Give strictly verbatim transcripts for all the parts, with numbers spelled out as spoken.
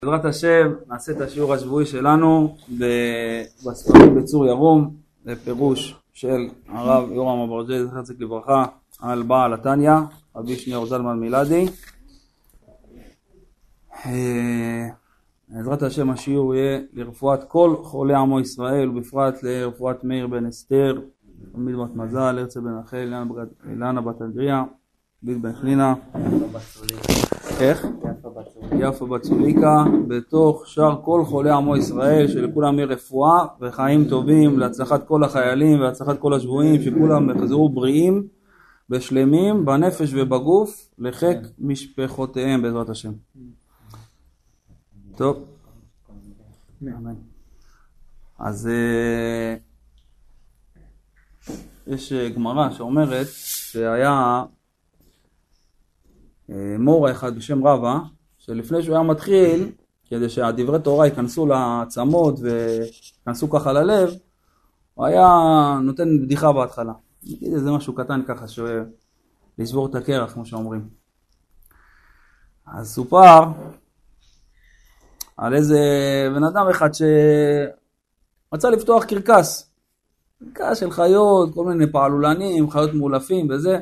בעזרת השם נעשה את השיעור השבועי שלנו בספרים בצור ירום, לפירוש של הרב יורם אברג'יל זכר צדיק לברכה על בעל התניא, רבי שניאור זלמן מילדי. בעזרת השם השיעור יהיה לרפואת כל חולי עמו ישראל, ובפרט לרפואת מאיר בן אסתר, תלמיד בת מזל, הרצל בן רחל, אילנה בת אנדריה, ביל בן חלינה, איך? יפה בת צוליקה, בתוך שאר כל חולי עמו ישראל, שלכולם יהיה רפואה וחיים טובים, להצלחת כל החיילים והצלחת כל השבויים, שכולם יחזרו בריאים ושלמים בנפש ובגוף לחק משפחותיהם בעזרת השם. טוב, אמן. אז יש גמרא שאומרת שהיה מורה אחד בשם רבא, שלפני שהוא היה מתחיל, כדי שהדברי תורה ייכנסו לעצמות ויכנסו ככה ללב, הוא היה נותן בדיחה בהתחלה. נגיד איזה משהו קטן ככה, לשבור את הקרח, כמו שאומרים. אז סופר על איזה בן אדם אחד שרצה לפתוח קרקס. קרקס של חיות, כל מיני פעלולנים, חיות מאולפים וזה.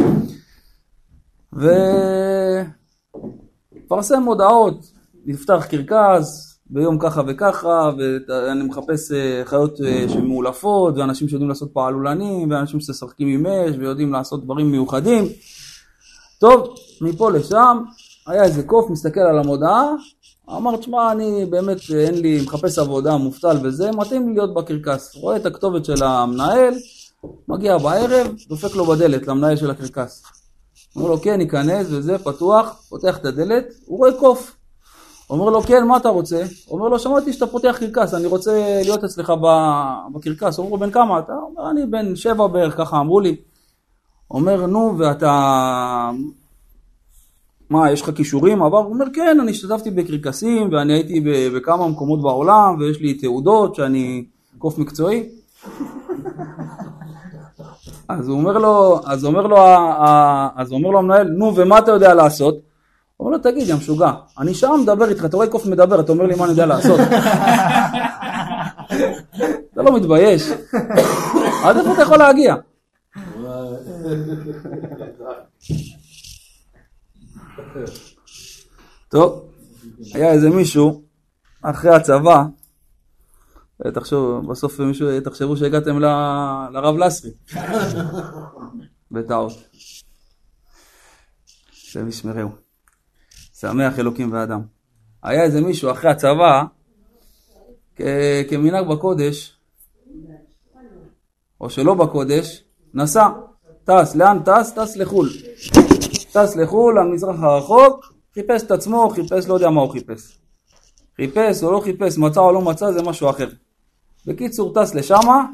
ופרסם מודעות, נפתח קרקס ביום ככה וככה, ואני מחפש חיות שמאולפות, ואנשים שיודעים לעשות פעלולנים, ואנשים ששחקים עם אש, ויודעים לעשות דברים מיוחדים. טוב, מפה לשם, היה איזה קוף, מסתכל על המודעה, אמר, תשמע, אני באמת, אין לי, מחפש עבודה, מובטל וזה, מתאים לי להיות בקרקס. רואה את הכתובת של המנהל, מגיע בערב, דופק לו בדלת, למנהל של הקרקס. אומר לו, כן, ניכנס וזה, פתוח, פותח את הדלת, הוא רואה קוף. אומר לו, כן, מה אתה רוצה? אומר לו, שמעתי שאתה פותח קרקס, אני רוצה להיות אצלך בקרקס. אומר לו, בן כמה אתה? אומר, אני בן שבע בערך, ככה אמרו לי. אומר, נו, ואתה... מה, יש לך כישורים? אבל הוא אומר, כן, אני השתתפתי בקרקסים, ואני הייתי בכמה מקומות בעולם, ויש לי תעודות שאני קוף מקצועי. אז הוא אומר לו, אז אומר לו, אז אומר לו המנהל, נו, ומה אתה יודע לעשות? הוא אומר לו, תגיד, יא משוגע, אני שם מדבר איתך, אתה רואה קוף מדבר, אתה אומר לי מה אני יודע לעשות. אתה לא מתבייש. עד איפה אתה יכול להגיע? טוב, היה איזה מישהו, אחרי הצבא, תחשוב, בסוף מישהו, תחשבו שהגעתם ל, לרב לסרי. בטעות. שם ישמרהו. שמח אלוקים ואדם. היה איזה מישהו אחרי הצבא, כ, כמנהג בקודש, או שלא בקודש, נסע, טס, לאן טס? טס לחול. טס לחול, למזרח הרחוק, חיפש את עצמו, חיפש, לא יודע מה הוא חיפש. חיפש או לא חיפש, מצא או לא מצא, זה משהו אחר. בקיצור, טס לשמה,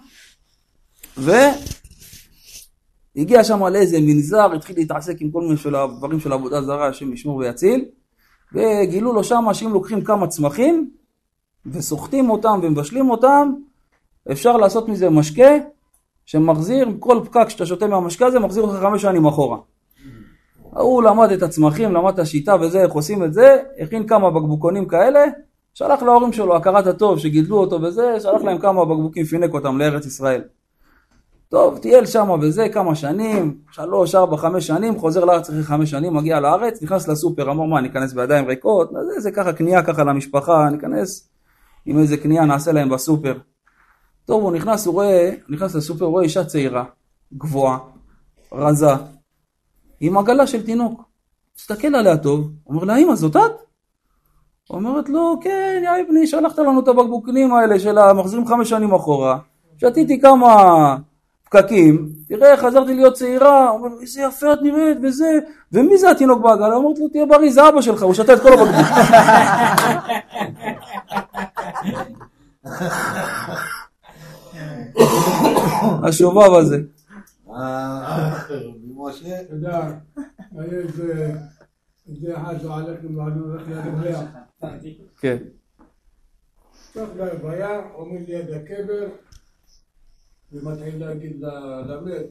והגיע שם לאיזה מנזר, התחיל להתעסק עם כל מיני של הדברים של עבודה זרה, השם ישמור ויציל, וגילו לו שם שאם לוקחים כמה צמחים, וסוחטים אותם ומבשלים אותם, אפשר לעשות מזה משקה, שמחזיר, כל פקק שאתה שותה מהמשקה הזה, מחזיר אותך חמש שנים אחורה. הוא למד את הצמחים, למד את השיטה וזה, איך עושים את זה, הכין כמה בקבוקונים כאלה, שלח להורים שלו, הכרת הטוב שגידלו אותו וזה, שלח להם כמה בקבוקים, פינק אותם לארץ ישראל. טוב, טייל שמה וזה כמה שנים, שלוש, ארבע, חמש שנים, חוזר לארץ אחרי חמש שנים, מגיע לארץ, נכנס לסופר, אמר מה, ניכנס בידיים ריקות, זה, זה ככה קנייה ככה למשפחה, ניכנס עם איזה קנייה נעשה להם בסופר. טוב, הוא נכנס, הוא רואה, נכנס לסופר, הוא רואה אישה צעירה, גבוהה, רזה, עם עגלה של תינוק. תסתכל עליה טוב, אומר לה, אמא, זאת את? אומרת לו, כן, יא בני, שלחת לנו את הבקבוקנים האלה של המחזירים חמש שנים אחורה, שתיתי כמה פקקים, תראה, חזרתי להיות צעירה, אומר, איזה יפה את נראית, וזה, ומי זה התינוק בעגלה? אומרת לו, תהיה בריא, זה אבא שלך, הוא שתה את כל הבקבוק. השובב הזה. משה, אתה יודע, היה איזה אחד שהלכנו ועלינו הולך ליד הבריאה. כן. עכשיו ביער, עומד ליד הקבר, ומתחיל להגיד למת.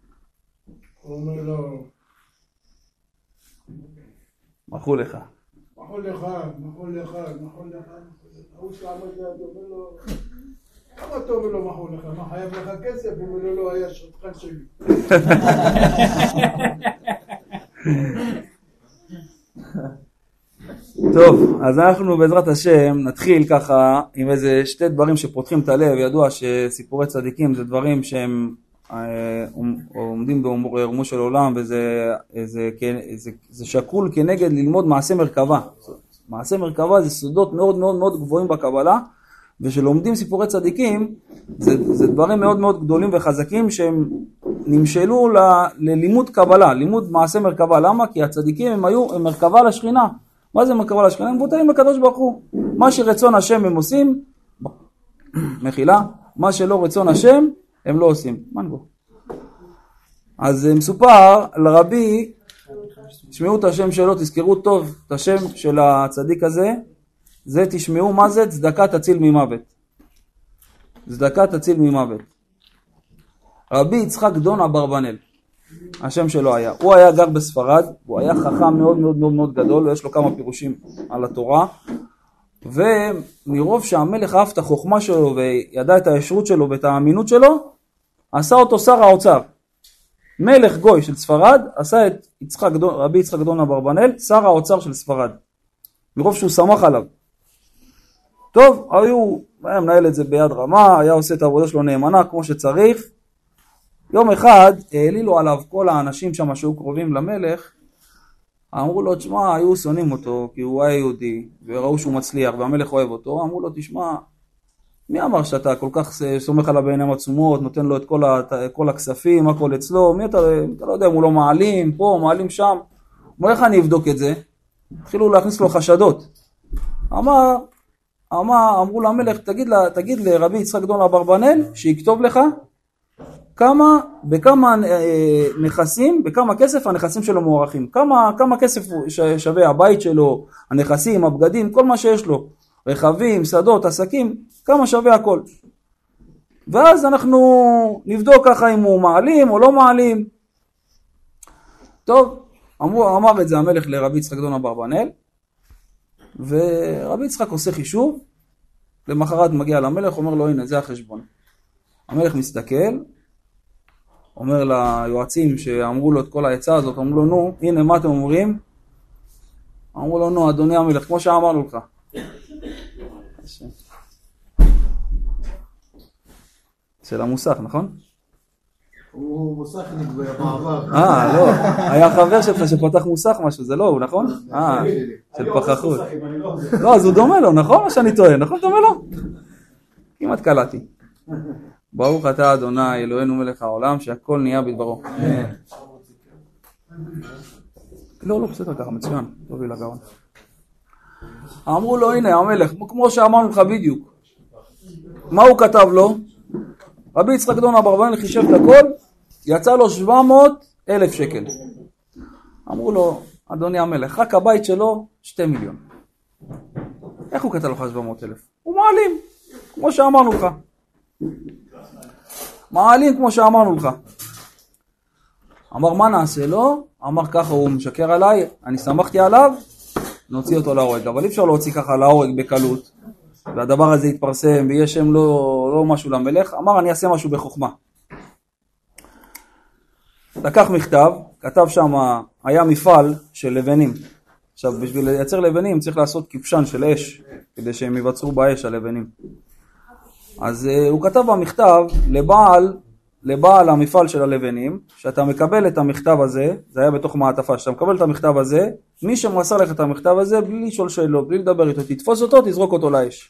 הוא אומר לו, מחו לך. מחול לך, מחול לך, מחול לך, הוא שעמד ליד, אומר לו, למה אתה אומר לו מחול לך? מה חייב לך כסף? הוא אומר לו, לא היה שטחן שלי. טוב, אז אנחנו בעזרת השם נתחיל ככה עם איזה שתי דברים שפותחים את הלב. ידוע שסיפורי צדיקים זה דברים שהם עומדים בעורמו של עולם, וזה זה, זה, זה שקול כנגד ללמוד מעשה מרכבה. מעשה מרכבה זה סודות מאוד מאוד מאוד גבוהים בקבלה, ושלומדים סיפורי צדיקים זה, זה דברים מאוד מאוד גדולים וחזקים שהם נמשלו ל, ללימוד קבלה, לימוד מעשה מרכבה. למה? כי הצדיקים הם היו הם מרכבה לשכינה. מה זה מרכבה לשכינה? הם מבוטלים לקדוש ברוך הוא. מה שרצון השם הם עושים, מחילה, מה שלא רצון השם הם לא עושים. מנגו. אז מסופר לרבי, תשמעו את השם שלו, תזכרו טוב את השם של הצדיק הזה, זה תשמעו מה זה, צדקה תציל ממוות. צדקה תציל ממוות. רבי יצחק דון אברבנאל, השם שלו היה. הוא היה גר בספרד, הוא היה חכם מאוד מאוד מאוד מאוד גדול, ויש לו כמה פירושים על התורה, ומרוב שהמלך אהב את החוכמה שלו וידע את הישרות שלו ואת האמינות שלו, עשה אותו שר האוצר. מלך גוי של ספרד עשה את יצחק דון, רבי יצחק דון אברבנאל שר האוצר של ספרד, מרוב שהוא שמח עליו. טוב, היו, היה מנהל את זה ביד רמה, היה עושה את העבודה שלו נאמנה כמו שצריך. יום אחד העלילו עליו כל האנשים שם שהיו קרובים למלך, אמרו לו, תשמע, היו שונאים אותו כי הוא היה יהודי וראו שהוא מצליח והמלך אוהב אותו. אמרו לו, תשמע, מי אמר שאתה כל כך סומך עליו בעיניים עצומות, נותן לו את כל, ה, כל הכספים, הכל אצלו, מי אתה, אתה לא יודע אם הוא לא מעלים פה, מעלים שם. אומר, איך אני אבדוק את זה? התחילו להכניס לו חשדות. אמר, אמר, אמרו למלך, תגיד, לה, תגיד לרבי יצחק דון אברבנאל שיכתוב לך כמה, בכמה אה, נכסים, בכמה כסף הנכסים שלו מוערכים. כמה, כמה כסף שווה הבית שלו, הנכסים, הבגדים, כל מה שיש לו. רכבים, שדות, עסקים, כמה שווה הכל. ואז אנחנו נבדוק ככה אם הוא מעלים או לא מעלים. טוב, אמר, אמר את זה המלך לרבי יצחק דון אברבנאל, ורבי יצחק עושה חישוב, למחרת מגיע למלך, אומר לו, הנה, זה החשבון. המלך מסתכל, אומר ליועצים שאמרו לו את כל העצה הזאת, אמרו לו, נו, הנה, מה אתם אומרים? אמרו לו, נו, אדוני המלך, כמו שאמרנו לך. של המוסך, נכון? הוא מוסכניק במעבר. אה, לא, היה חבר שלך שפתח מוסך משהו, זה לא הוא, נכון? אה, של פחחות. לא, אז הוא דומה לו, נכון מה שאני טועה, נכון דומה לו? כמעט קלעתי. ברוך אתה אדוני אלוהינו מלך העולם שהכל נהיה בדברו. לא, לא, בסדר ככה, מצוין, לא בי לגרון. אמרו לו, הנה המלך, כמו שאמרנו לך בדיוק. מה הוא כתב לו? רבי יצחק דון אברבנאל חישב את הכל, יצא לו שבע מאות אלף שקל. אמרו לו, אדוני המלך, רק הבית שלו שתי מיליון. איך הוא כתב לך שבע מאות אלף? הוא מעלים, כמו שאמרנו לך. מעלים כמו שאמרנו לך. אמר, מה נעשה לו? אמר, ככה הוא משקר עליי, אני שמחתי עליו, נוציא אותו להורג. אבל אי אפשר להוציא ככה להורג בקלות, והדבר הזה יתפרסם ויש שם לא, לא משהו למלך. אמר, אני אעשה משהו בחוכמה. לקח מכתב, כתב שם, היה מפעל של לבנים. עכשיו, בשביל לייצר לבנים צריך לעשות כבשן של אש, כדי שהם יבצרו באש הלבנים. אז uh, הוא כתב במכתב לבעל, לבעל המפעל של הלבנים, שאתה מקבל את המכתב הזה, זה היה בתוך מעטפה, שאתה מקבל את המכתב הזה, מי שמסר לך את המכתב הזה, בלי לשאול שאלות, בלי לדבר איתו, תתפוס אותו, תזרוק אותו לאש.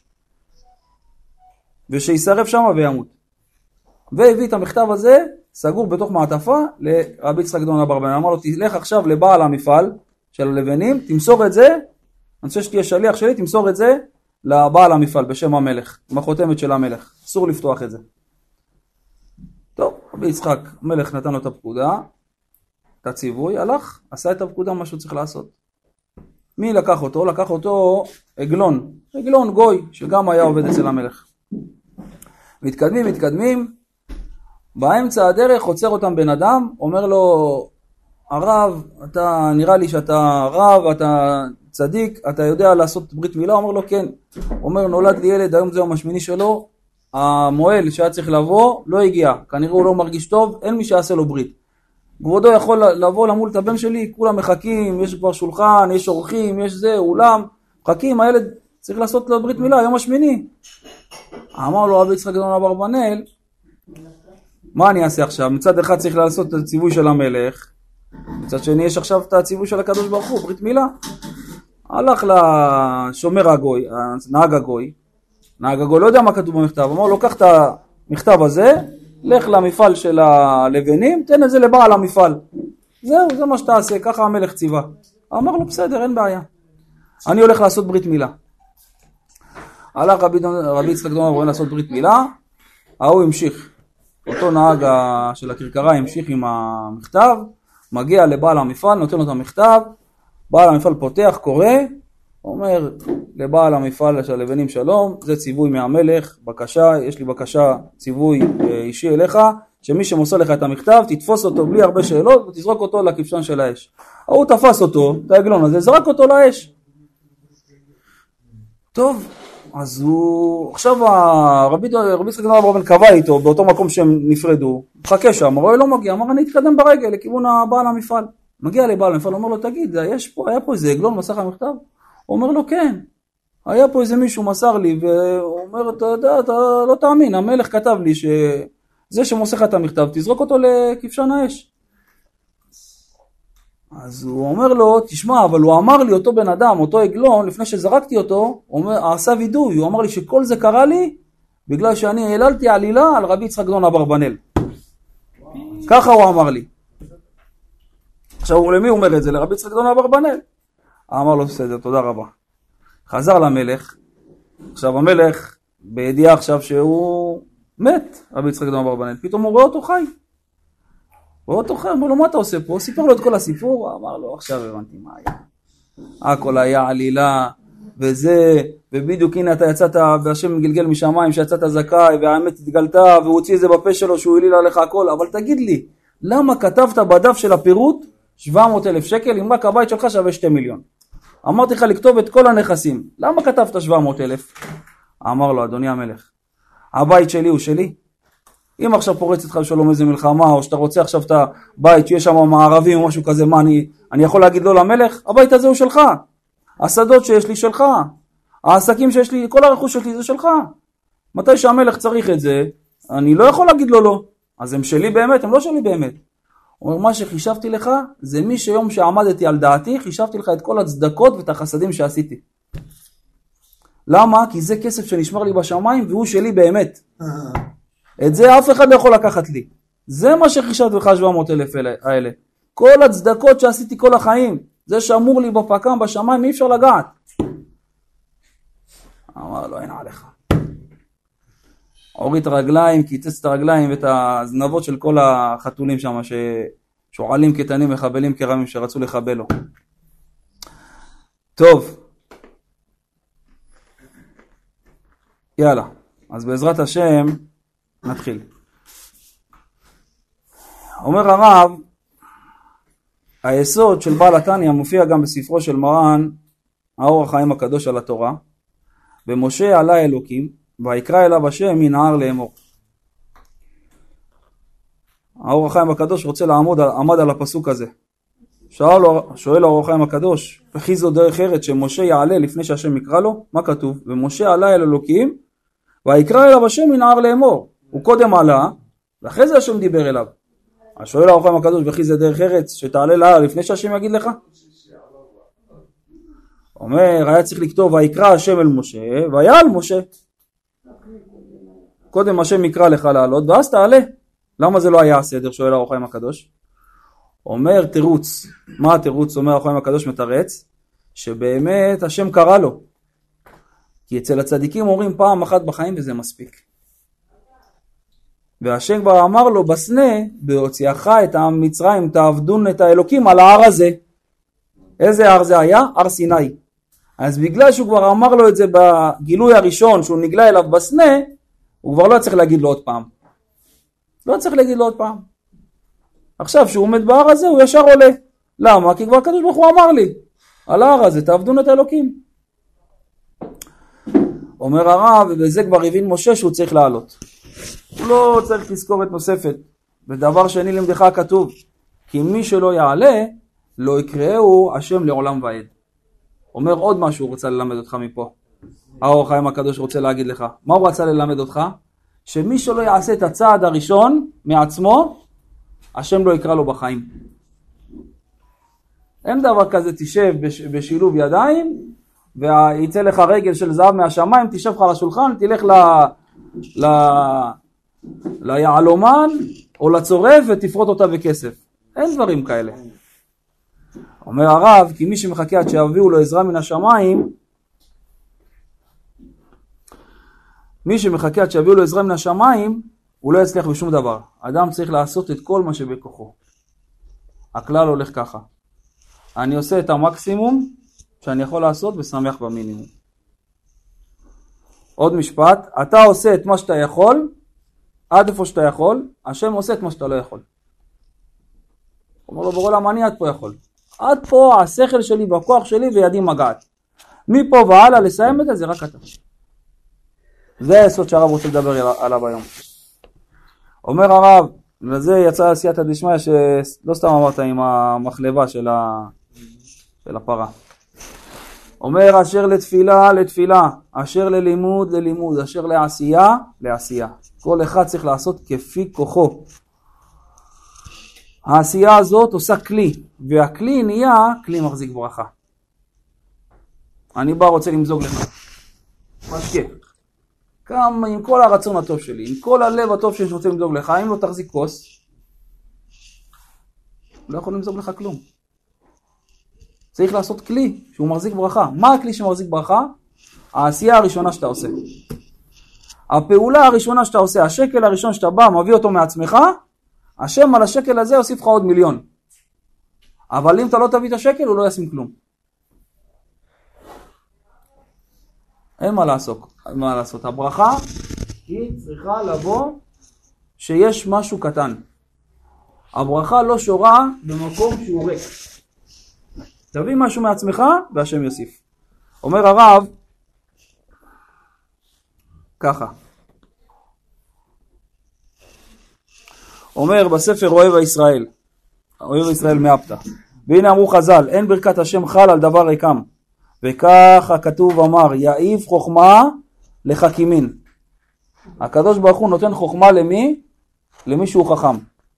ושישרף שם וימות. והביא את המכתב הזה, סגור בתוך מעטפה, לרבי יצחק דון אברבנאל. אמר לו, תלך עכשיו לבעל המפעל של הלבנים, תמסור את זה, אני רוצה שתהיה שליח שלי, תמסור את זה לבעל המפעל בשם המלך, עם החותמת של המלך. אסור לפתוח את זה. טוב, רבי יצחק, המלך נתן לו את הפקודה, את הציווי, הלך, עשה את הפקודה מה שהוא צריך לעשות. מי לקח אותו? לקח אותו עגלון, עגלון גוי, שגם היה עובד אצל המלך. מתקדמים, מתקדמים, באמצע הדרך עוצר אותם בן אדם, אומר לו, הרב, אתה נראה לי שאתה רב, אתה צדיק, אתה יודע לעשות ברית מילה? אומר לו כן. אומר, נולד לי ילד, היום זה יום השמיני שלו, המועל שהיה צריך לבוא לא הגיע, כנראה הוא לא מרגיש טוב, אין מי שיעשה לו ברית. כבודו יכול לבוא למול את הבן שלי, כולם מחכים, יש כבר שולחן, יש אורחים, יש זה, אולם, מחכים, הילד צריך לעשות לו ברית מילה, יום השמיני. אמר לו רבי יצחק גאון אברבנאל, מה אני אעשה עכשיו? מצד אחד צריך לעשות את הציווי של המלך, מצד שני יש עכשיו את הציווי של הקדוש ברוך הוא, ברית מילה. הלך לשומר הגוי, נהג הגוי, נהג הגוי לא יודע מה כתוב במכתב, אמר לו, קח את המכתב הזה, לך למפעל של הלבנים, תן את זה לבעל המפעל. זהו, זה מה שתעשה, ככה המלך ציווה. אמר לו, בסדר, אין בעיה. אני הולך לעשות ברית מילה. הלך רבי, רבי יצחק גאון אברבנאל לעשות ברית מילה, ההוא המשיך. אותו נהג של הכרכרה המשיך עם המכתב, מגיע לבעל המפעל, נותן לו את המכתב, בעל המפעל פותח, קורא, אומר לבעל המפעל של הלבנים שלום, זה ציווי מהמלך, בקשה, יש לי בקשה, ציווי אישי אליך, שמי שמוסר לך את המכתב, תתפוס אותו בלי הרבה שאלות, ותזרוק אותו לכבשן של האש. הוא תפס אותו, את העגלון הזה, זרק אותו לאש. טוב, אז הוא, עכשיו הרבי יצחק גאון אברבנאל קבע איתו, באותו מקום שהם נפרדו, מחכה שם, רואה לא מגיע, אמר אני אתקדם ברגל לכיוון הבעל המפעל. מגיע לבעל המפעל, אומר לו, תגיד, יש פה, היה פה איזה עגלון מסך המכתב? הוא אומר לו, כן, היה פה איזה מישהו מסר לי, והוא אומר, אתה יודע, אתה לא תאמין, המלך כתב לי שזה שמוסך את המכתב, תזרוק אותו לכבשן האש. אז הוא אומר לו, תשמע, אבל הוא אמר לי, אותו בן אדם, אותו עגלון, לפני שזרקתי אותו, הוא אומר, עשה וידוי, הוא אמר לי שכל זה קרה לי, בגלל שאני העללתי עלילה על רבי יצחק גאון אברבנאל. ככה הוא אמר לי. עכשיו, למי הוא אומר את זה? לרבי יצחק גאון אברבנאל. אמר לו, בסדר, תודה רבה. חזר למלך. עכשיו, המלך, בידיעה עכשיו שהוא מת, רבי יצחק גאון אברבנאל, פתאום הוא רואה אותו חי. רואה אותו חי, אמר לו, מה אתה עושה פה? סיפר לו את כל הסיפור, אמר לו, עכשיו הבנתי מה היה. הכל היה עלילה, וזה, ובדיוק הנה אתה יצאת, והשם מגלגל משמיים, שיצאת זכאי, והאמת התגלתה, והוא הוציא את זה בפה שלו, שהוא הליל עליך הכל, אבל תגיד לי, למה כתבת בדף של הפירוט שבע מאות אלף שקל, אם רק הבית שלך שווה שתי מיליון? אמרתי לך לכתוב את כל הנכסים, למה כתבת שבע מאות אלף? אמר לו, אדוני המלך, הבית שלי הוא שלי. אם עכשיו פורץ איתך לשלום איזה מלחמה, או שאתה רוצה עכשיו את הבית שיש שם מערבים או משהו כזה, מה אני, אני יכול להגיד לו למלך? הבית הזה הוא שלך. השדות שיש לי שלך. העסקים שיש לי, כל הרכוש שלי זה שלך. מתי שהמלך צריך את זה, אני לא יכול להגיד לו לא. אז הם שלי באמת, הם לא שלי באמת. הוא אומר, מה שחישבתי לך, זה מי שיום שעמדתי על דעתי, חישבתי לך את כל הצדקות ואת החסדים שעשיתי. למה? כי זה כסף שנשמר לי בשמיים, והוא שלי באמת. את זה אף אחד לא יכול לקחת לי. זה מה שחישבתי לך שבע מאות אלף האלה. כל הצדקות שעשיתי כל החיים, זה שאמור לי בפקם בשמיים, אי אפשר לגעת. אמר לו, אין עליך. הוריד את הרגליים, קיצץ את הרגליים ואת הזנבות של כל החתולים שם, ששועלים קטנים, מחבלים קרמים שרצו לחבל לו. טוב. יאללה. אז בעזרת השם, נתחיל. אומר הרב, היסוד של בעל התניא מופיע גם בספרו של מרן, האור החיים הקדוש על התורה, ומשה עלה אלוקים, ויקרא אליו השם מנהר לאמור. האור החיים הקדוש רוצה לעמוד, עמד על הפסוק הזה. שואל, שואל האור החיים הקדוש, וכי זו דרך ארץ שמשה יעלה לפני שהשם יקרא לו? מה כתוב? ומשה עלה אל אלוקים, ויקרא אליו השם מנהר לאמור. הוא קודם עלה, ואחרי זה השם דיבר אליו. השואל האור החיים הקדוש, וכי זה דרך ארץ שתעלה לה לפני שהשם יגיד לך? אומר, היה צריך לכתוב, ויקרא השם אל משה, ויעל משה. קודם השם יקרא לך לעלות, ואז תעלה. למה זה לא היה הסדר? שואל האור החיים הקדוש. אומר תירוץ. מה התירוץ? אומר האור החיים הקדוש מתרץ, שבאמת השם קרא לו. כי אצל הצדיקים אומרים פעם אחת בחיים וזה מספיק. והשם כבר אמר לו בסנה, בהוציאך את העם מצרים, תעבדון את האלוקים על ההר הזה. איזה הר זה היה? הר סיני. אז בגלל שהוא כבר אמר לו את זה בגילוי הראשון, שהוא נגלה אליו בסנה, הוא כבר לא צריך להגיד לו עוד פעם. לא צריך להגיד לו עוד פעם. עכשיו שהוא עומד בהר הזה, הוא ישר עולה. למה? כי כבר הקדוש ברוך הוא אמר לי. על ההר הזה תעבדון את האלוקים. אומר הרב, ובזה כבר הבין משה שהוא צריך לעלות. הוא לא צריך תזכורת נוספת. ודבר שני למדך כתוב, כי מי שלא יעלה, לא יקראו השם לעולם ועד. אומר עוד משהו הוא רוצה ללמד אותך מפה. האור החיים הקדוש רוצה להגיד לך. מה הוא רצה ללמד אותך? שמי שלא יעשה את הצעד הראשון מעצמו, השם לא יקרא לו בחיים. אין דבר כזה תשב בשילוב ידיים, ויצא לך רגל של זהב מהשמיים, תשב לך על השולחן, תלך ל... ל... ליעלומן או לצורף ותפרוט אותה בכסף. אין דברים כאלה. אומר הרב, כי מי שמחכה עד שיביאו לו עזרה מן השמיים, מי שמחכה עד שיביאו לו עזרה מן השמיים, הוא לא יצליח בשום דבר. אדם צריך לעשות את כל מה שבכוחו. הכלל הולך ככה. אני עושה את המקסימום שאני יכול לעשות ושמח במינימום. עוד משפט, אתה עושה את מה שאתה יכול, עד איפה שאתה יכול, השם עושה את מה שאתה לא יכול. אומר לו ברור למה אני עד פה יכול. עד פה השכל שלי בכוח שלי וידי מגעת. מפה והלאה לסיים את זה, זה רק אתה. זה היסוד שהרב רוצה לדבר עליו היום. אומר הרב, וזה יצא סייעתא דשמיא שלא סתם אמרת עם המחלבה של, ה... של הפרה. אומר אשר לתפילה לתפילה, אשר ללימוד ללימוד, אשר לעשייה לעשייה. כל אחד צריך לעשות כפי כוחו. העשייה הזאת עושה כלי, והכלי נהיה כלי מחזיק ברכה. אני בא רוצה למזוג לך. משקה. כמה עם כל הרצון הטוב שלי, עם כל הלב הטוב שאני רוצה למזוג לך, אם לא תחזיק כוס, לא יכול למזוג לך כלום. צריך לעשות כלי שהוא מחזיק ברכה. מה הכלי שמחזיק ברכה? העשייה הראשונה שאתה עושה. הפעולה הראשונה שאתה עושה, השקל הראשון שאתה בא, מביא אותו מעצמך, השם על השקל הזה יוסיף לך עוד מיליון. אבל אם אתה לא תביא את השקל, הוא לא ישים כלום. אין מה לעשות. מה לעשות. הברכה היא צריכה לבוא שיש משהו קטן. הברכה לא שורה במקום שהוא ריק. תביא משהו מעצמך והשם יוסיף. אומר הרב ככה. אומר בספר אוהב הישראל. אוהב הישראל מאפתא. והנה אמרו חז"ל, אין ברכת השם חל על דבר ריקם. וככה כתוב אמר, יעיף חוכמה לחכימין. הקדוש ברוך הוא נותן חוכמה למי? למי שהוא חכם.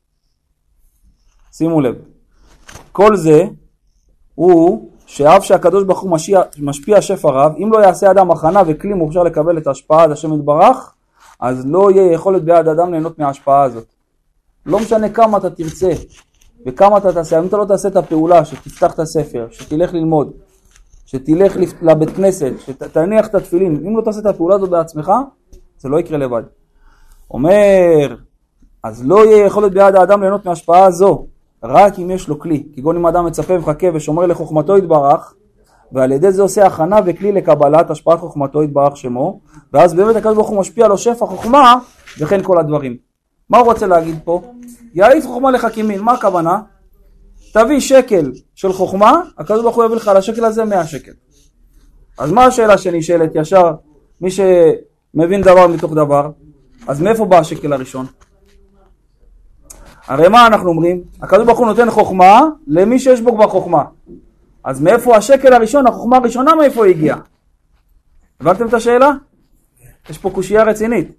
שימו לב. כל זה הוא שאף שהקדוש ברוך הוא משפיע, משפיע שפע רב, אם לא יעשה אדם הכנה וכלי מוכשר לקבל את ההשפעה עד השם יתברך, אז לא יהיה יכולת ביד אדם ליהנות מההשפעה הזאת. לא משנה כמה אתה תרצה וכמה אתה תעשה, אם אתה לא תעשה את הפעולה, שתפתח את הספר, שתלך ללמוד, שתלך לבית כנסת, שתניח את התפילין, אם לא תעשה את הפעולה הזאת בעצמך, זה לא יקרה לבד. אומר, אז לא יהיה יכולת ביד האדם ליהנות מההשפעה הזו, רק אם יש לו כלי. כגון אם האדם מצפה ומחכה ושומר לחוכמתו יתברך, ועל ידי זה עושה הכנה וכלי לקבלת השפעת חוכמתו יתברך שמו, ואז באמת הקדוש ברוך הוא משפיע לו שפע חוכמה, וכן כל הדברים. מה הוא רוצה להגיד פה? יעיף חוכמה לחכימין. מה הכוונה? תביא שקל של חוכמה, הקדוש ברוך הוא יביא לך על השקל הזה מאה שקל. אז מה השאלה שנשאלת ישר? מי שמבין דבר מתוך דבר, אז מאיפה בא השקל הראשון? הרי מה אנחנו אומרים? הקדוש ברוך הוא נותן חוכמה למי שיש בו כבר חוכמה. אז מאיפה השקל הראשון, החוכמה הראשונה, מאיפה היא הגיעה? הבנתם את השאלה? יש פה קושייה רצינית.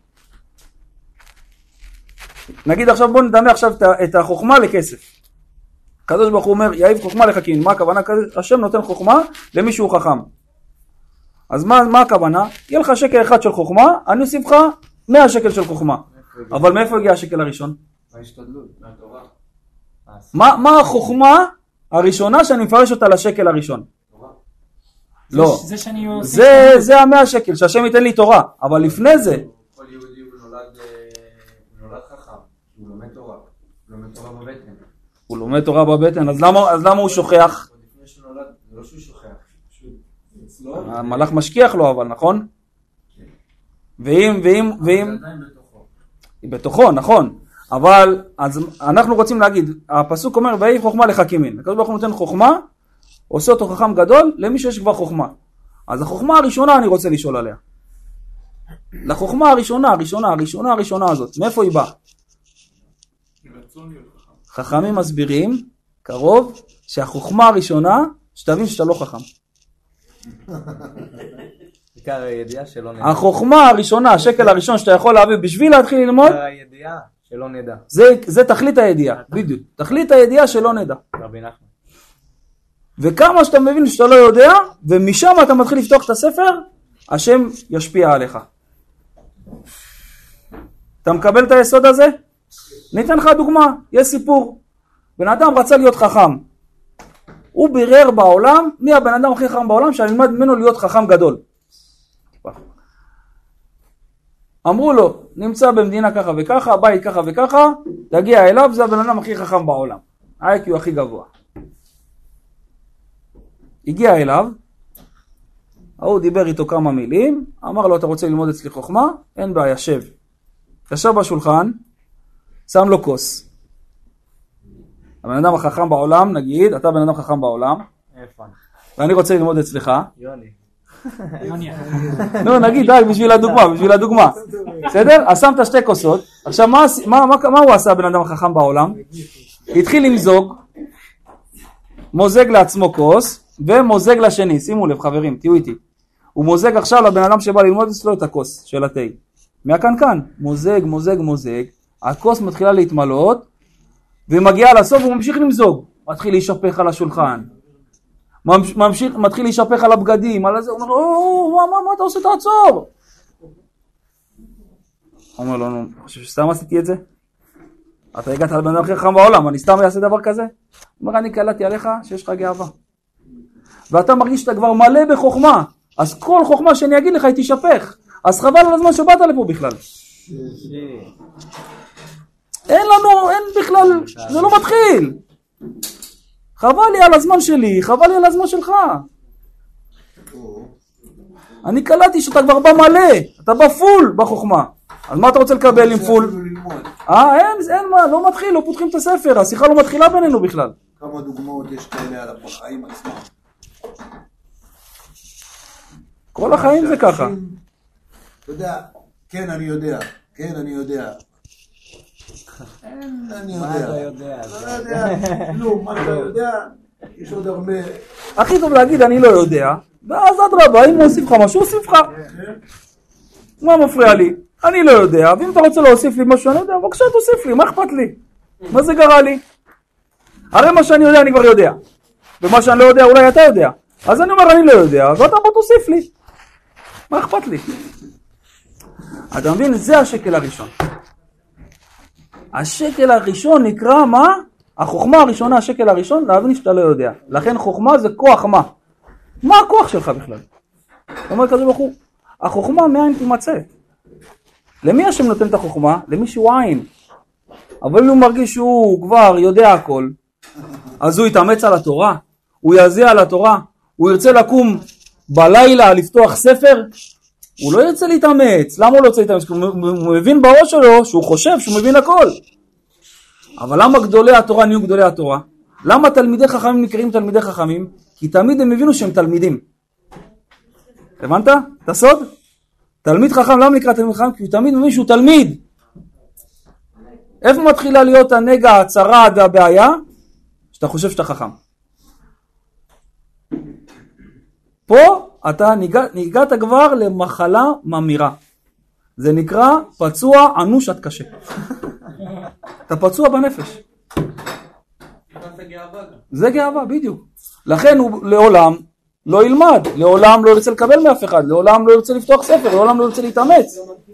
נגיד עכשיו בואו נדמה עכשיו את החוכמה לכסף. הקדוש ברוך הוא אומר יעיף חוכמה לחכימין. מה הכוונה? השם נותן חוכמה למי שהוא חכם. אז מה, מה הכוונה? יהיה לך שקל אחד של חוכמה, אני אוסיף לך מאה שקל של חוכמה. אבל מאיפה הגיע השקל הראשון? ההשתדלות, מהתורה. מה, מה החוכמה הראשונה שאני מפרש אותה לשקל הראשון? לא. זה שאני עושה... זה, זה המאה שקל, שהשם ייתן לי תורה. אבל לפני זה... כל יהודי הוא נולד חכם, הוא לומד תורה. הוא לומד תורה בבטן. הוא לומד תורה בבטן, אז למה, אז למה הוא שוכח? לפני שהוא נולד, זה לא שהוא שוכח. המלאך משכיח לו, אבל נכון? ואם, ואם, ואם... היא בתוכו, נכון. אבל אז אנחנו רוצים להגיד, הפסוק אומר, ויעיף חוכמה לחכימין. הקדוש ברוך הוא נותן חוכמה עושה אותו חכם גדול למי שיש כבר חוכמה. אז החוכמה הראשונה אני רוצה לשאול עליה. לחוכמה הראשונה, הראשונה, הראשונה, הראשונה הזאת, מאיפה היא באה? חכמים מסבירים, קרוב, שהחוכמה הראשונה, שתבין שאתה לא חכם. עיקר הידיעה שלא נדע. החוכמה הראשונה, השקל הראשון שאתה יכול להביא בשביל להתחיל ללמוד, עיקר הידיעה שלא נדע. זה, זה תכלית הידיעה, בדיוק. תכלית הידיעה שלא נדע. רבי נחמן. וכמה שאתה מבין שאתה לא יודע, ומשם אתה מתחיל לפתוח את הספר, השם ישפיע עליך. אתה מקבל את היסוד הזה? ניתן לך דוגמה, יש סיפור. בן אדם רצה להיות חכם. הוא בירר בעולם, מי הבן אדם הכי חכם בעולם, שאני אלמד ממנו להיות חכם גדול. אמרו לו, נמצא במדינה ככה וככה, בית ככה וככה, תגיע אליו, זה הבן אדם הכי חכם בעולם. ה-איי קיו הכי גבוה. הגיע אליו, הוא דיבר איתו כמה מילים, אמר לו, אתה רוצה ללמוד אצלי חוכמה? אין בעיה, שב. ישב בשולחן, שם לו כוס. הבן אדם החכם בעולם, נגיד, אתה בן אדם חכם בעולם, איפה? ואני רוצה ללמוד אצלך. יוני. נו, נגיד, רק בשביל הדוגמה, בשביל הדוגמה. בסדר? אז שמת שתי כוסות. עכשיו, מה, מה, מה, מה הוא עשה בן אדם החכם בעולם? התחיל למזוג, מוזג לעצמו כוס, ומוזג לשני. שימו לב, חברים, תהיו איתי. הוא מוזג עכשיו לבן אדם שבא ללמוד אצלו את הכוס של התה. מהקנקן, מוזג, מוזג, מוזג. הכוס מתחילה להתמלות, ומגיעה לסוף והוא ממשיך למזוג. מתחיל להישפך על השולחן. ממשיך, מתחיל להישפך על הבגדים, על הזה, הוא אומר לו, או, מה, מה, מה אתה עושה? תעצור! הוא אומר לו, אני חושב שסתם עשיתי את זה? אתה הגעת לבן אדם הכי חכם בעולם, אני סתם אעשה דבר כזה? הוא אומר, אני קלטתי עליך שיש לך גאווה. ואתה מרגיש שאתה כבר מלא בחוכמה, אז כל חוכמה שאני אגיד לך היא תישפך. אז חבל על הזמן שבאת לפה בכלל. אין לנו, אין בכלל, זה לא מתחיל. חבל לי על הזמן שלי, חבל לי על הזמן שלך. אני קלטתי שאתה כבר בא מלא, אתה בא פול בחוכמה. אז מה אתה רוצה לקבל עם פול? אה, אין, אין מה, לא מתחיל, לא פותחים את הספר, השיחה לא מתחילה בינינו בכלל. כמה דוגמאות יש כאלה על החיים עצמם? כל החיים זה ככה. אתה יודע, כן אני יודע, כן אני יודע. אין, אני יודע. מה אתה יודע? לא יודע, כלום, מה אתה יודע, יש עוד הרבה. הכי טוב להגיד אני לא יודע, ואז אדרבה, אם הוא הוסיף לך משהו, הוסיף לך. מה מפריע לי? אני לא יודע, ואם אתה רוצה להוסיף לי משהו, אני יודע, בבקשה תוסיף לי, מה אכפת לי? מה זה גרה לי? הרי מה שאני יודע אני כבר יודע, ומה שאני לא יודע אולי אתה יודע. אז אני אומר אני לא יודע, ואתה בוא תוסיף לי. מה אכפת לי? אתה מבין? זה השקל הראשון. השקל הראשון נקרא מה? החוכמה הראשונה, השקל הראשון, להבין שאתה לא יודע. לכן חוכמה זה כוח מה? מה הכוח שלך בכלל? זאת אומרת כזה בחור, החוכמה מאין תימצא. למי השם נותן את החוכמה? למי שהוא עין. אבל אם הוא מרגיש שהוא כבר יודע הכל, אז הוא יתאמץ על התורה, הוא יזיע על התורה, הוא ירצה לקום בלילה לפתוח ספר, הוא לא ירצה להתאמץ. למה הוא לא ירצה להתאמץ? הוא מבין בראש שלו שהוא חושב שהוא מבין הכל. אבל למה גדולי התורה נהיו גדולי התורה? למה תלמידי חכמים נקראים תלמידי חכמים? כי תמיד הם הבינו שהם תלמידים. הבנת? את הסוד? תלמיד חכם, למה נקרא תלמיד חכם? כי הוא תמיד מבין שהוא תלמיד. איפה מתחילה להיות הנגע, הצרה והבעיה? שאתה חושב שאתה חכם. פה אתה ניגעת כבר למחלה ממירה. זה נקרא פצוע אנוש עד קשה. אתה פצוע בנפש. זה גאווה, בדיוק. לכן הוא לעולם לא ילמד, לעולם לא ירצה לקבל מאף אחד, לעולם לא ירצה לפתוח ספר, לעולם לא ירצה להתאמץ.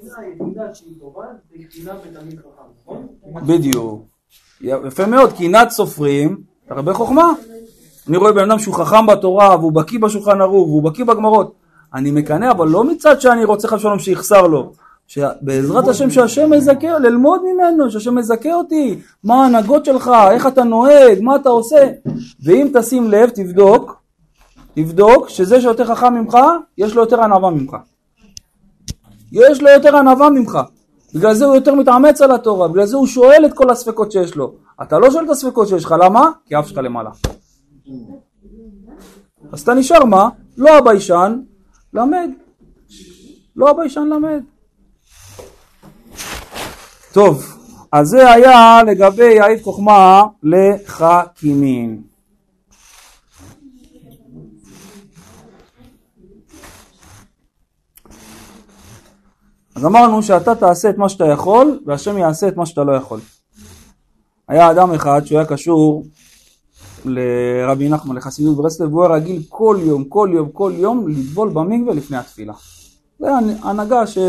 בדיוק. יפה מאוד, קנאת סופרים, הרבה חוכמה. אני רואה בן אדם שהוא חכם בתורה, והוא בקיא בשולחן ערוך, והוא בקיא בגמרות. אני מקנא, אבל לא מצד שאני רוצה חס ושלום שיחסר לו. שבעזרת השם שהשם מזכה, ללמוד ממנו, שהשם מזכה אותי, מה ההנהגות שלך, איך אתה נוהג, מה אתה עושה. ואם תשים לב, תבדוק, תבדוק שזה שיותר חכם ממך, יש לו יותר ענווה ממך. יש לו יותר ענווה ממך. בגלל זה הוא יותר מתאמץ על התורה, בגלל זה הוא שואל את כל הספקות שיש לו. אתה לא שואל את הספקות שיש לך, למה? כי אף שלך למעלה. אז אתה נשאר מה? לא הביישן, למד. לא הביישן למד. טוב, אז זה היה לגבי יעיד חוכמה לחכימים. אז אמרנו שאתה תעשה את מה שאתה יכול, והשם יעשה את מה שאתה לא יכול. היה אדם אחד שהוא היה קשור לרבי נחמן, לחסידות ברסלב, והוא היה רגיל כל יום, כל יום, כל יום, לטבול במקווה לפני התפילה. זה הנהגה ש...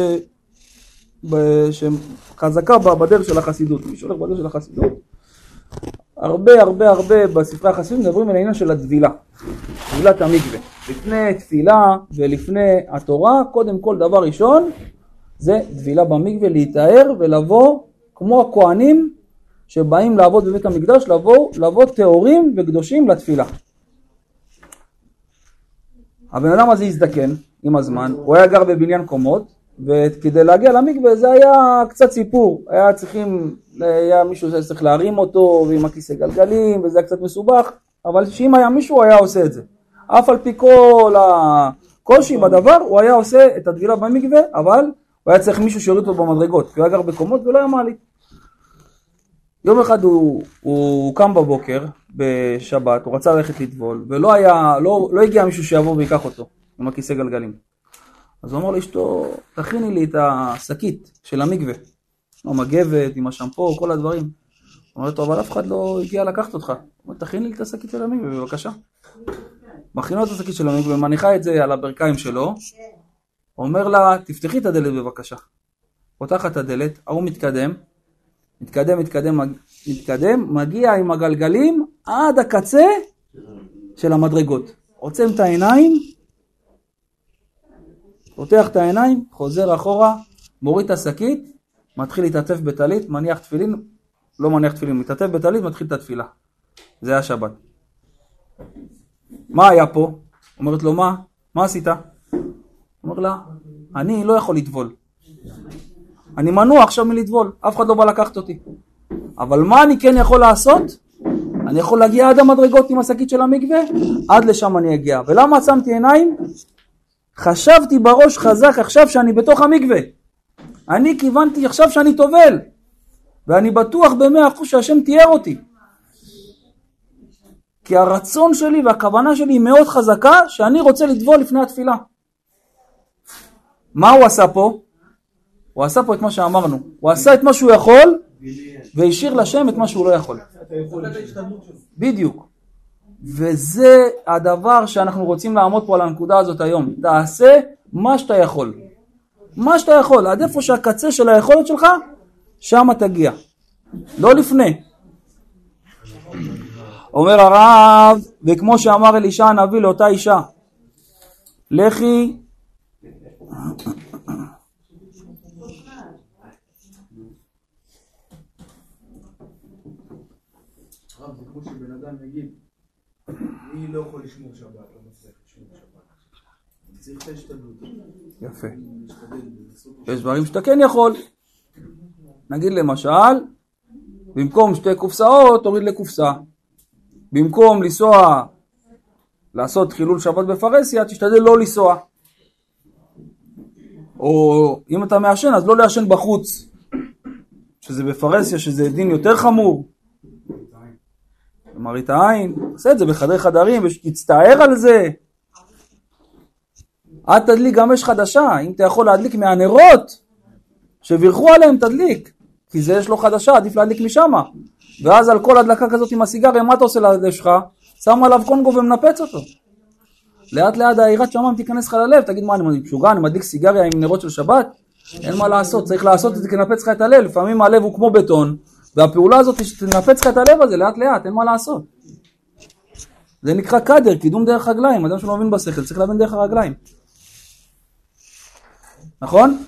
שחזקה בדרך של החסידות. מי שהולך בדרך של החסידות, הרבה הרבה הרבה בספרי החסידות מדברים על העניין של הטבילה, טבילת המקווה. לפני תפילה ולפני התורה, קודם כל דבר ראשון, זה טבילה במקווה, להתאר ולבוא כמו הכהנים שבאים לעבוד בבית המקדש, לבוא, לבוא טהורים וקדושים לתפילה. הבן אדם הזה הזדקן עם הזמן, הוא היה גר בבניין קומות, וכדי להגיע למקווה זה היה קצת סיפור, היה צריכים, היה מישהו שצריך להרים אותו ועם הכיסא גלגלים, וזה היה קצת מסובך, אבל שאם היה מישהו הוא היה עושה את זה. אף על פי כל הקושי בדבר, הוא היה עושה את הטבילה במקווה, אבל הוא היה צריך מישהו שיוריד אותו במדרגות, כי הוא היה גר בקומות ולא היה מעלית. יום אחד הוא, הוא קם בבוקר בשבת, הוא רצה ללכת לטבול, ולא היה, לא, לא הגיע מישהו שיבוא ויקח אותו עם הכיסא גלגלים. אז הוא אמר לאשתו, תכיני לי את השקית של המקווה, עם המגבת, עם השמפו, כל הדברים. הוא אומר לו, אבל אף אחד לא הגיע לקחת אותך. הוא אומר, תכיני לי את השקית של המקווה, בבקשה. מכינה את השקית של המקווה, מניחה את זה על הברכיים שלו, אומר לה, תפתחי את הדלת בבקשה. פותחת את הדלת, הוא מתקדם, מתקדם, מתקדם, מתקדם, מגיע עם הגלגלים עד הקצה של המדרגות. עוצם את העיניים, פותח את העיניים, חוזר אחורה, מוריד את השקית, מתחיל להתעטף בטלית, מניח תפילין, לא מניח תפילין, מתעטף בטלית, מתחיל את התפילה. זה היה שבת. מה היה פה? אומרת לו, מה? מה עשית? אומר לה, אני לא יכול לטבול. אני מנוע עכשיו מלטבול, אף אחד לא בא לקחת אותי. אבל מה אני כן יכול לעשות? אני יכול להגיע עד המדרגות עם השקית של המקווה, עד לשם אני אגיע. ולמה עצמתי עיניים? חשבתי בראש חזק עכשיו שאני בתוך המקווה. אני כיוונתי עכשיו שאני טובל. ואני בטוח במאה אחוז שהשם תיאר אותי. כי הרצון שלי והכוונה שלי היא מאוד חזקה שאני רוצה לטבול לפני התפילה. מה הוא עשה פה? הוא עשה פה את מה שאמרנו. הוא עשה את מה שהוא יכול והשאיר לשם את מה שהוא לא יכול. בדיוק. וזה הדבר שאנחנו רוצים לעמוד פה על הנקודה הזאת היום. תעשה מה שאתה יכול. מה שאתה יכול. עד איפה שהקצה של היכולת שלך, שם תגיע. לא לפני. אומר הרב, וכמו שאמר אלישע הנביא לאותה אישה, לכי רב, זה כמו שבן אדם יגיד, אני לא יכול לשמור שבת, לא מצליח לשמור שבת. צריך את ההשתדלות. יפה. יש דברים שאתה כן יכול. נגיד למשל, במקום שתי קופסאות, תוריד לקופסה. במקום לנסוע, לעשות חילול שבת בפרסיה, תשתדל לא לנסוע. או אם אתה מעשן, אז לא לעשן בחוץ. שזה בפרסיה, שזה דין יותר חמור. מראית העין, עושה את זה בחדרי חדרים, ותצטער על זה. אל תדליק גם אש חדשה, אם אתה יכול להדליק מהנרות, שבירכו עליהם תדליק, כי זה יש לו חדשה, עדיף להדליק משם. ואז על כל הדלקה כזאת עם הסיגריה, מה אתה עושה לדלק שלך? שם עליו קונגו ומנפץ אותו. לאט לאט העירת שמם תיכנס לך ללב, תגיד מה, אני משוגע, אני מדליק סיגריה עם נרות של שבת? אין מה לעשות, צריך לעשות את זה כנפץ לך את הלב, לפעמים הלב הוא כמו בטון, והפעולה הזאת תנפץ לך את הלב הזה לאט לאט, אין מה לעשות. זה נקרא קדר, קידום דרך רגליים, אדם שלא מבין בשכל, צריך להבין דרך הרגליים. נכון?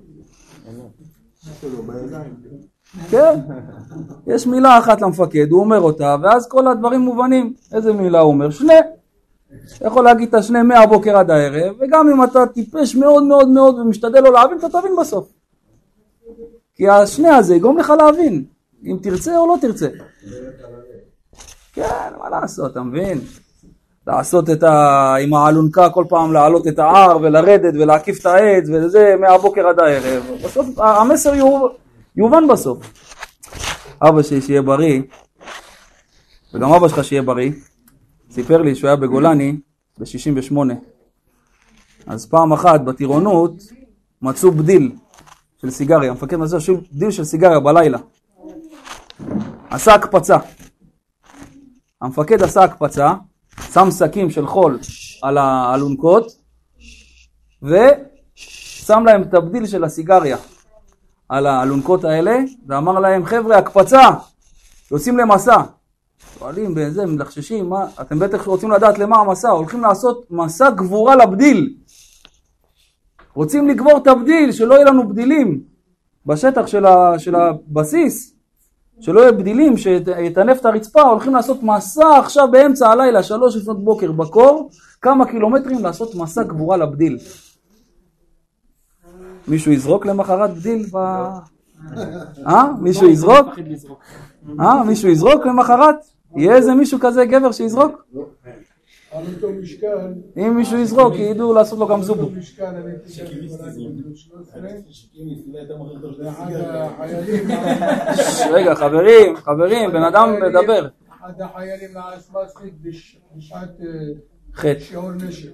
כן, יש מילה אחת למפקד, הוא אומר אותה, ואז כל הדברים מובנים. איזה מילה הוא אומר? שני. יכול להגיד את השני מהבוקר עד הערב, וגם אם אתה טיפש מאוד מאוד מאוד ומשתדל לא להבין, אתה תבין בסוף. כי השני הזה יגרום לך להבין, אם תרצה או לא תרצה. כן, מה לעשות, אתה מבין? לעשות את ה... עם האלונקה כל פעם לעלות את ההר ולרדת ולהקיף את העץ וזה מהבוקר עד הערב. בסוף המסר יובן בסוף. אבא שלי שיהיה בריא, וגם אבא שלך שיהיה בריא, סיפר לי שהוא היה בגולני ב-שישים ושמונה. אז פעם אחת בטירונות מצאו בדיל של סיגריה, המפקד מצא בדיל של סיגריה בלילה. עשה הקפצה. המפקד עשה הקפצה, שם שקים של חול על האלונקות, ושם להם את הבדיל של הסיגריה על האלונקות האלה, ואמר להם, חבר'ה, הקפצה, יוצאים למסע. שואלים באיזה, מלחששים, מה? אתם בטח רוצים לדעת למה המסע, הולכים לעשות מסע גבורה לבדיל. רוצים לגבור את הבדיל, שלא יהיה לנו בדילים בשטח של, ה, של הבסיס, שלא יהיה בדילים, שיתנף את הרצפה, הולכים לעשות מסע עכשיו באמצע הלילה, שלוש לפנות בוקר בקור, כמה קילומטרים לעשות מסע גבורה לבדיל. מישהו יזרוק למחרת בדיל? ב... אה? מישהו יזרוק? אה? מישהו יזרוק למחרת? יהיה איזה מישהו כזה גבר שיזרוק? על אותו משקל. אם מישהו יזרוק, ידעו לעשות לו גם זובו. אותו משקל, אני הייתי לאחד החיילים. רגע, חברים, חברים, בן אדם מדבר. אחד החיילים נעש מצחיק בשעת חטא. שיעור נשק.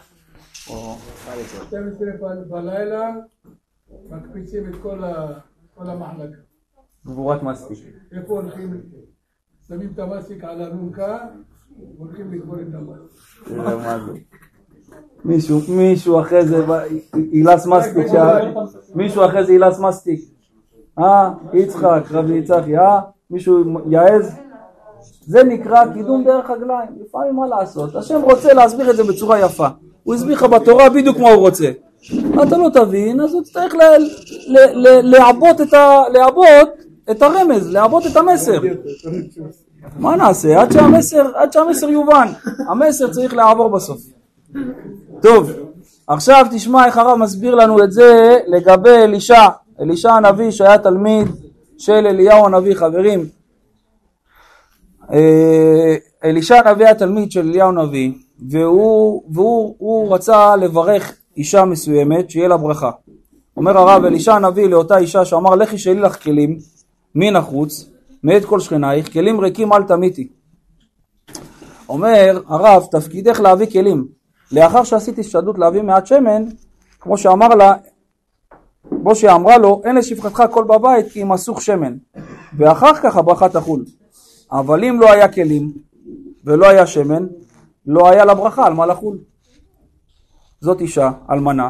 שתים עשרה בלילה מקפיצים את כל המחלקה. גבורת מסטיק. איפה הולכים? שמים את המסטיק על האלונקה, הולכים לגבור את המסטיק. מישהו, מישהו אחרי זה אילס מסטיק, מישהו אחרי זה אילס מסטיק. אה, יצחק, רבי יצחי, אה, מישהו יעז? זה נקרא קידום דרך רגליים. לפעמים מה לעשות? השם רוצה להסביר את זה בצורה יפה. הוא הסביר לך בתורה בדיוק מה הוא רוצה. אתה לא תבין, אז הוא צריך לעבות את ה... לעבות את הרמז, לעבות את המסר. מה נעשה? עד שהמסר, עד שהמסר יובן. המסר צריך לעבור בסוף. טוב, עכשיו תשמע איך הרב מסביר לנו את זה לגבי אלישע. אלישע הנביא שהיה תלמיד של אליהו הנביא, חברים. אלישע הנביא היה תלמיד של אליהו הנביא, והוא, והוא הוא רצה לברך אישה מסוימת שיהיה לה ברכה. אומר הרב, אלישע הנביא לאותה אישה שאמר, לכי שלי לך כלים מן החוץ, מאת כל שכנייך, כלים ריקים אל תמיתי. אומר הרב, תפקידך להביא כלים. לאחר שעשיתי השתדלות להביא מעט שמן, כמו שאמר לה, בו שאמרה לו, אין לשפחתך כל בבית כי מסוך שמן, ואחר כך הברכה תחול. אבל אם לא היה כלים ולא היה שמן, לא היה לה ברכה על מה לחול. זאת אישה, אלמנה,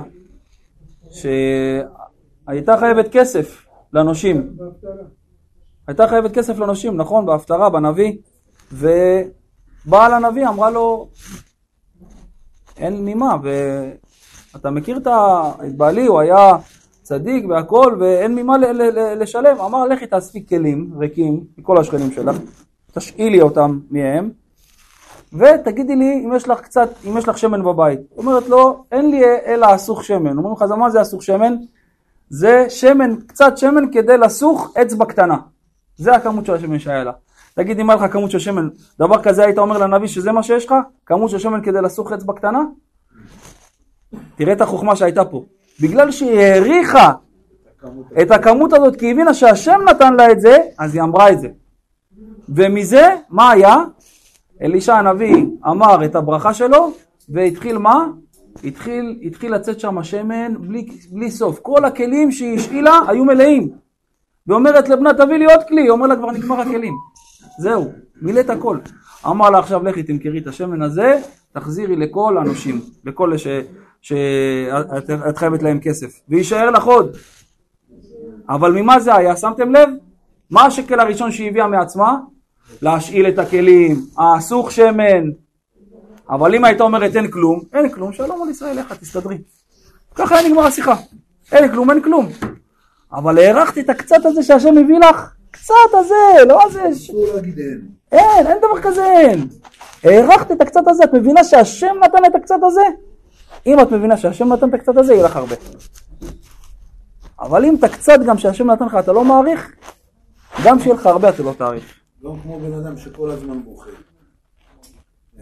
שהייתה חייבת כסף לנושים. הייתה חייבת כסף לנושים, נכון, בהפטרה, בנביא, ובאה לנביא, אמרה לו, אין ממה, ואתה מכיר את בעלי, הוא היה צדיק והכל, ואין ממה לשלם. אמר, לכי תאספי כלים ריקים, מכל השכנים שלך, תשאילי אותם מהם, ותגידי לי אם יש לך קצת, אם יש לך שמן בבית. אומרת לו, אין לי אלא אסוך שמן. אומרים לך, אז מה זה אסוך שמן? זה שמן, קצת שמן כדי לסוך אצבע קטנה. זה הכמות של השמן שהיה לה. תגיד, אם היה לך כמות של שמן, דבר כזה היית אומר לנביא שזה מה שיש לך? כמות של שמן כדי לסוך אצבע קטנה? תראה את החוכמה שהייתה פה. בגלל שהיא העריכה את הכמות הזאת, כי היא הבינה שהשם נתן לה את זה, אז היא אמרה את זה. ומזה, מה היה? אלישע הנביא אמר את הברכה שלו, והתחיל מה? התחיל, התחיל לצאת שם השמן בלי, בלי סוף. כל הכלים שהיא השאילה היו מלאים. ואומרת לבנה, תביא לי עוד כלי. היא אומר לה, כבר נגמר הכלים. זהו, מילאת הכל. אמר לה, עכשיו לכי תמכרי את השמן הזה, תחזירי לכל האנושים, לכל שאת חייבת להם כסף. וישאר לך עוד. אבל ממה זה היה? שמתם לב? מה השקל הראשון שהיא הביאה מעצמה? להשאיל את הכלים, האסוך שמן. אבל אם הייתה אומרת אין כלום, אין כלום, שלום על ישראל, איך תסתדרי. ככה היה נגמר השיחה. אין כלום, אין כלום. אבל הערכתי את הקצת הזה שהשם הביא לך, קצת הזה, לא הזה. אין, אין דבר כזה, אין. הערכתי את הקצת הזה, את מבינה שהשם נתן את הקצת הזה? אם את מבינה שהשם נתן את הקצת הזה, יהיה לך הרבה. אבל אם את הקצת גם שהשם נתן לך, אתה לא מעריך, גם שיהיה לך הרבה, אתה לא תעריך. לא כמו בן אדם שכל הזמן בוכה.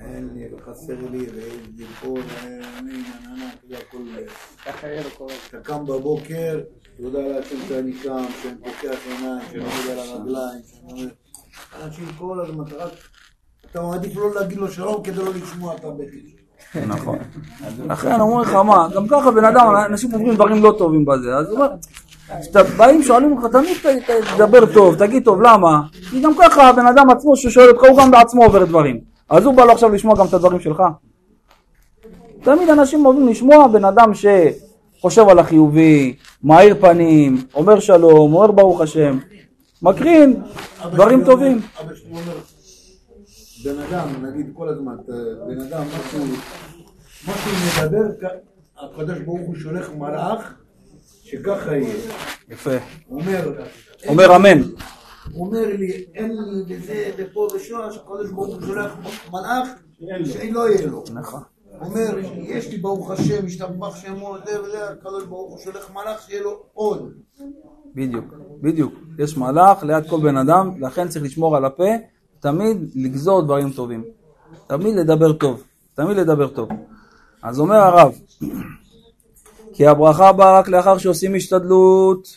אין לי, וחסר לי, ואין פה, ואני, נענה, אתה יודע, הכל... ככה יהיה לו קורה. אתה קם בבוקר, תודה להשם שאני קם, שאני פוקח עיניים, שאני עומד על הרגליים, שאני עומד... אנשים כל הזמן, אתה רק... אתה מעדיף לא להגיד לו שלום כדי לא לשמוע את הבכי שלו. נכון. לכן אומרים לך מה, גם ככה בן אדם, אנשים אומרים דברים לא טובים בזה, אז הוא אומר, באים שואלים לך, תמיד תדבר טוב, תגיד טוב, למה? כי גם ככה הבן אדם עצמו ששואל אותך, הוא גם בעצמו עובר דברים. אז הוא בא לו עכשיו לשמוע גם את הדברים שלך. תמיד אנשים אוהבים לשמוע בן אדם שחושב על החיובי, מאיר פנים, אומר שלום, אומר ברוך השם, מקרין דברים טובים. אבא שלי אומר, בן אדם, נגיד כל הזמן, בן אדם, משהו מדבר, הקדוש ברוך הוא שולח מלאך, שככה יהיה. יפה. הוא אומר, אומר אמן. הוא אומר לי, אין לי וזה ופה ושוע, שהקדוש ברוך הוא שולח מלאך, שלא יהיה לו. נכון. הוא אומר, יש לי ברוך השם, השתבח שמו, זה וזה, הקדוש ברוך הוא שולח מלאך, שיהיה לו עוד. בדיוק, בדיוק. יש מלאך ליד כל בן אדם, לכן צריך לשמור על הפה, תמיד לגזור דברים טובים. תמיד לדבר טוב. תמיד לדבר טוב. אז אומר הרב, כי הברכה באה רק לאחר שעושים השתדלות,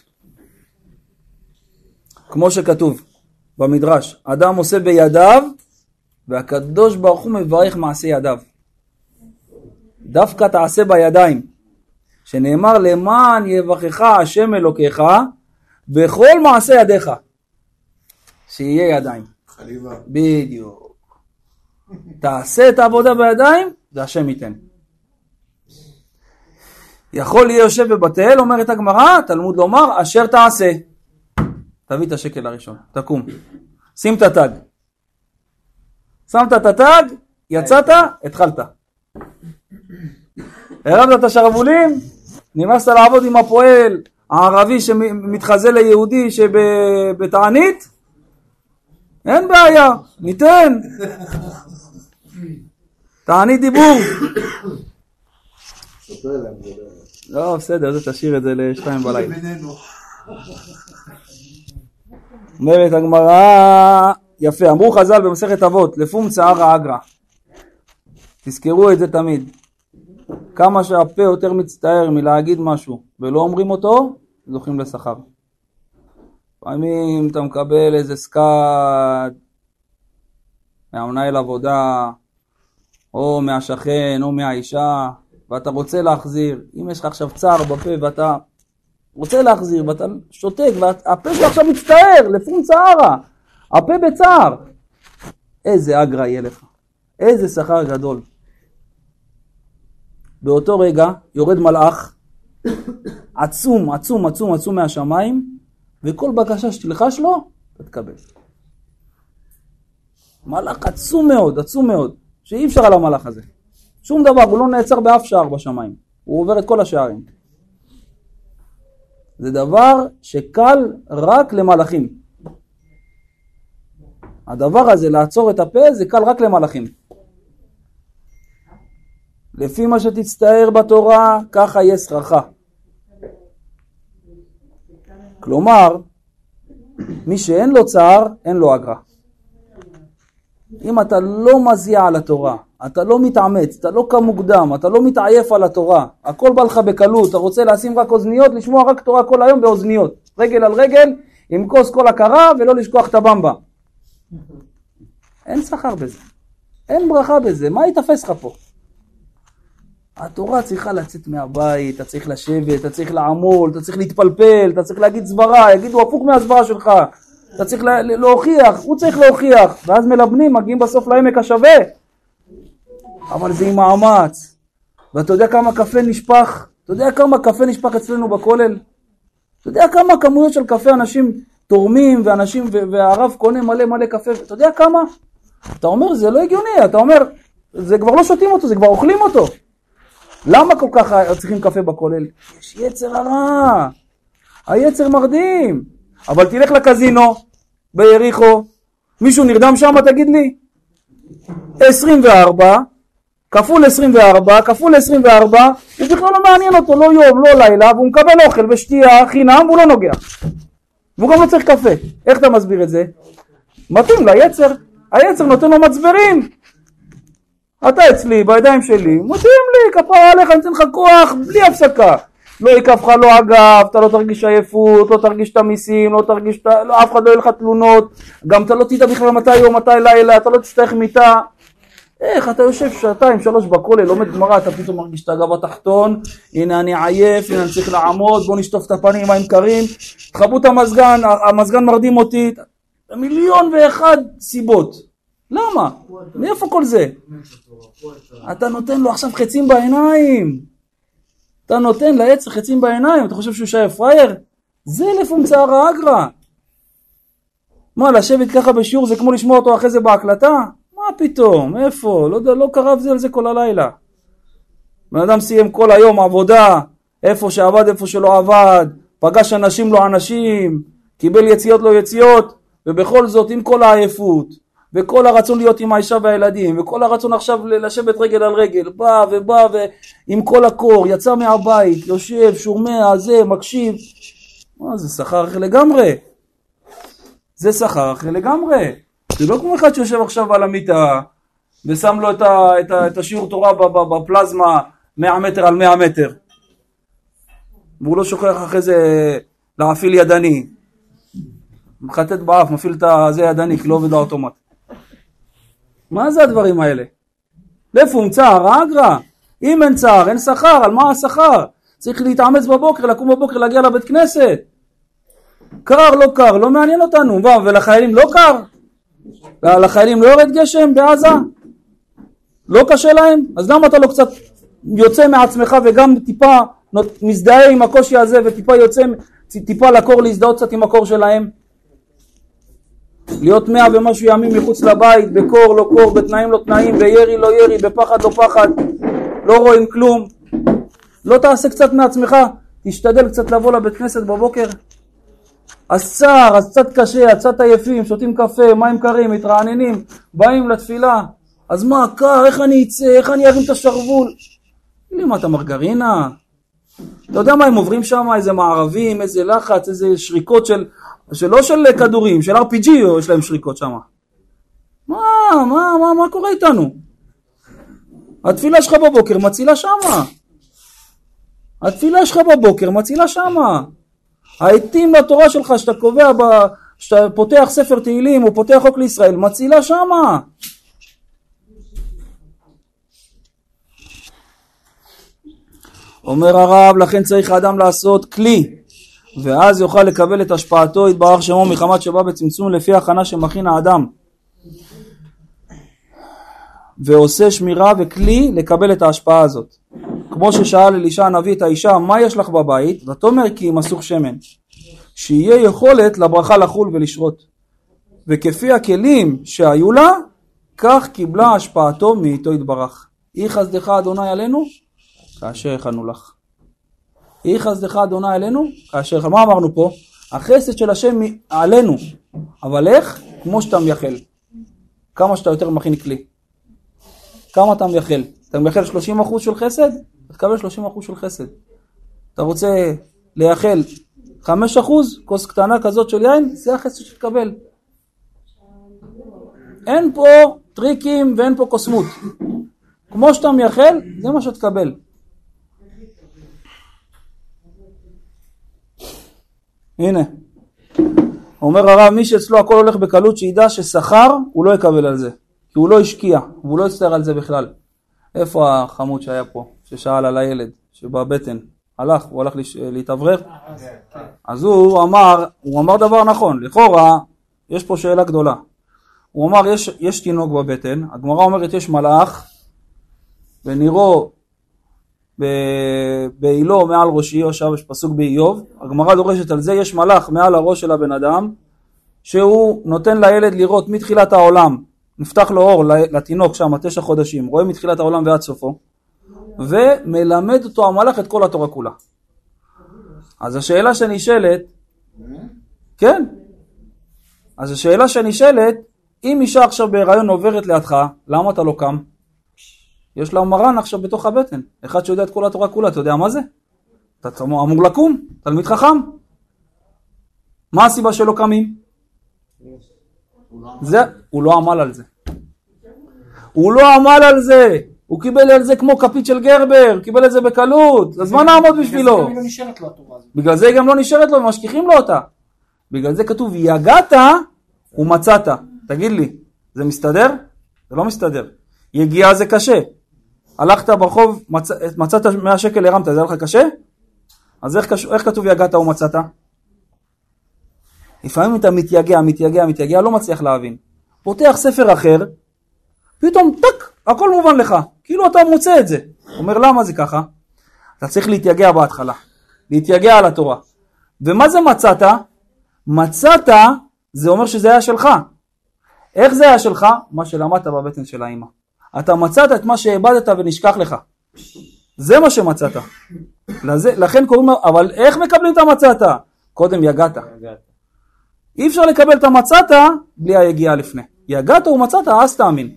כמו שכתוב במדרש, אדם עושה בידיו, והקדוש ברוך הוא מברך מעשה ידיו. דווקא תעשה בידיים, שנאמר למען יברכך השם אלוקיך, בכל מעשה ידיך, שיהיה ידיים. חליבה. בדיוק. תעשה את העבודה בידיים, זה השם ייתן. יכול להיות יושב בבתל, אומרת הגמרא, תלמוד לומר, אשר תעשה. תביא את השקל הראשון, תקום. שים את התג. שמת את התג, יצאת, התחלת. הרמת את השרבולים, נמאסת לעבוד עם הפועל הערבי שמתחזה ליהודי שבתענית, אין בעיה, ניתן. תענית דיבור. לא, בסדר, זה תשאיר את זה לשתיים בלילה. אומרת הגמרא, יפה, אמרו חז"ל במסכת אבות, לפום צערא אגרא. תזכרו את זה תמיד. כמה שהפה יותר מצטער מלהגיד משהו ולא אומרים אותו, זוכים לשכר. פעמים אתה מקבל איזה סקאט מהמנהל עבודה, או מהשכן, או מהאישה, ואתה רוצה להחזיר. אם יש לך עכשיו צער בפה ואתה רוצה להחזיר, ואתה שותק, והפה שלך עכשיו מצטער, לפום צערא, הפה בצער. איזה אגרא יהיה לך, איזה שכר גדול. באותו רגע יורד מלאך, עצום, עצום, עצום, עצום מהשמיים, וכל בקשה שתלחש לו, תתקבל. מלאך עצום מאוד, עצום מאוד, שאי אפשר על המלאך הזה. שום דבר, הוא לא נעצר באף שער בשמיים. הוא עובר את כל השערים. זה דבר שקל רק למלאכים. הדבר הזה, לעצור את הפה, זה קל רק למלאכים. לפי מה שתצטער בתורה, ככה יהיה שכרך. כלומר, מי שאין לו צער, אין לו אגרה. אם אתה לא מזיע על התורה, אתה לא מתאמץ, אתה לא קם מוקדם, אתה לא מתעייף על התורה, הכל בא לך בקלות, אתה רוצה לשים רק אוזניות, לשמוע רק תורה כל היום באוזניות, רגל על רגל, עם כוס כל הכרה ולא לשכוח את הבמבה. אין שכר בזה, אין ברכה בזה, מה יתפס לך פה? התורה צריכה לצאת מהבית, אתה צריך לשבת, אתה צריך לעמול, אתה צריך להתפלפל, אתה צריך להגיד סברה, יגידו הפוך מהסברה שלך, אתה צריך לה, להוכיח, הוא צריך להוכיח, ואז מלבנים, מגיעים בסוף לעמק השווה. אבל זה עם מאמץ. ואתה יודע כמה קפה נשפך? אתה יודע כמה קפה נשפך אצלנו בכולל? אתה יודע כמה כמויות של קפה אנשים תורמים, ואנשים, והרב קונה מלא מלא קפה, אתה יודע כמה? אתה אומר, זה לא הגיוני, אתה אומר, זה כבר לא שותים אותו, זה כבר אוכלים אותו. למה כל כך צריכים קפה בכולל? יש יצר הרע, היצר מרדים. אבל תלך לקזינו ביריחו, מישהו נרדם שם, תגיד לי? עשרים וארבע, כפול עשרים וארבע, כפול עשרים וארבע, הוא בכלל לא מעניין אותו, לא יום, לא לילה, והוא מקבל אוכל ושתייה חינם, והוא לא נוגע. והוא גם לא צריך קפה. איך אתה מסביר את זה? מתאים ליצר, היצר נותן לו מצברים. אתה אצלי, בידיים שלי, מתאים לי, כפרה עליך, אני אתן לך כוח בלי הפסקה. לא ייקף לך לא אגב, אתה לא תרגיש עייפות, לא תרגיש את המיסים, לא תרגיש, לא, אף אחד לא יהיה לך תלונות, גם אתה לא תדע בכלל מתי יום, מתי לילה, אתה לא תצטרך מיטה. איך אתה יושב שעתיים, שלוש בכולל, לומד גמרא, אתה פתאום מרגיש את הגב התחתון, הנה אני עייף, הנה אני צריך לעמוד, בוא נשטוף את הפנים עם מים קרים, תחבו את המזגן, המזגן מרדים אותי, מיליון ואחד סיבות. למה? מאיפה כל זה? אתה נותן לו עכשיו חצים בעיניים, אתה נותן לעץ חצים בעיניים, אתה חושב שהוא שייף פרייר? זה לפומצה הרע אגרא. מה, לשבת ככה בשיעור זה כמו לשמוע אותו אחרי זה בהקלטה? מה פתאום? איפה? לא, לא קרב זה על זה כל הלילה. בן אדם סיים כל היום עבודה, איפה שעבד, איפה שלא עבד, פגש אנשים לא אנשים, קיבל יציאות לא יציאות, ובכל זאת עם כל העייפות, וכל הרצון להיות עם האישה והילדים, וכל הרצון עכשיו לשבת רגל על רגל, בא ובא ועם כל הקור, יצא מהבית, יושב, שומע, זה, מקשיב. מה, זה שכר אחר לגמרי. זה שכר אחר לגמרי. זה לא כמו אחד שיושב עכשיו על המיטה, ושם לו את, ה, את, ה, את השיעור תורה בפלזמה מאה מטר על מאה מטר. והוא לא שוכח אחרי זה להפעיל ידני. מחטט באף, מפעיל את זה ידני, כי לא עובד האוטומט. מה זה הדברים האלה? לפום צער, אגרא. אם אין צער, אין שכר, על מה השכר? צריך להתאמץ בבוקר, לקום בבוקר, להגיע לבית כנסת. קר, לא קר, לא מעניין אותנו. ולחיילים לא קר? לחיילים לא יורד גשם בעזה? לא קשה להם? אז למה אתה לא קצת יוצא מעצמך וגם טיפה מזדהה עם הקושי הזה וטיפה יוצא טיפה לקור, להזדהות קצת עם הקור שלהם? להיות מאה ומשהו ימים מחוץ לבית, בקור לא קור, בתנאים לא תנאים, בירי לא ירי, בפחד לא פחד, לא רואים כלום. לא תעשה קצת מעצמך, תשתדל קצת לבוא לבית כנסת בבוקר. אז צער, אז קצת קשה, אז קצת עייפים, שותים קפה, מים קרים, מתרעננים, באים לתפילה. אז מה, קר, איך אני אצא, איך אני ארים את השרוול? תגיד לי, מה, אתה מרגרינה? אתה יודע מה הם עוברים שם? איזה מערבים, איזה לחץ, איזה שריקות של, שלא של כדורים, של אר פי ג'י יש להם שריקות שם. מה, מה, מה, מה קורה איתנו? התפילה שלך בבוקר מצילה שמה. התפילה שלך בבוקר מצילה שמה. העתים לתורה שלך שאתה קובע, ב... שאתה פותח ספר תהילים או פותח חוק לישראל, מצילה שמה. אומר הרב, לכן צריך האדם לעשות כלי, ואז יוכל לקבל את השפעתו, יתברך שמו מחמת שבא בצמצום לפי הכנה שמכין האדם. ועושה שמירה וכלי לקבל את ההשפעה הזאת. כמו ששאל אלישע הנביא את האישה, מה יש לך בבית? ותאמר כי מסוך שמן. שיהיה יכולת לברכה לחול ולשרות. וכפי הכלים שהיו לה, כך קיבלה השפעתו מאיתו יתברך. אי חסדך אדוני עלינו, כאשר הכנו לך. אי חסדך אדוני עלינו, כאשר הכנו. מה אמרנו פה? החסד של השם עלינו. אבל איך? כמו שאתה מייחל. כמה שאתה יותר מכין כלי. כמה אתה מייחל? אתה מייחל שלושים אחוז של חסד? אתה תקבל שלושים אחוז של חסד. אתה רוצה לייחל חמישה אחוז, כוס קטנה כזאת של יין, זה החסד שתקבל. אין פה טריקים ואין פה קוסמות. כמו שאתה מייחל, זה מה שתקבל. הנה. אומר הרב, מי שאצלו הכל הולך בקלות, שידע ששכר הוא לא יקבל על זה. כי הוא לא השקיע, והוא לא יצטער על זה בכלל. איפה החמוד שהיה פה, ששאל על הילד, שבבטן, הלך, הוא הלך להתאוורר? אז הוא אמר, הוא אמר דבר נכון, לכאורה, יש פה שאלה גדולה. הוא אמר, יש, יש תינוק בבטן, הגמרא אומרת, יש מלאך, ונירו באילו מעל ראשי, או שם יש פסוק באיוב, הגמרא דורשת על זה, יש מלאך מעל הראש של הבן אדם, שהוא נותן לילד לראות מתחילת העולם, נפתח לו אור לתינוק שם, תשע חודשים, רואה מתחילת העולם ועד סופו, ומלמד אותו המלאך את כל התורה כולה. אז השאלה שנשאלת, כן, אז השאלה שנשאלת, אם אישה עכשיו בהיריון עוברת לידך, למה אתה לא קם? יש לה מרן עכשיו בתוך הבטן, אחד שיודע את כל התורה כולה, אתה יודע מה זה? אתה אמור לקום, תלמיד חכם. מה הסיבה שלא קמים? זה, הוא לא עמל על זה. הוא לא עמל על זה, הוא קיבל על זה כמו כפית של גרבר, קיבל את זה בקלות, אז מה נעמוד בשבילו? בגלל זה גם לא נשארת לו התורה הזאת. בגלל זה גם לא נשארת לו ומשכיחים לו אותה. בגלל זה כתוב יגעת ומצאת. תגיד לי, זה מסתדר? זה לא מסתדר. יגיעה זה קשה. הלכת ברחוב, מצ... מצאת מאה שקל, הרמת, זה היה לך קשה? אז איך, איך כתוב יגעת ומצאת? לפעמים אתה מתייגע, מתייגע, מתייגע, לא מצליח להבין. פותח ספר אחר, פתאום טק, הכל מובן לך, כאילו אתה מוצא את זה. אומר למה זה ככה? אתה צריך להתייגע בהתחלה, להתייגע על התורה. ומה זה מצאת? מצאת זה אומר שזה היה שלך. איך זה היה שלך? מה שלמדת בבטן של האמא. אתה מצאת את מה שהאבדת ונשכח לך. זה מה שמצאת. לזה, לכן קוראים, אבל איך מקבלים את המצאת? קודם יגעת. אי אפשר לקבל את המצאת בלי היגיעה לפני. יגעת ומצאת, אז תאמין.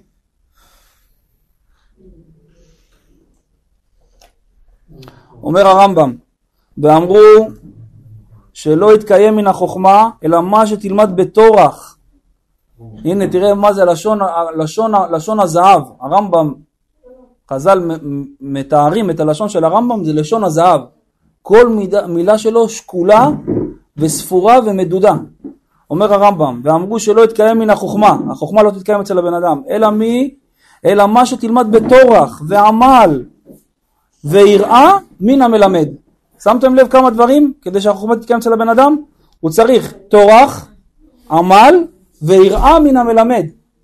אומר הרמב"ם, ואמרו שלא יתקיים מן החוכמה, אלא מה שתלמד בתורח. הנה תראה מה זה לשון, לשון, לשון הזהב. הרמב"ם, חז"ל מתארים את הלשון של הרמב"ם, זה לשון הזהב. כל מידה, מילה שלו שקולה וספורה ומדודה. אומר הרמב"ם, ואמרו שלא יתקיים מן החוכמה, החוכמה לא תתקיים אצל הבן אדם, אלא מי? אלא מה שתלמד בתורח ועמל ויראה מן המלמד. שמתם לב כמה דברים כדי שהחוכמה תתקיים אצל הבן אדם? הוא צריך תורח, עמל ויראה מן המלמד.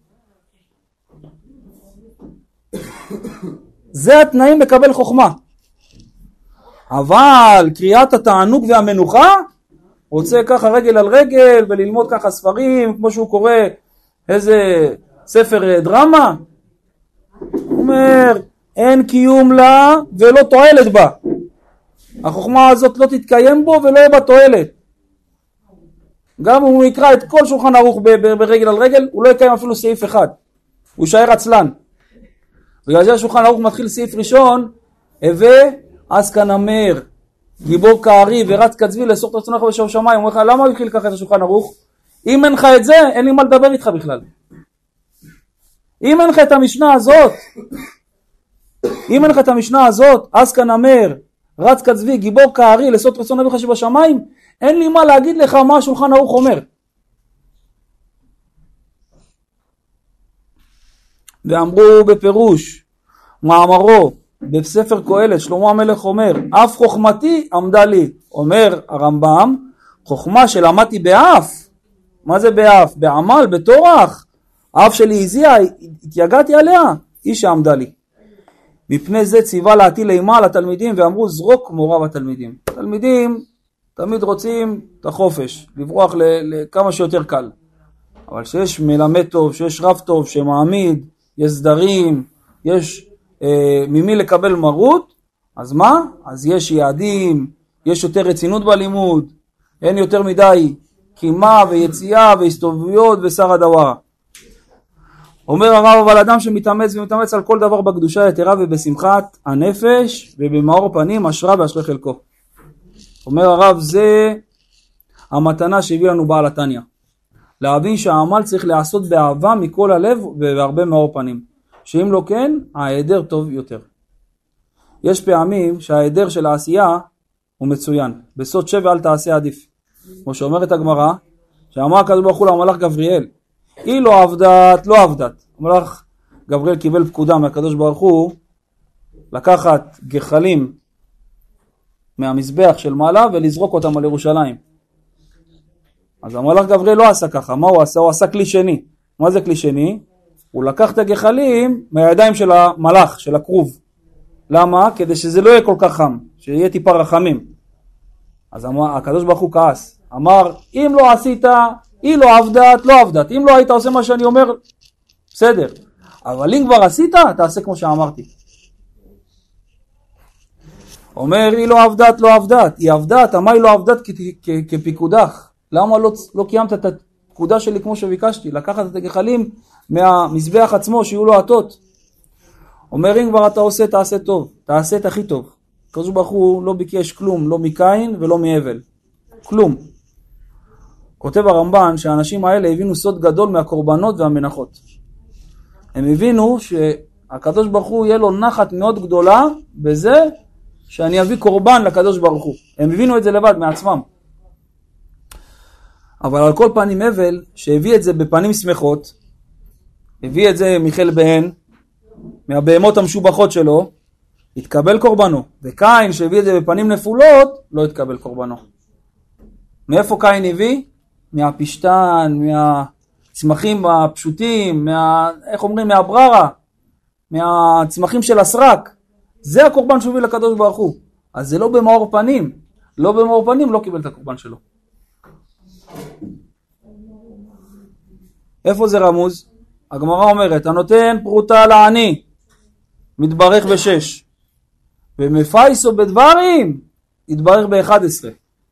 זה התנאים לקבל חוכמה. אבל קריאת התענוג והמנוחה, רוצה ככה רגל על רגל וללמוד ככה ספרים, כמו שהוא קורא איזה ספר דרמה, הוא אומר, אין קיום לה ולא תועלת בה. החוכמה הזאת לא תתקיים בו ולא יהיה בה תועלת. גם אם הוא יקרא את כל שולחן ערוך ברגל על רגל, הוא לא יקיים אפילו סעיף אחד. הוא יישאר עצלן. בגלל זה השולחן ערוך מתחיל סעיף ראשון, הווה עסקן אמר, גיבור כארי ורץ כצבי לאסור את רצונך בשער שמיים. הוא אומר לך, למה הוא התחיל ככה את השולחן ערוך? אם אין לך את זה, אין לי מה לדבר איתך בכלל. אם אין לך את המשנה הזאת, אם אין לך את המשנה הזאת, עסקן אמר, רץ כצבי, גיבור כארי לאסור את רצון אביך שבשמיים, אין לי מה להגיד לך מה השולחן ערוך אומר. ואמרו בפירוש מאמרו בספר קהלת, שלמה המלך אומר, אף חוכמתי עמדה לי. אומר הרמב"ם, חוכמה שלמדתי באף. מה זה באף? בעמל, בתורח. האף שלי הזיע, התייגעתי עליה, היא שעמדה לי. מפני זה ציווה להטיל אימה על התלמידים, ואמרו זרוק מורה בתלמידים. תלמידים תמיד רוצים את החופש, לברוח לכמה שיותר קל. אבל שיש מלמד טוב, שיש רב טוב שמעמיד, יש סדרים, יש אה, ממי לקבל מרות, אז מה? אז יש יעדים, יש יותר רצינות בלימוד, אין יותר מדי קימה ויציאה והסתובבויות ושר הדבר. אומר הרב, אבל אדם שמתאמץ ומתאמץ על כל דבר בקדושה יתרה ובשמחת הנפש ובמאור פנים אשרה ואשרי חלקו. אומר הרב, זה המתנה שהביא לנו בעל התניא. להבין שהעמל צריך לעשות באהבה מכל הלב ובהרבה מאור פנים. שאם לא כן, ההיעדר טוב יותר. יש פעמים שההיעדר של העשייה הוא מצוין. בסוד שבע אל תעשה עדיף. כמו שאומרת הגמרא, שאמר הקדוש ברוך הוא למלאך גבריאל, היא לא עבדת, לא עבדת. המלאך גבריאל קיבל פקודה מהקדוש ברוך הוא לקחת גחלים מהמזבח של מעלה ולזרוק אותם על ירושלים. אז המלאך גבריאל לא עשה ככה. מה הוא עשה? הוא עשה כלי שני. מה זה כלי שני? הוא לקח את הגחלים מהידיים של המלאך, של הכרוב. למה? כדי שזה לא יהיה כל כך חם, שיהיה טיפה רחמים. אז הקדוש ברוך הוא כעס. אמר, אם לא עשית, היא לא עבדת, לא עבדת. אם לא היית עושה מה שאני אומר, בסדר. אבל אם כבר עשית, תעשה כמו שאמרתי. אומר, היא לא עבדת, לא עבדת. היא עבדת, מה היא לא עבדת כפיקודך? למה לא, לא קיימת את הפקודה שלי כמו שביקשתי? לקחת את הגחלים מהמזבח עצמו, שיהיו לו עטות. אומר, אם כבר אתה עושה, תעשה טוב. תעשה את הכי טוב. הקדוש ברוך הוא לא ביקש כלום, לא מקין ולא מהבל. כלום. כותב הרמב"ן שהאנשים האלה הבינו סוד גדול מהקורבנות והמנחות. הם הבינו שהקדוש ברוך הוא יהיה לו נחת מאוד גדולה בזה שאני אביא קורבן לקדוש ברוך הוא. הם הבינו את זה לבד מעצמם. אבל על כל פנים הבל שהביא את זה בפנים שמחות, הביא את זה מיכל בהן, מהבהמות המשובחות שלו, התקבל קורבנו. וקין שהביא את זה בפנים נפולות, לא התקבל קורבנו. מאיפה קין הביא? מהפשטן, מהצמחים הפשוטים, מה, איך אומרים, מהבררה, מהצמחים של הסרק. זה הקורבן שהביא לקדוש ברוך הוא. אז זה לא במאור פנים. לא במאור פנים לא קיבל את הקורבן שלו. איפה זה רמוז? הגמרא אומרת, הנותן פרוטה לעני, מתברך בשש. ומפייסו בדברים, יתברך באחד עשרה.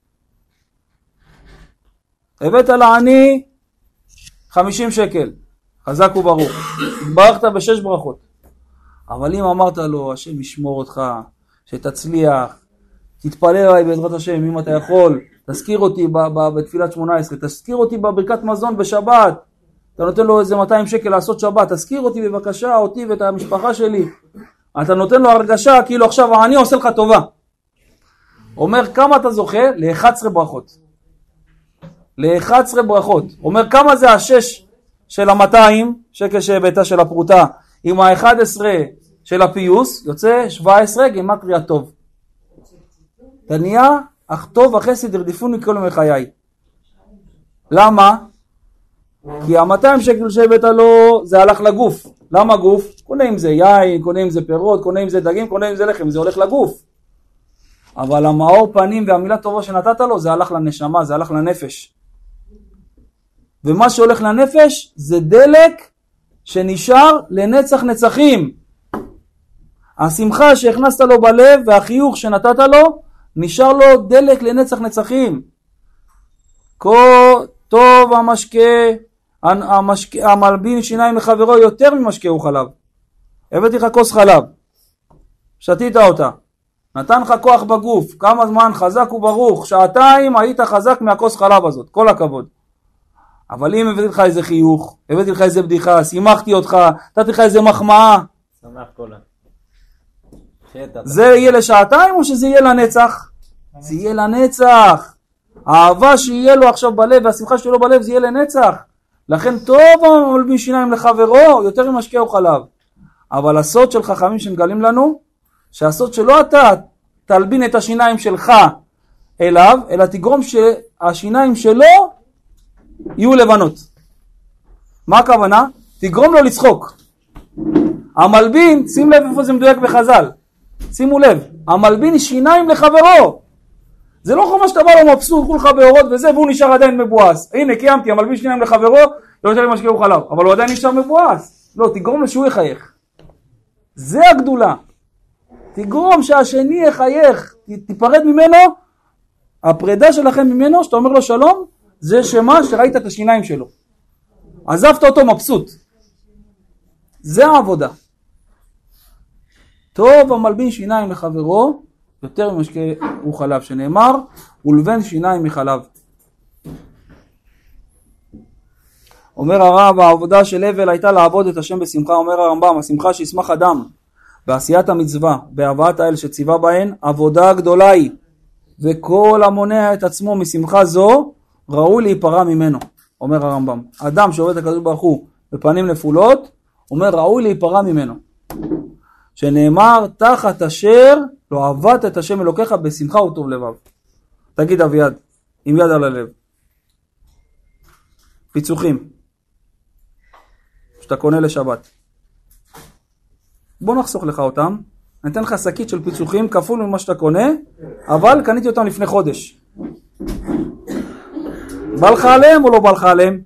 הבאת לעני חמישים שקל, חזק וברוך. התברכת בשש ברכות. אבל אם אמרת לו, השם ישמור אותך, שתצליח, תתפלל עליי בעזרת השם, אם אתה יכול, תזכיר אותי בתפילת שמונה עשרה, תזכיר אותי בברכת מזון בשבת, אתה נותן לו איזה מאתיים שקל לעשות שבת, תזכיר אותי בבקשה, אותי ואת המשפחה שלי. אתה נותן לו הרגשה כאילו עכשיו אני עושה לך טובה. אומר כמה אתה זוכה? ל-אחת עשרה ברכות. ל-אחת עשרה ברכות. אומר כמה זה השש של ה-מאתיים שקל שהבאת של הפרוטה, עם ה-אחד עשר של הפיוס, יוצא שבע עשרה גימטריה טוב. תניה, אך טוב החסד ירדיפוני כל ימי חיי. למה? כי ה-מאתיים שקל שהבאת לו זה הלך לגוף. למה גוף? קונה עם זה יין, קונה עם זה פירות, קונה עם זה דגים, קונה עם זה לחם, זה הולך לגוף. אבל המאור פנים והמילה טובה שנתת לו זה הלך לנשמה, זה הלך לנפש. ומה שהולך לנפש זה דלק שנשאר לנצח נצחים. השמחה שהכנסת לו בלב והחיוך שנתת לו נשאר לו דלק לנצח נצחים. כה טוב המשקה, המשקה, המלבין שיניים לחברו יותר ממשקה הוא חלב. הבאתי לך כוס חלב, שתית אותה, נתן לך כוח בגוף, כמה זמן חזק וברוך, שעתיים היית חזק מהכוס חלב הזאת, כל הכבוד. אבל אם הבאתי לך איזה חיוך, הבאתי לך איזה בדיחה, שימחתי אותך, נתתי לך איזה מחמאה, שמח כולה. זה יהיה לשעתיים או שזה יהיה לנצח? זה יהיה לנצח. האהבה שיהיה לו עכשיו בלב והשמחה שלו בלב זה יהיה לנצח. לכן טוב המלבין שיניים לחברו יותר ממשקה או חלב. אבל הסוד של חכמים שמגלים לנו, שהסוד שלא אתה תלבין את השיניים שלך אליו, אלא תגרום שהשיניים שלו יהיו לבנות. מה הכוונה? תגרום לו לצחוק. המלבין, שים לב איפה זה מדויק בחז"ל. שימו לב, המלבין שיניים לחברו. זה לא חומה שאתה בא לו מבסוט, כולך באורות וזה, והוא נשאר עדיין מבואס. הנה, קיימתי, המלבין שיניים לחברו, לא יותר למשקה הוא חלב, אבל הוא עדיין נשאר מבואס. לא, תגרום לו שהוא יחייך. זה הגדולה. תגרום שהשני יחייך, תיפרד ממנו, הפרידה שלכם ממנו, שאתה אומר לו שלום, זה שמה שראית את השיניים שלו. עזבת אותו מבסוט. זה העבודה. טוב המלבין שיניים לחברו, יותר ממשקה הוא חלב, שנאמר, ולבן שיניים מחלב. אומר הרב, העבודה של הבל הייתה לעבוד את השם בשמחה. אומר הרמב"ם, השמחה שישמח אדם בעשיית המצווה, בהבאת האל שציווה בהן, עבודה גדולה היא, וכל המונע את עצמו משמחה זו, ראוי להיפרע ממנו. אומר הרמב"ם, אדם שעובד את הקדוש ברוך הוא בפנים נפולות, אומר ראוי להיפרע ממנו. שנאמר, תחת אשר לא עבדת את השם אלוקיך בשמחה וטוב לבב. תגיד אביעד, עם יד על הלב. פיצוחים שאתה קונה לשבת, בוא נחסוך לך אותם, אני אתן לך שקית של פיצוחים כפול ממה שאתה קונה, אבל קניתי אותם לפני חודש. בא לך עליהם או לא בא לך עליהם?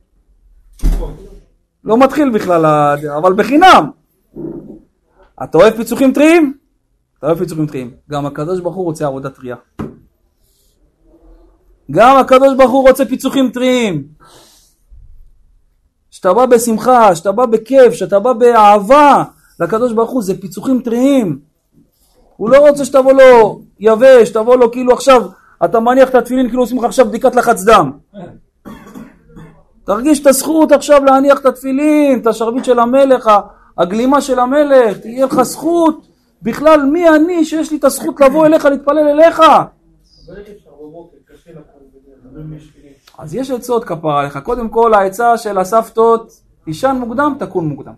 לא מתחיל בכלל, אבל בחינם. אתה אוהב פיצוחים טריים? אתה אוהב פיצוחים טריים. גם הקדוש ברוך הוא רוצה עבודה טריה. גם הקדוש ברוך הוא רוצה פיצוחים טריים. שאתה בא בשמחה, שאתה בא בכיף, שאתה בא באהבה לקדוש ברוך הוא, זה פיצוחים טריים. הוא לא רוצה שתבוא לו יבש, שתבוא לו כאילו עכשיו, אתה מניח את התפילין כאילו עושים לך עכשיו בדיקת לחץ דם. תרגיש את הזכות עכשיו להניח את התפילין, את השרביט של המלך, הגלימה של המלך, תהיה לך זכות, בכלל מי אני שיש לי את הזכות לבוא אליך, להתפלל אליך? אז יש עצות כפרה עליך, קודם כל העצה של הסבתות, תישן מוקדם, תקון מוקדם.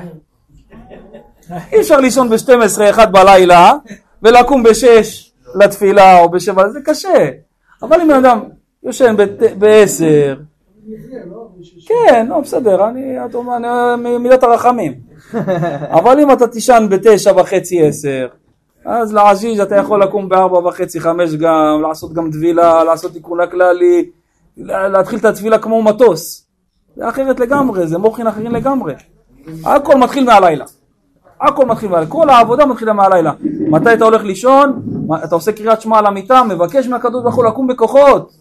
אי אפשר לישון ב-שתים עשרה אחת בלילה, ולקום ב-שש לתפילה או ב-שבע, זה קשה. אבל אם אדם יושן ב-עשר, כן, לא, בסדר, אני, אתה אומר, אני מידת הרחמים. אבל אם אתה תישן ב-תשע וחצי עשר, אז לעזיז אתה יכול לקום ב-ארבע וחצי חמש גם, לעשות גם תבילה, לעשות תיקון הכללי, להתחיל את התפילה כמו מטוס. זה אחרת לגמרי, זה מוחין אחרים לגמרי. הכל מתחיל מהלילה. הכל מתחיל מהלילה. כל העבודה מתחילה מהלילה. מתי אתה הולך לישון? אתה עושה קריאת שמע על המיטה, מבקש מהקדוש ברוך הוא לקום בכוחות.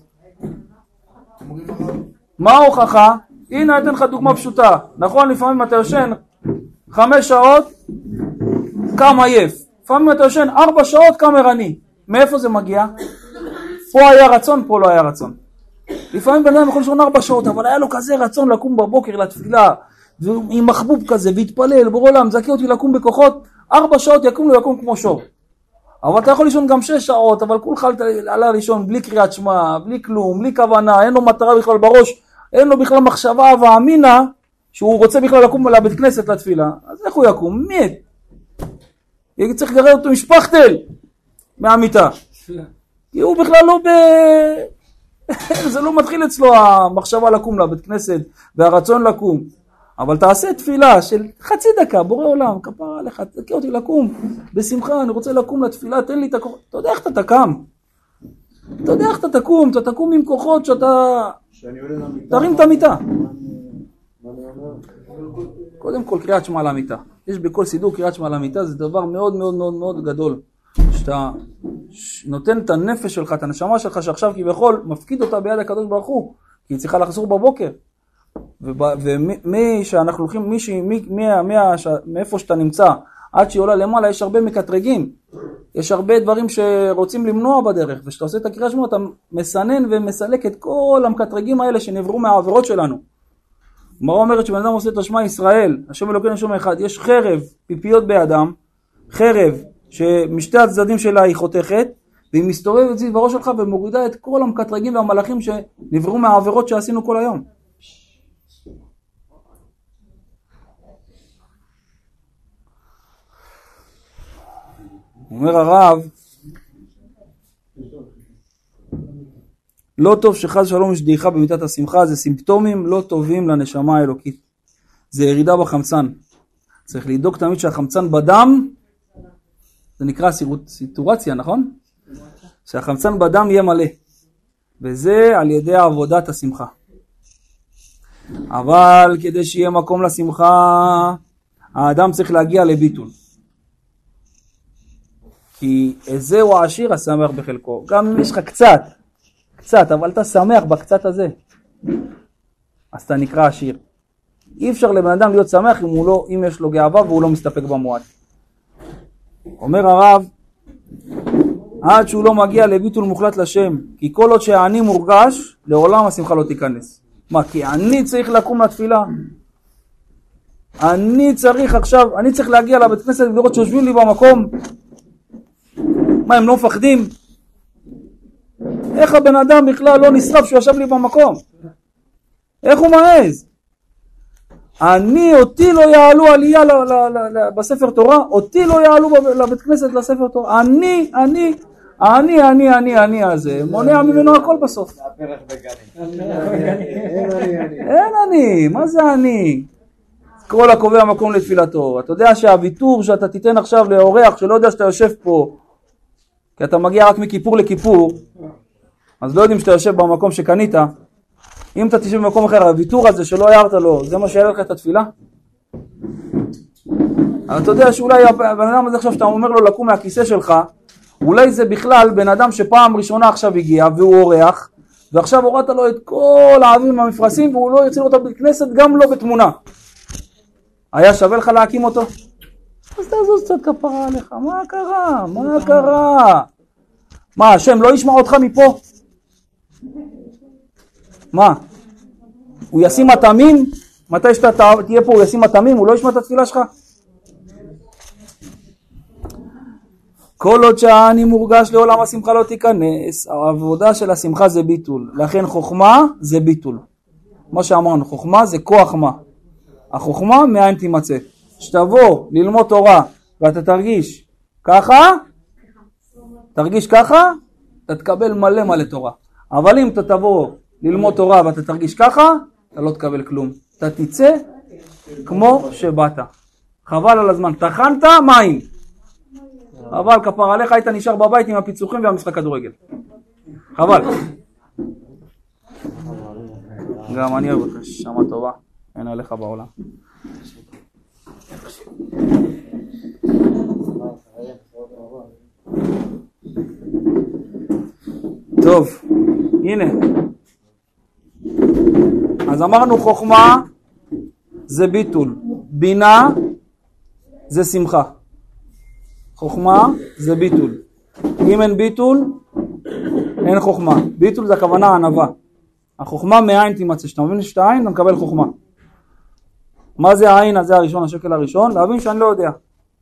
מה ההוכחה? הנה אתן לך דוגמה פשוטה. נכון, לפעמים אתה יושן חמש שעות, קם עייף. לפעמים אתה יושן ארבע שעות, קם ערני. מאיפה זה מגיע? פה היה רצון, פה לא היה רצון. לפעמים בן אדם יכול לישון ארבע שעות, אבל היה לו כזה רצון לקום בבוקר לתפילה, עם מחבוב כזה, והתפלל, בורא עולם, זכה אותי לקום בכוחות, ארבע שעות יקום לו יקום כמו שור. אבל אתה יכול לישון גם שש שעות, אבל כולך עלה לישון בלי קריאת שמע, בלי כלום, בלי כוונה, אין לו מטרה בכלל בראש, אין לו בכלל מחשבה ואמינה, שהוא רוצה בכלל לקום לבית כנסת לתפילה. אז איך הוא יקום? מת. צריך לגרר אותו משפחתל מהמיטה. כי הוא בכלל לא ב... זה לא מתחיל אצלו המחשבה לקום לבית כנסת והרצון לקום. אבל תעשה תפילה של חצי דקה, בורא עולם, כפרה עליך, תקע אותי לקום בשמחה, אני רוצה לקום לתפילה, תן לי את הכוחות. אתה יודע איך אתה תקם? אתה יודע איך אתה תקום? אתה תקום עם כוחות שאתה... תרים את המיטה. קודם כל קריאת שמע על המיטה. יש בכל סידור קריאת שמע על המיטה, זה דבר מאוד מאוד מאוד מאוד גדול. שאתה נותן את הנפש שלך, את הנשמה שלך, שעכשיו כביכול מפקיד אותה ביד הקדוש ברוך הוא, כי היא צריכה לחזור בבוקר. ומי שאנחנו הולכים, מאיפה שאתה נמצא, עד שהיא עולה למעלה, יש הרבה מקטרגים. יש הרבה דברים שרוצים למנוע בדרך, ושאתה עושה את הקריאה שמע, אתה מסנן ומסלק את כל המקטרגים האלה שנעברו מהעבירות שלנו. גמרא אומרת שבן אדם עושה את השמע ישראל, השם אלוקינו השם אחד, יש חרב, פיפיות בידם, חרב שמשתי הצדדים שלה היא חותכת, והיא מסתובבת סביב הראש שלך ומורידה את כל המקטרגים והמלאכים שנעברו מהעבירות שעשינו כל היום. אומר הרב, לא טוב שחס שלום יש דעיכה במיטת השמחה, זה סימפטומים לא טובים לנשמה האלוקית. זה ירידה בחמצן. צריך לדאוג תמיד שהחמצן בדם, זה נקרא סיטורציה, נכון? שהחמצן בדם יהיה מלא. וזה על ידי עבודת השמחה. אבל כדי שיהיה מקום לשמחה, האדם צריך להגיע לביטול. כי זהו העשיר השמח בחלקו. גם אם יש לך קצת, קצת, אבל אתה שמח בקצת הזה, אז אתה נקרא עשיר. אי אפשר לבן אדם להיות שמח אם, הוא לא, אם יש לו גאווה והוא לא מסתפק במועט. אומר הרב, עד שהוא לא מגיע לביטול מוחלט לשם, כי כל עוד שהעני מורגש, לעולם השמחה לא תיכנס. מה? כי אני צריך לקום לתפילה. אני צריך עכשיו, אני צריך להגיע לבית כנסת ולראות שיושבים לי במקום. מה, הם לא מפחדים? איך הבן אדם בכלל לא נשרף שהוא ישב לי במקום? איך הוא מעז? אני, אותי לא יעלו עלייה ל, ל, ל, ל, בספר תורה, אותי לא יעלו לבית כנסת לספר תורה. אני, אני, אני, אני, אני, אני הזה, מונע ממנו הכל בסוף. אין אני, מה זה אני? כל הקובע מקום לתפילתו. אתה יודע שהוויתור שאתה תיתן עכשיו לאורח שלא יודע שאתה יושב פה, כי אתה מגיע רק מכיפור לכיפור, אז לא יודעים שאתה יושב במקום שקנית. אם אתה תשב במקום אחר, הוויתור הזה שלא הערת לו, זה מה שיעלה לך את התפילה? אבל אתה יודע שאולי הבן אדם הזה עכשיו שאתה אומר לו לקום מהכיסא שלך, אולי זה בכלל בן אדם שפעם ראשונה עכשיו הגיע והוא אורח, ועכשיו הורדת לו את כל האבים המפרסים והוא לא יוצא לו אותה בכנסת, גם לא בתמונה. היה שווה לך להקים אותו? אז תעזוז קצת כפרה עליך, מה קרה? מה קרה? מה, השם לא ישמע אותך מפה? מה? הוא ישים מטעמים? מתי שאתה תהיה פה הוא ישים מטעמים? הוא לא ישמע את התפילה שלך? כל עוד שהאני מורגש לעולם השמחה לא תיכנס, העבודה של השמחה זה ביטול, לכן חוכמה זה ביטול. מה שאמרנו, חוכמה זה כוח מה. החוכמה מאין תימצא. שתבוא ללמוד תורה ואתה תרגיש ככה, תרגיש ככה, אתה תקבל מלא מלא תורה. אבל אם אתה תבוא ללמוד תורה ואתה תרגיש ככה, אתה לא תקבל כלום. אתה תצא כמו שבאת. חבל על הזמן. תחנת מים. אבל כפר עליך היית נשאר בבית עם הפיצוחים והמשחק כדורגל. חבל. גם אני אוהב אותך, שמה טובה. אין עליך בעולם. טוב, הנה. אז אמרנו חוכמה זה ביטול, בינה זה שמחה. חוכמה זה ביטול. אם אין ביטול, אין חוכמה. ביטול זה הכוונה ענווה. החוכמה מאין תימצא. שאתה מבין שאתה עין, אתה מקבל חוכמה. מה זה העין הזה הראשון, השקל הראשון? להבין שאני לא יודע.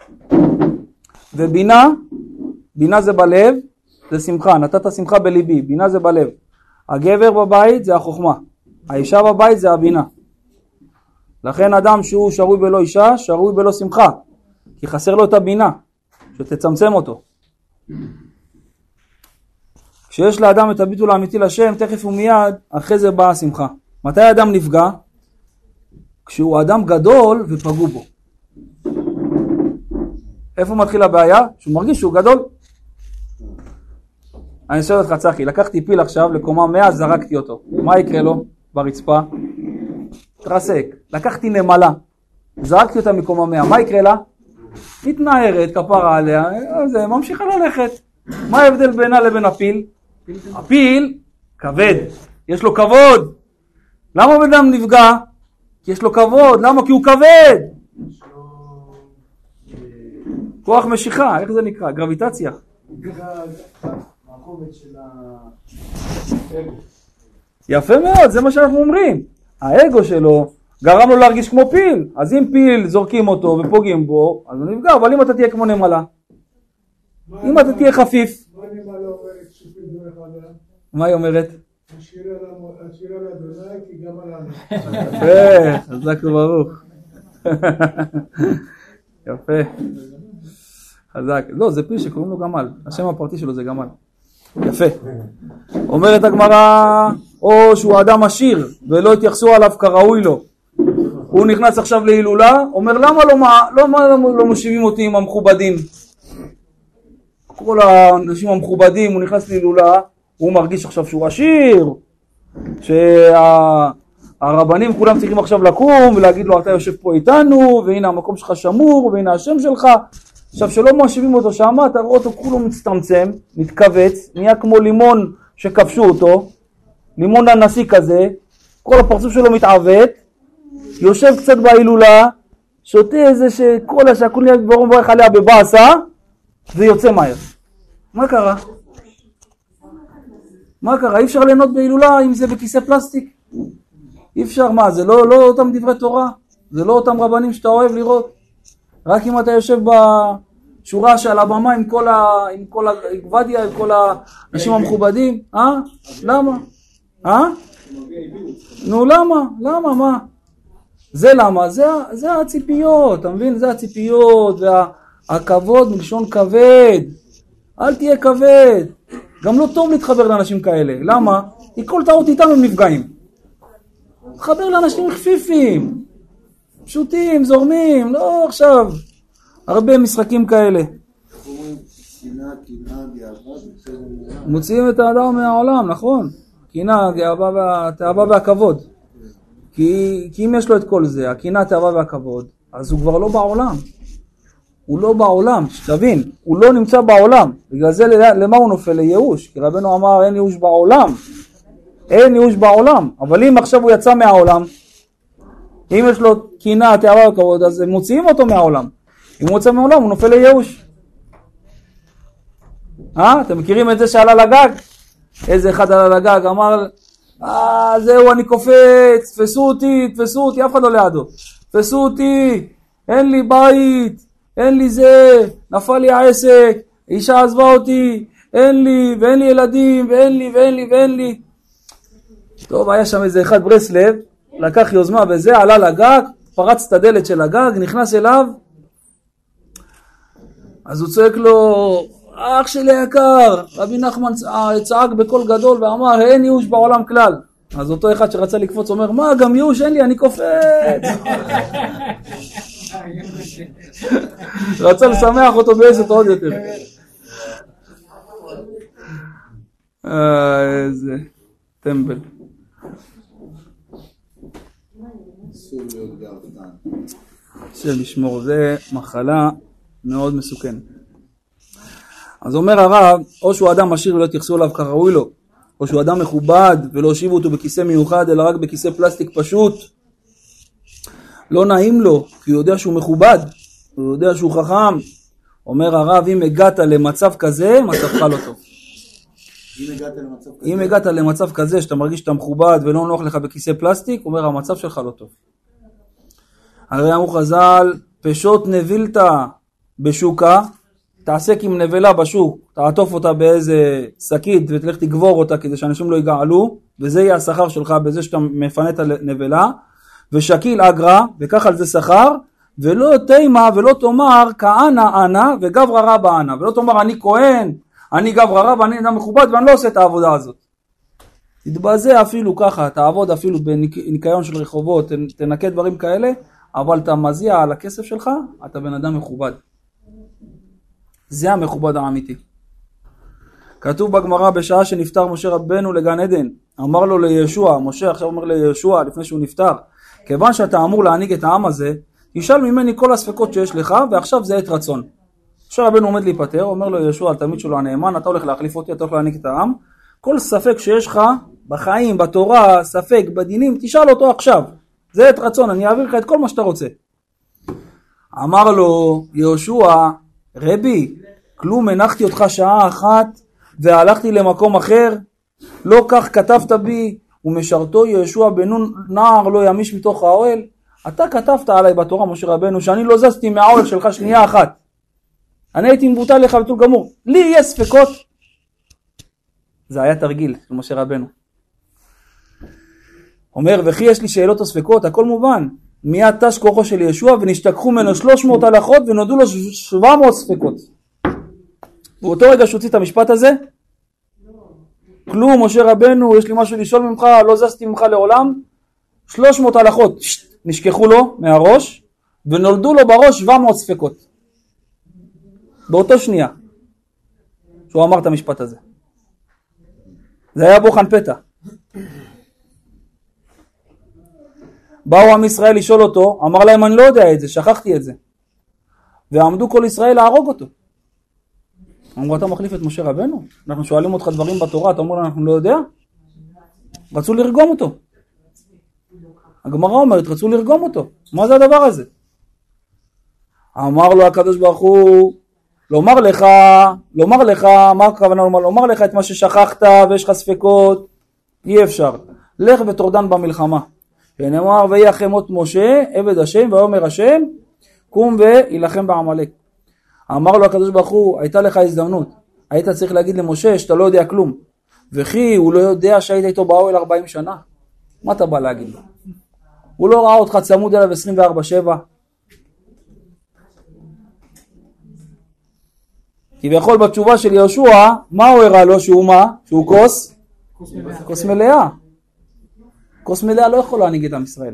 ובינה, בינה זה בלב, זה שמחה. נתת שמחה בליבי, בינה זה בלב. הגבר בבית זה החוכמה. האישה בבית זה הבינה. לכן אדם שהוא שרוי בלא אישה, שרוי בלא שמחה. כי חסר לו את הבינה, שתצמצם אותו. כשיש לאדם את הביטול האמיתי לשם, תכף ומיד, אחרי זה באה השמחה. מתי האדם נפגע? כשהוא אדם גדול ופגעו בו. איפה מתחיל הבעיה? שהוא מרגיש שהוא גדול. אני שואל אותך צחי, לקחתי פיל עכשיו לקומה מאה, זרקתי אותו. מה יקרה לו ברצפה? תרסק. לקחתי נמלה, זרקתי אותה מקומה מאה. מה יקרה לה? מתנערת, כפרה עליה, זה ממשיכה ללכת. מה ההבדל בינה לבין הפיל? הפיל כבד, יש לו כבוד. למה בן נפגע? כי יש לו כבוד. למה? כי הוא כבד. כוח משיכה, איך זה נקרא? גרביטציה. יפה מאוד, זה מה שאנחנו אומרים. האגו שלו גרם לו להרגיש כמו פיל. אז אם פיל זורקים אותו ופוגעים בו, אז הוא נפגע. אבל אם אתה תהיה כמו נמלה, אם אתה תהיה חפיף, מה היא אומרת? השירה לאדוני כי גם עלינו. יפה, חזק וברוך. יפה. חזק. לא, זה פיל שקוראים לו גמל. השם הפרטי שלו זה גמל. יפה. אומרת הגמרא, או שהוא אדם עשיר ולא התייחסו עליו כראוי לו. הוא נכנס עכשיו להילולה, אומר למה לא, למה לא מושיבים אותי עם המכובדים? כל האנשים המכובדים, הוא נכנס להילולה, הוא מרגיש עכשיו שהוא עשיר, שהרבנים כולם צריכים עכשיו לקום ולהגיד לו אתה יושב פה איתנו, והנה המקום שלך שמור, והנה השם שלך. עכשיו שלא מושיבים אותו שם, אתה רואה אותו כולו מצטמצם, מתכווץ, נהיה כמו לימון שכבשו אותו, לימון הנשיא כזה, כל הפרצוף שלו מתעוות, יושב קצת בהילולה, שותה איזה שכל השעקול נהיה ברום ברך עליה בבאסה, ויוצא מהר. מה קרה? מה קרה? אי אפשר ליהנות בהילולה אם זה בכיסא פלסטיק? אי אפשר, מה? זה לא, לא אותם דברי תורה? זה לא אותם רבנים שאתה אוהב לראות? רק אם אתה יושב בשורה של הבמה עם כל ה... עם כל הגוודיה, עם כל האנשים המכובדים? אה? למה? אה? נו, למה? למה? מה? זה למה? זה, זה הציפיות, אתה מבין? זה הציפיות, והכבוד מלשון כבד. אל תהיה כבד. גם לא טוב להתחבר לאנשים כאלה. למה? כי כל טעות איתם הם נפגעים. תחבר לאנשים חפיפים, פשוטים, זורמים, לא עכשיו. הרבה משחקים כאלה. מוציאים את האדם מהעולם, נכון? קנאה, גאווה, תאווה והכבוד. כי, כי אם יש לו את כל זה, הקנאה, תאווה והכבוד, אז הוא כבר לא בעולם. הוא לא בעולם, שתבין, הוא לא נמצא בעולם. בגלל זה למה הוא נופל? לייאוש. כי רבנו אמר אין ייאוש בעולם. אין ייאוש בעולם. אבל אם עכשיו הוא יצא מהעולם, אם יש לו קנאה, תאווה וכבוד, אז הם מוציאים אותו מהעולם. אם הוא יצא מהעולם, הוא נופל לייאוש. אה? אתם מכירים את זה שעלה לגג? איזה אחד עלה לגג אמר, אה, זהו, אני קופץ, תפסו אותי, תפסו אותי, אף אחד לא לידו. תפסו אותי, אין לי בית, אין לי זה, נפל לי העסק, אישה עזבה אותי, אין לי ואין לי ילדים ואין לי ואין לי ואין לי. טוב, היה שם איזה אחד ברסלב, לקח יוזמה וזה, עלה לגג, פרץ את הדלת של הגג, נכנס אליו, אז הוא צועק לו, אח שלי יקר, רבי נחמן צעק בקול גדול ואמר, אין ייאוש בעולם כלל. אז אותו אחד שרצה לקפוץ אומר, מה, גם ייאוש אין לי, אני קופץ. רצה לשמח אותו בעזת עוד יותר. איזה טמבל. אסור להיות גאוותן. השם ישמור, זה מחלה מאוד מסוכנת. אז אומר הרב, או שהוא אדם עשיר ולא יתייחסו אליו כראוי לו, או שהוא אדם מכובד ולא הושיבו אותו בכיסא מיוחד אלא רק בכיסא פלסטיק פשוט, לא נעים לו כי הוא יודע שהוא מכובד, הוא יודע שהוא חכם. אומר הרב, אם הגעת למצב כזה, מצבך לא טוב. אם הגעת למצב כזה, אם הגעת למצב כזה שאתה מרגיש שאתה מכובד ולא נוח לך בכיסא פלסטיק, אומר המצב שלך לא טוב. הרי אמרו חז"ל, פשוט נבילת בשוקה, תעסק עם נבלה בשוק, תעטוף אותה באיזה שקית ותלך תגבור אותה כדי שאנשים לא יגעלו, וזה יהיה השכר שלך בזה שאתה מפנה את הנבלה, ושקיל אגרה, וכך על זה שכר, ולא תימה ולא תאמר כענה אנה וגברא רבא אנה, ולא תאמר אני כהן, אני גברא רבא, אני אדם מכובד ואני לא עושה את העבודה הזאת. תתבזה אפילו ככה, תעבוד אפילו בניקיון של רחובות, תנקה דברים כאלה, אבל אתה מזיע על הכסף שלך, אתה בן אדם מכובד. זה המכובד האמיתי. כתוב בגמרא, בשעה שנפטר משה רבנו לגן עדן, אמר לו לישוע, משה עכשיו אומר לישוע לפני שהוא נפטר, כיוון שאתה אמור להנהיג את העם הזה, תשאל ממני כל הספקות שיש לך, ועכשיו זה עת רצון. משה רבנו עומד להיפטר, אומר לו ישוע, התלמיד שלו הנאמן, אתה הולך להחליף אותי, אתה הולך להנהיג את העם, כל ספק שיש לך בחיים, בתורה, ספק, בדינים, תשאל אותו עכשיו. זה עת רצון, אני אעביר לך את כל מה שאתה רוצה. אמר לו יהושע, רבי, כלום הנחתי אותך שעה אחת והלכתי למקום אחר, לא כך כתבת בי, ומשרתו יהושע בן נון נער לא ימיש מתוך האוהל. אתה כתבת עליי בתורה משה רבנו שאני לא זזתי מהאוהל שלך שנייה אחת, אני הייתי מבוטל לך בטול גמור, לי יש ספקות. זה היה תרגיל של משה רבנו. אומר, וכי יש לי שאלות או ספקות, הכל מובן. מיד תש כוחו של ישוע ונשתכחו ממנו שלוש מאות הלכות ונודעו לו שבע מאות ספקות. באותו רגע שהוציא את המשפט הזה, כלום משה רבנו, יש לי משהו לשאול ממך, לא זזתי ממך לעולם, שלוש מאות הלכות נשכחו לו מהראש ונולדו לו בראש שבע מאות ספקות. באותו שנייה שהוא אמר את המשפט הזה. זה היה בוחן פתע. באו עם ישראל לשאול אותו, אמר להם אני לא יודע את זה, שכחתי את זה. ועמדו כל ישראל להרוג אותו. אמרו, אתה מחליף את משה רבנו? אנחנו שואלים אותך דברים בתורה, אתה אומר אנחנו לא יודע? רצו לרגום אותו. הגמרא אומרת, רצו לרגום אותו. מה זה הדבר הזה? אמר לו הקדוש ברוך הוא, לומר לך, לומר לך, מה הכוונה לומר? לומר לך את מה ששכחת ויש לך ספקות, אי אפשר. לך ותורדן במלחמה. ונאמר, ויחם מות משה, עבד השם, ויאמר השם, קום וילחם בעמלק. אמר לו הקדוש ברוך הוא, הייתה לך הזדמנות, היית צריך להגיד למשה שאתה לא יודע כלום, וכי הוא לא יודע שהיית איתו באוהל ארבעים שנה. מה אתה בא להגיד לו? הוא לא ראה אותך צמוד אליו עשרים וארבע שבע. כביכול בתשובה של יהושע, מה הוא הראה לו? שהוא מה? שהוא כוס? כוס מלאה. כוס מלאה לא יכול להנהיג את עם ישראל.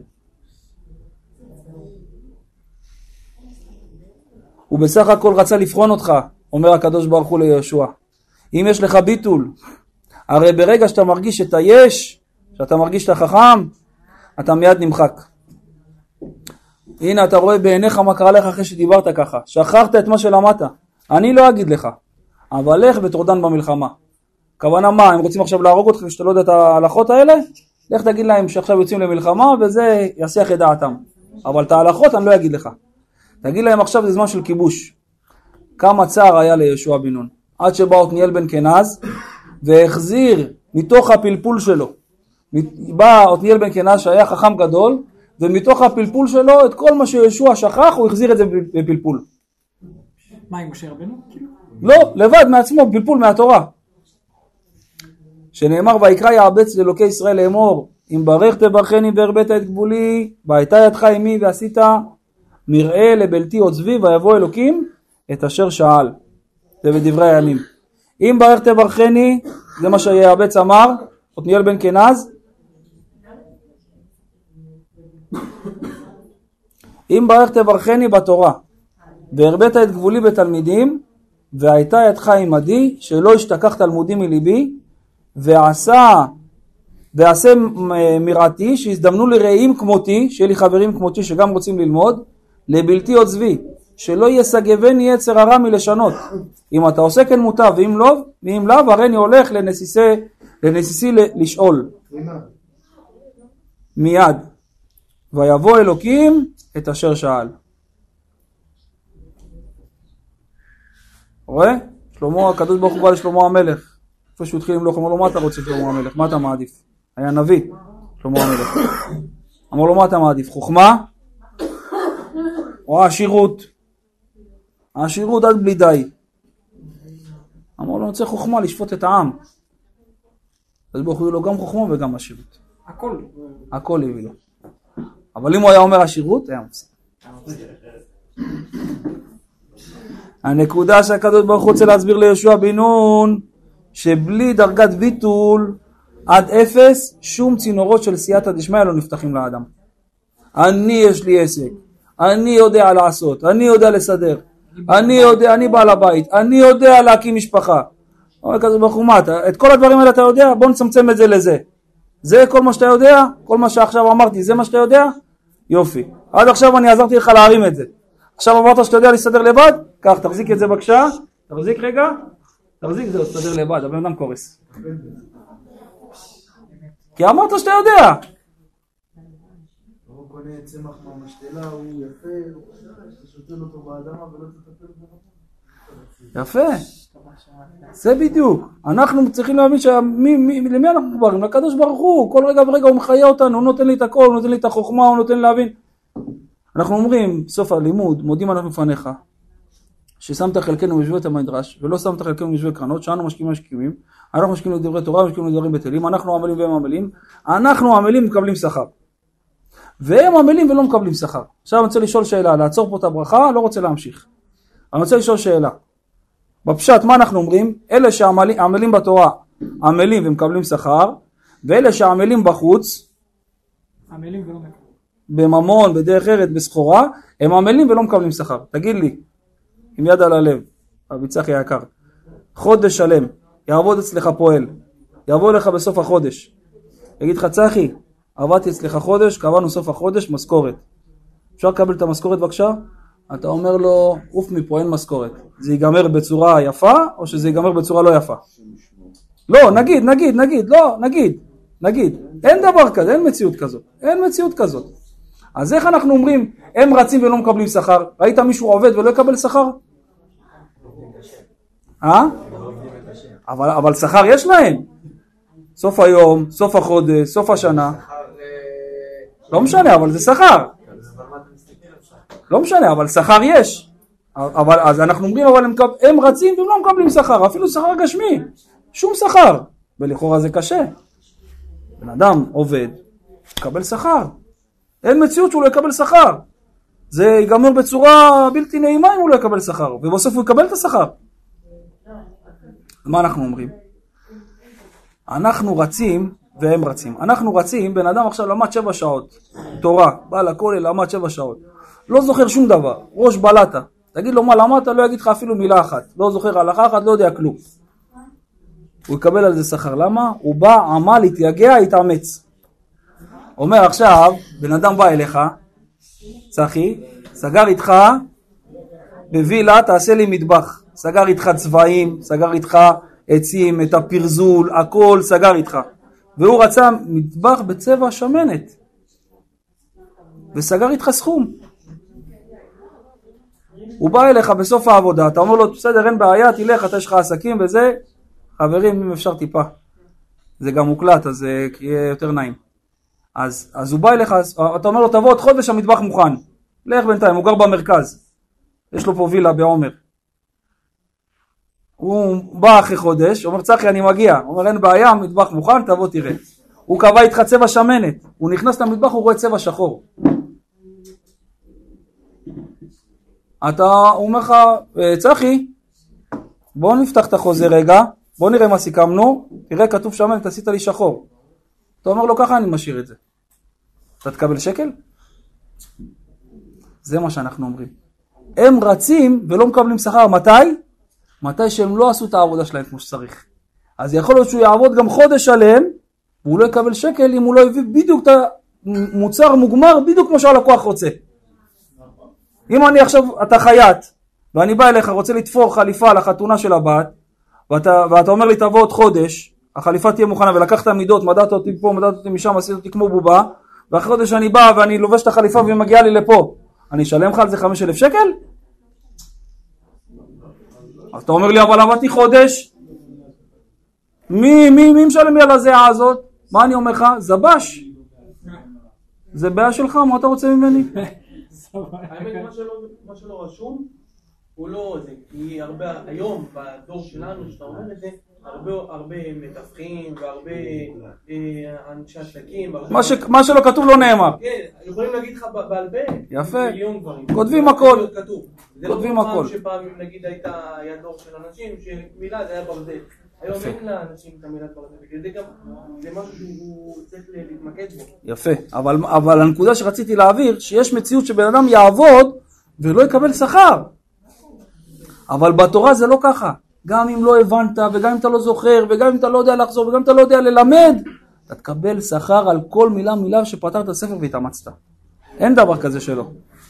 הוא בסך הכל רצה לבחון אותך, אומר הקדוש ברוך הוא ליהושע. אם יש לך ביטול, הרי ברגע שאתה מרגיש את היש, שאתה מרגיש את החכם, אתה מיד נמחק. הנה אתה רואה בעיניך מה קרה לך אחרי שדיברת ככה. שכחת את מה שלמדת. אני לא אגיד לך, אבל לך ותורדן במלחמה. כוונה מה? הם רוצים עכשיו להרוג אותך כשאתה לא יודע את ההלכות האלה? לך תגיד להם שעכשיו יוצאים למלחמה וזה יסיח את דעתם. אבל את ההלכות אני לא אגיד לך. תגיד להם עכשיו זה זמן של כיבוש. כמה צער היה ליהושע בן נון. עד שבא עתניאל בן כנז והחזיר מתוך הפלפול שלו. בא עתניאל בן כנז שהיה חכם גדול, ומתוך הפלפול שלו את כל מה שיהושע שכח הוא החזיר את זה בפלפול. מה עם משה רבנו? לא, לבד מעצמו, פלפול מהתורה. שנאמר ויקרא יעבץ לאלוקי ישראל לאמור, אם ברך תברכני והרבית את גבולי, והייתה ידך עמי ועשית מראה לבלתי עוזבי, ויבוא אלוקים את אשר שאל. זה בדברי הימים. אם ברך תברכני, זה מה שיעבץ אמר, עתניאל בן כנז. אם ברך תברכני בתורה, והרבית את גבולי בתלמידים, והייתה ידך עמדי, שלא ישתכח תלמודי מליבי, ועשה, ועשה מרעתי, שיזדמנו לרעים כמותי, שיהיה לי חברים כמותי שגם רוצים ללמוד, לבלתי עוזבי, שלא יסגבני יצר הרע מלשנות. אם אתה עושה כן מוטב, ואם לא, ואם לא, הרי אני הולך לנסיסי, לנסיסי לשאול. מיד. ויבוא אלוקים את אשר שאל. רואה? שלמה, הקדוש ברוך הוא בא לשלמה המלך. איפה שהוא התחיל למלוך, אמר לו, מה אתה רוצה שלמה המלך? מה אתה מעדיף? היה נביא, שלמה המלך. אמר לו, מה אתה מעדיף? חוכמה? או העשירות? העשירות עד בלי די. אמר לו, אני רוצה חוכמה לשפוט את העם. אז ברוך הוא לו גם חוכמה וגם עשירות. הכל. הכל הביא לו. אבל אם הוא היה אומר עשירות, היה מפסיק. הנקודה שהקדוש ברוך הוא רוצה להסביר ליהושע בן נון, שבלי דרגת ביטול עד אפס, שום צינורות של סייעתא דשמיא לא נפתחים לאדם. אני יש לי עסק, אני יודע לעשות, אני יודע לסדר, אני יודע, אני בעל הבית, אני יודע להקים משפחה. אומר הקדוש ברוך הוא, מה, את כל הדברים האלה אתה יודע? בוא נצמצם את זה לזה. זה כל מה שאתה יודע? כל מה שעכשיו אמרתי, זה מה שאתה יודע? יופי. עד עכשיו אני עזרתי לך להרים את זה. עכשיו אמרת שאתה יודע להסתדר לבד? כך, תחזיק את זה בבקשה. תחזיק רגע. תחזיק זה, תסתדר לבד, הבן אדם קורס. כי אמרת שאתה יודע. הוא קונה צמח מהמשתלה, הוא יפה, הוא שוטל אותו באדמה ולא תטפל בו. יפה. זה בדיוק. אנחנו צריכים להבין למי אנחנו מחוברים? לקדוש ברוך הוא. כל רגע ורגע הוא מחיה אותנו, הוא נותן לי את הכל, הוא נותן לי את החוכמה, הוא נותן לי להבין. אנחנו אומרים, סוף הלימוד, מודים אנחנו לפניך, ששמת חלקנו משווית המדרש, ולא שמת חלקנו משווית קרנות, שאנו משקיעים משקיעים, אנחנו משקיעים לדברי תורה, משקיעים לדברים בטלים, אנחנו עמלים והם עמלים, אנחנו עמלים ומקבלים שכר. והם עמלים ולא מקבלים שכר. עכשיו אני רוצה לשאול שאלה, לעצור פה את הברכה, לא רוצה להמשיך. אני רוצה לשאול שאלה. בפשט, מה אנחנו אומרים? אלה שעמלים בתורה, עמלים ומקבלים שכר, ואלה שעמלים בחוץ, עמלים ולא מקבלים. בממון, בדרך ארץ, בסחורה, הם עמלים ולא מקבלים שכר. תגיד לי, עם יד על הלב, רבי צחי היקר, חודש שלם, יעבוד אצלך פועל, יבוא אליך בסוף החודש, יגיד לך צחי, עבדתי אצלך חודש, קבענו סוף החודש, משכורת. אפשר לקבל את המשכורת בבקשה? אתה אומר לו, אוף מפה, אין משכורת. זה ייגמר בצורה יפה, או שזה ייגמר בצורה לא יפה? לא, נגיד, נגיד, נגיד, לא, נגיד, נגיד. אין דבר כזה, אין מציאות כזאת. אין מציאות כזאת. אז איך אנחנו אומרים, הם רצים ולא מקבלים שכר? ראית מישהו עובד ולא יקבל שכר? אה? אבל, אבל שכר יש להם. סוף היום, סוף החודש, סוף השנה. לא משנה, אבל זה שכר. לא משנה, אבל שכר יש. אבל, אז אנחנו אומרים, אבל הם, הם רצים והם לא מקבלים שכר, אפילו שכר גשמי. שום שכר. ולכאורה זה קשה. בן אדם עובד, מקבל שכר. אין מציאות שהוא לא יקבל שכר. זה ייגמר בצורה בלתי נעימה אם הוא לא יקבל שכר. ובסוף הוא יקבל את השכר. מה אנחנו אומרים? אנחנו רצים והם רצים. אנחנו רצים, בן אדם עכשיו למד שבע שעות. תורה, בא לכולל, למד שבע שעות. לא זוכר שום דבר, ראש בלטה. תגיד לו מה למדת, לא יגיד לך אפילו מילה אחת. לא זוכר הלכה אחת, לא יודע כלום. הוא יקבל על זה שכר. למה? הוא בא, עמל, התייגע, התאמץ. אומר עכשיו, בן אדם בא אליך, צחי, סגר איתך בווילה, תעשה לי מטבח. סגר איתך צבעים, סגר איתך עצים, את הפרזול, הכל סגר איתך. והוא רצה מטבח בצבע שמנת. וסגר איתך סכום. הוא בא אליך בסוף העבודה, אתה אומר לו, בסדר, אין בעיה, תלך, אתה יש לך עסקים וזה. חברים, אם אפשר טיפה. זה גם מוקלט, אז זה יהיה יותר נעים. אז, אז הוא בא אליך, אתה אומר לו, תבוא עוד חודש, המטבח מוכן. לך בינתיים, הוא גר במרכז. יש לו פה וילה בעומר. הוא בא אחרי חודש, אומר צחי אני מגיע, אומר אין בעיה, מטבח מוכן, תבוא תראה. הוא קבע איתך צבע שמנת, הוא נכנס למטבח, הוא רואה צבע שחור. אתה, הוא אומר לך, צחי, בוא נפתח את החוזה רגע, בוא נראה מה סיכמנו, תראה כתוב שמנת, עשית לי שחור. אתה אומר לו ככה אני משאיר את זה. אתה תקבל שקל? זה מה שאנחנו אומרים. הם רצים ולא מקבלים שכר, מתי? מתי שהם לא עשו את העבודה שלהם כמו שצריך. אז יכול להיות שהוא יעבוד גם חודש עליהם, והוא לא יקבל שקל אם הוא לא הביא בדיוק את המוצר מוגמר, בדיוק כמו שהלקוח רוצה. אם אני עכשיו, אתה חייט, ואני בא אליך, רוצה לתפור חליפה לחתונה של הבת, ואתה, ואתה אומר לי תבוא עוד חודש, החליפה תהיה מוכנה, ולקחת מידות, מדעת אותי פה, מדעת אותי משם, עשית אותי כמו בובה, ואחרי חודש אני בא ואני לובש את החליפה ומגיעה לי לפה, אני אשלם לך על זה חמישה אלף שקל? אז אתה אומר לי, אבל עבדתי חודש, מי, מי, מי משלם לי על הזיעה הזאת? מה אני אומר לך? זבש. זה בעיה שלך, מה אתה רוצה ממני? האמת, מה שלא רשום, הוא לא זה, כי הרבה, היום, בדור שלנו, שאתה אומר את זה, הרבה, הרבה מתווכים והרבה אנשי עסקים. מה שלא כתוב לא נאמר. כן, יכולים להגיד לך בעל פה. יפה. מיליון דברים. כותבים הכל. כותבים הכל. זה לא פעם שפעם, נגיד, היה דור של אנשים, שמילה זה היה ברזל. היום אין לאנשים את המילת ברזל, בגלל זה גם, זה משהו שהוא צריך להתמקד בו. יפה, אבל, אבל הנקודה שרציתי להעביר, שיש מציאות שבן אדם יעבוד ולא יקבל שכר. אבל בתורה זה לא ככה. גם אם לא הבנת, וגם אם אתה לא זוכר, וגם אם אתה לא יודע לחזור, וגם אם אתה לא יודע ללמד, אתה תקבל שכר על כל מילה מילה שפתרת הספר והתאמצת. אין דבר כזה שלא.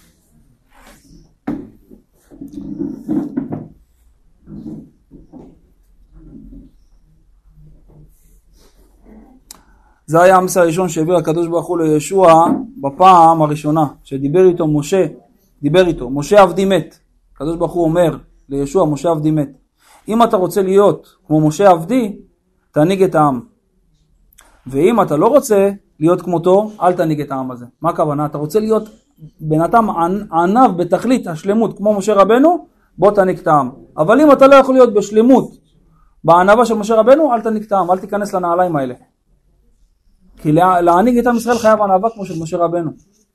זה היה המסר הראשון שהעביר הקדוש ברוך הוא לישוע בפעם הראשונה, שדיבר איתו משה, דיבר איתו, משה עבדי מת. הקדוש ברוך הוא אומר לישוע, משה עבדי מת. אם אתה רוצה להיות כמו משה עבדי, תנהיג את העם. ואם אתה לא רוצה להיות כמותו, אל תנהיג את העם הזה. מה הכוונה? אתה רוצה להיות בן אדם ענב בתכלית השלמות כמו משה רבנו, בוא תנהיג את העם. אבל אם אתה לא יכול להיות בשלמות בענבה של משה רבנו, אל תנהיג את העם, אל תיכנס לנעליים האלה. כי להנהיג את עם ישראל חייב ענבה כמו של משה רבנו.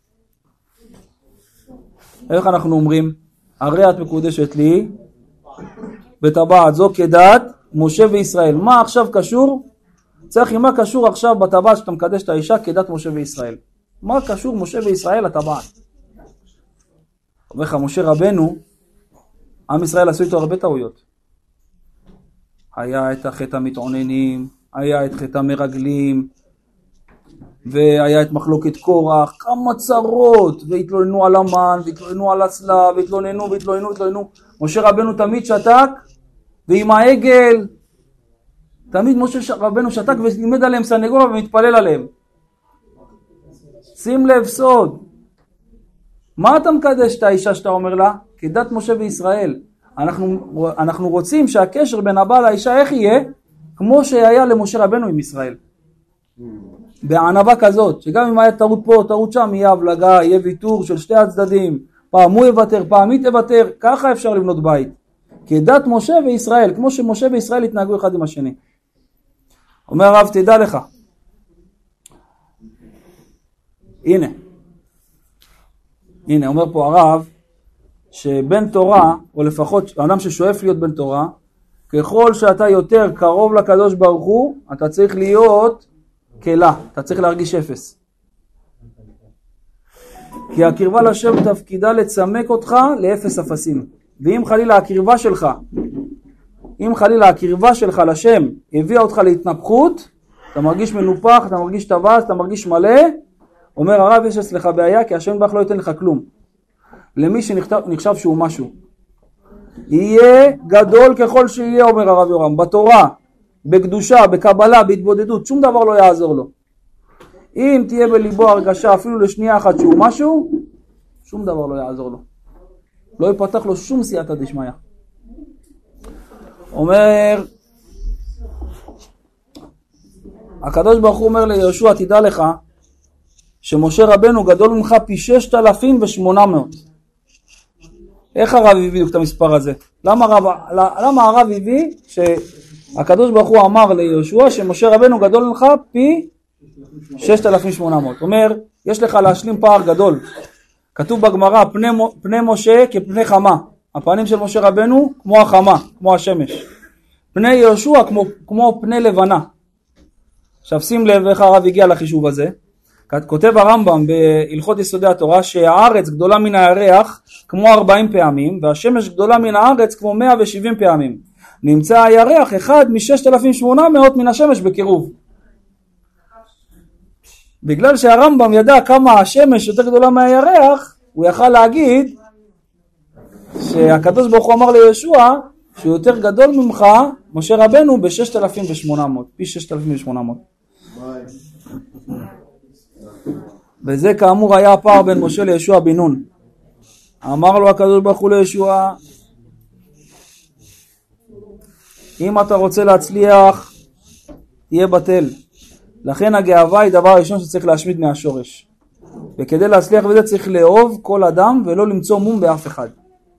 איך אנחנו אומרים? הרי את מקודשת לי בטבעת זו כדת משה וישראל. מה עכשיו קשור? צריך מה קשור עכשיו בטבעת שאתה מקדש את האישה כדת משה וישראל? מה קשור משה וישראל לטבעת? אומר לך משה רבנו, עם ישראל עשו איתו הרבה טעויות. היה את החטא המתעוננים, היה את חטא המרגלים, והיה את מחלוקת קורח, כמה צרות, והתלוננו על המן, והתלוננו על הצלב, והתלוננו, והתלוננו, והתלוננו. משה רבנו תמיד שתק, ועם העגל, תמיד משה רבנו שתק ולימד עליהם סנגוריה ומתפלל עליהם. שים לב סוד. מה אתה מקדש את האישה שאתה אומר לה? כדת משה וישראל. אנחנו, אנחנו רוצים שהקשר בין הבעל לאישה איך יהיה? כמו שהיה למשה רבנו עם ישראל. בענבה כזאת, שגם אם היה טעות פה, טעות שם, יהיה הבלגה, יהיה ויתור של שתי הצדדים. פעם הוא יוותר, פעם היא תוותר. ככה אפשר לבנות בית. כדת משה וישראל, כמו שמשה וישראל התנהגו אחד עם השני. אומר הרב, תדע לך. הנה. הנה, אומר פה הרב, שבן תורה, או לפחות אדם ששואף להיות בן תורה, ככל שאתה יותר קרוב לקדוש ברוך הוא, אתה צריך להיות כלה, אתה צריך להרגיש אפס. כי הקרבה לשם תפקידה לצמק אותך לאפס אפסים. ואם חלילה הקרבה שלך, אם חלילה הקרבה שלך לשם הביאה אותך להתנפחות, אתה מרגיש מנופח, אתה מרגיש טבס, אתה מרגיש מלא, אומר הרב יש אצלך בעיה, כי השם בך לא ייתן לך כלום. למי שנחשב שהוא משהו. יהיה גדול ככל שיהיה, אומר הרב יורם, בתורה, בקדושה, בקבלה, בהתבודדות, שום דבר לא יעזור לו. אם תהיה בליבו הרגשה אפילו לשנייה אחת שהוא משהו, שום דבר לא יעזור לו. לא יפתח לו שום סייעתא דשמיא. אומר, הקדוש ברוך הוא אומר ליהושע, תדע לך, שמשה רבנו גדול ממך פי ששת אלפים ושמונה מאות. איך הרב הביא בדיוק את המספר הזה? למה הרב, למה הרב הביא שהקדוש ברוך הוא אמר ליהושע שמשה רבנו גדול ממך פי ששת אלפים ושמונה מאות? אומר, יש לך להשלים פער גדול. כתוב בגמרא, פני, פני משה כפני חמה. הפנים של משה רבנו כמו החמה, כמו השמש. פני יהושע כמו, כמו פני לבנה. עכשיו שים לב איך הרב הגיע לחישוב הזה. כותב הרמב"ם בהלכות יסודי התורה שהארץ גדולה מן הירח כמו ארבעים פעמים והשמש גדולה מן הארץ כמו מאה ושבעים פעמים. נמצא הירח אחד מ-ששת אלפים ושמונה מאות מן השמש בקירוב. בגלל שהרמב"ם ידע כמה השמש יותר גדולה מהירח, הוא יכל להגיד שהקדוש ברוך הוא אמר ליהושע שהוא יותר גדול ממך, משה רבנו, ב-ששת אלפים ושמונה מאות, פי ששת אלפים ושמונה מאות. וזה כאמור היה הפער בין משה ליהושע בן נון. אמר לו הקדוש ברוך הוא ליהושע, אם אתה רוצה להצליח, תהיה בטל. לכן הגאווה היא דבר ראשון שצריך להשמיד מהשורש. וכדי להצליח בזה צריך לאהוב כל אדם ולא למצוא מום באף אחד.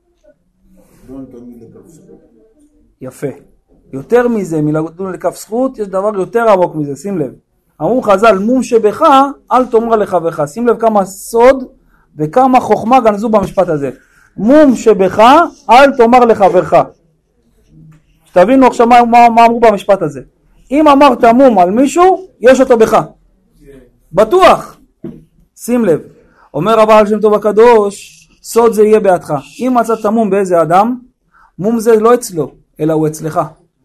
יפה. יותר מזה, מלדון לכף זכות, יש דבר יותר עמוק מזה, שים לב. אמרו חז"ל, מום שבך, אל תאמר לחברך. שים לב כמה סוד וכמה חוכמה גנזו במשפט הזה. מום שבך, אל תאמר לחברך. שתבינו עכשיו מה, מה, מה אמרו במשפט הזה. אם אמרת מום על מישהו, יש אותו בך. בטוח. שים לב. אומר הבעל שם טוב הקדוש, סוד זה יהיה בעדך. אם מצאת מום באיזה אדם, מום זה לא אצלו, אלא הוא אצלך.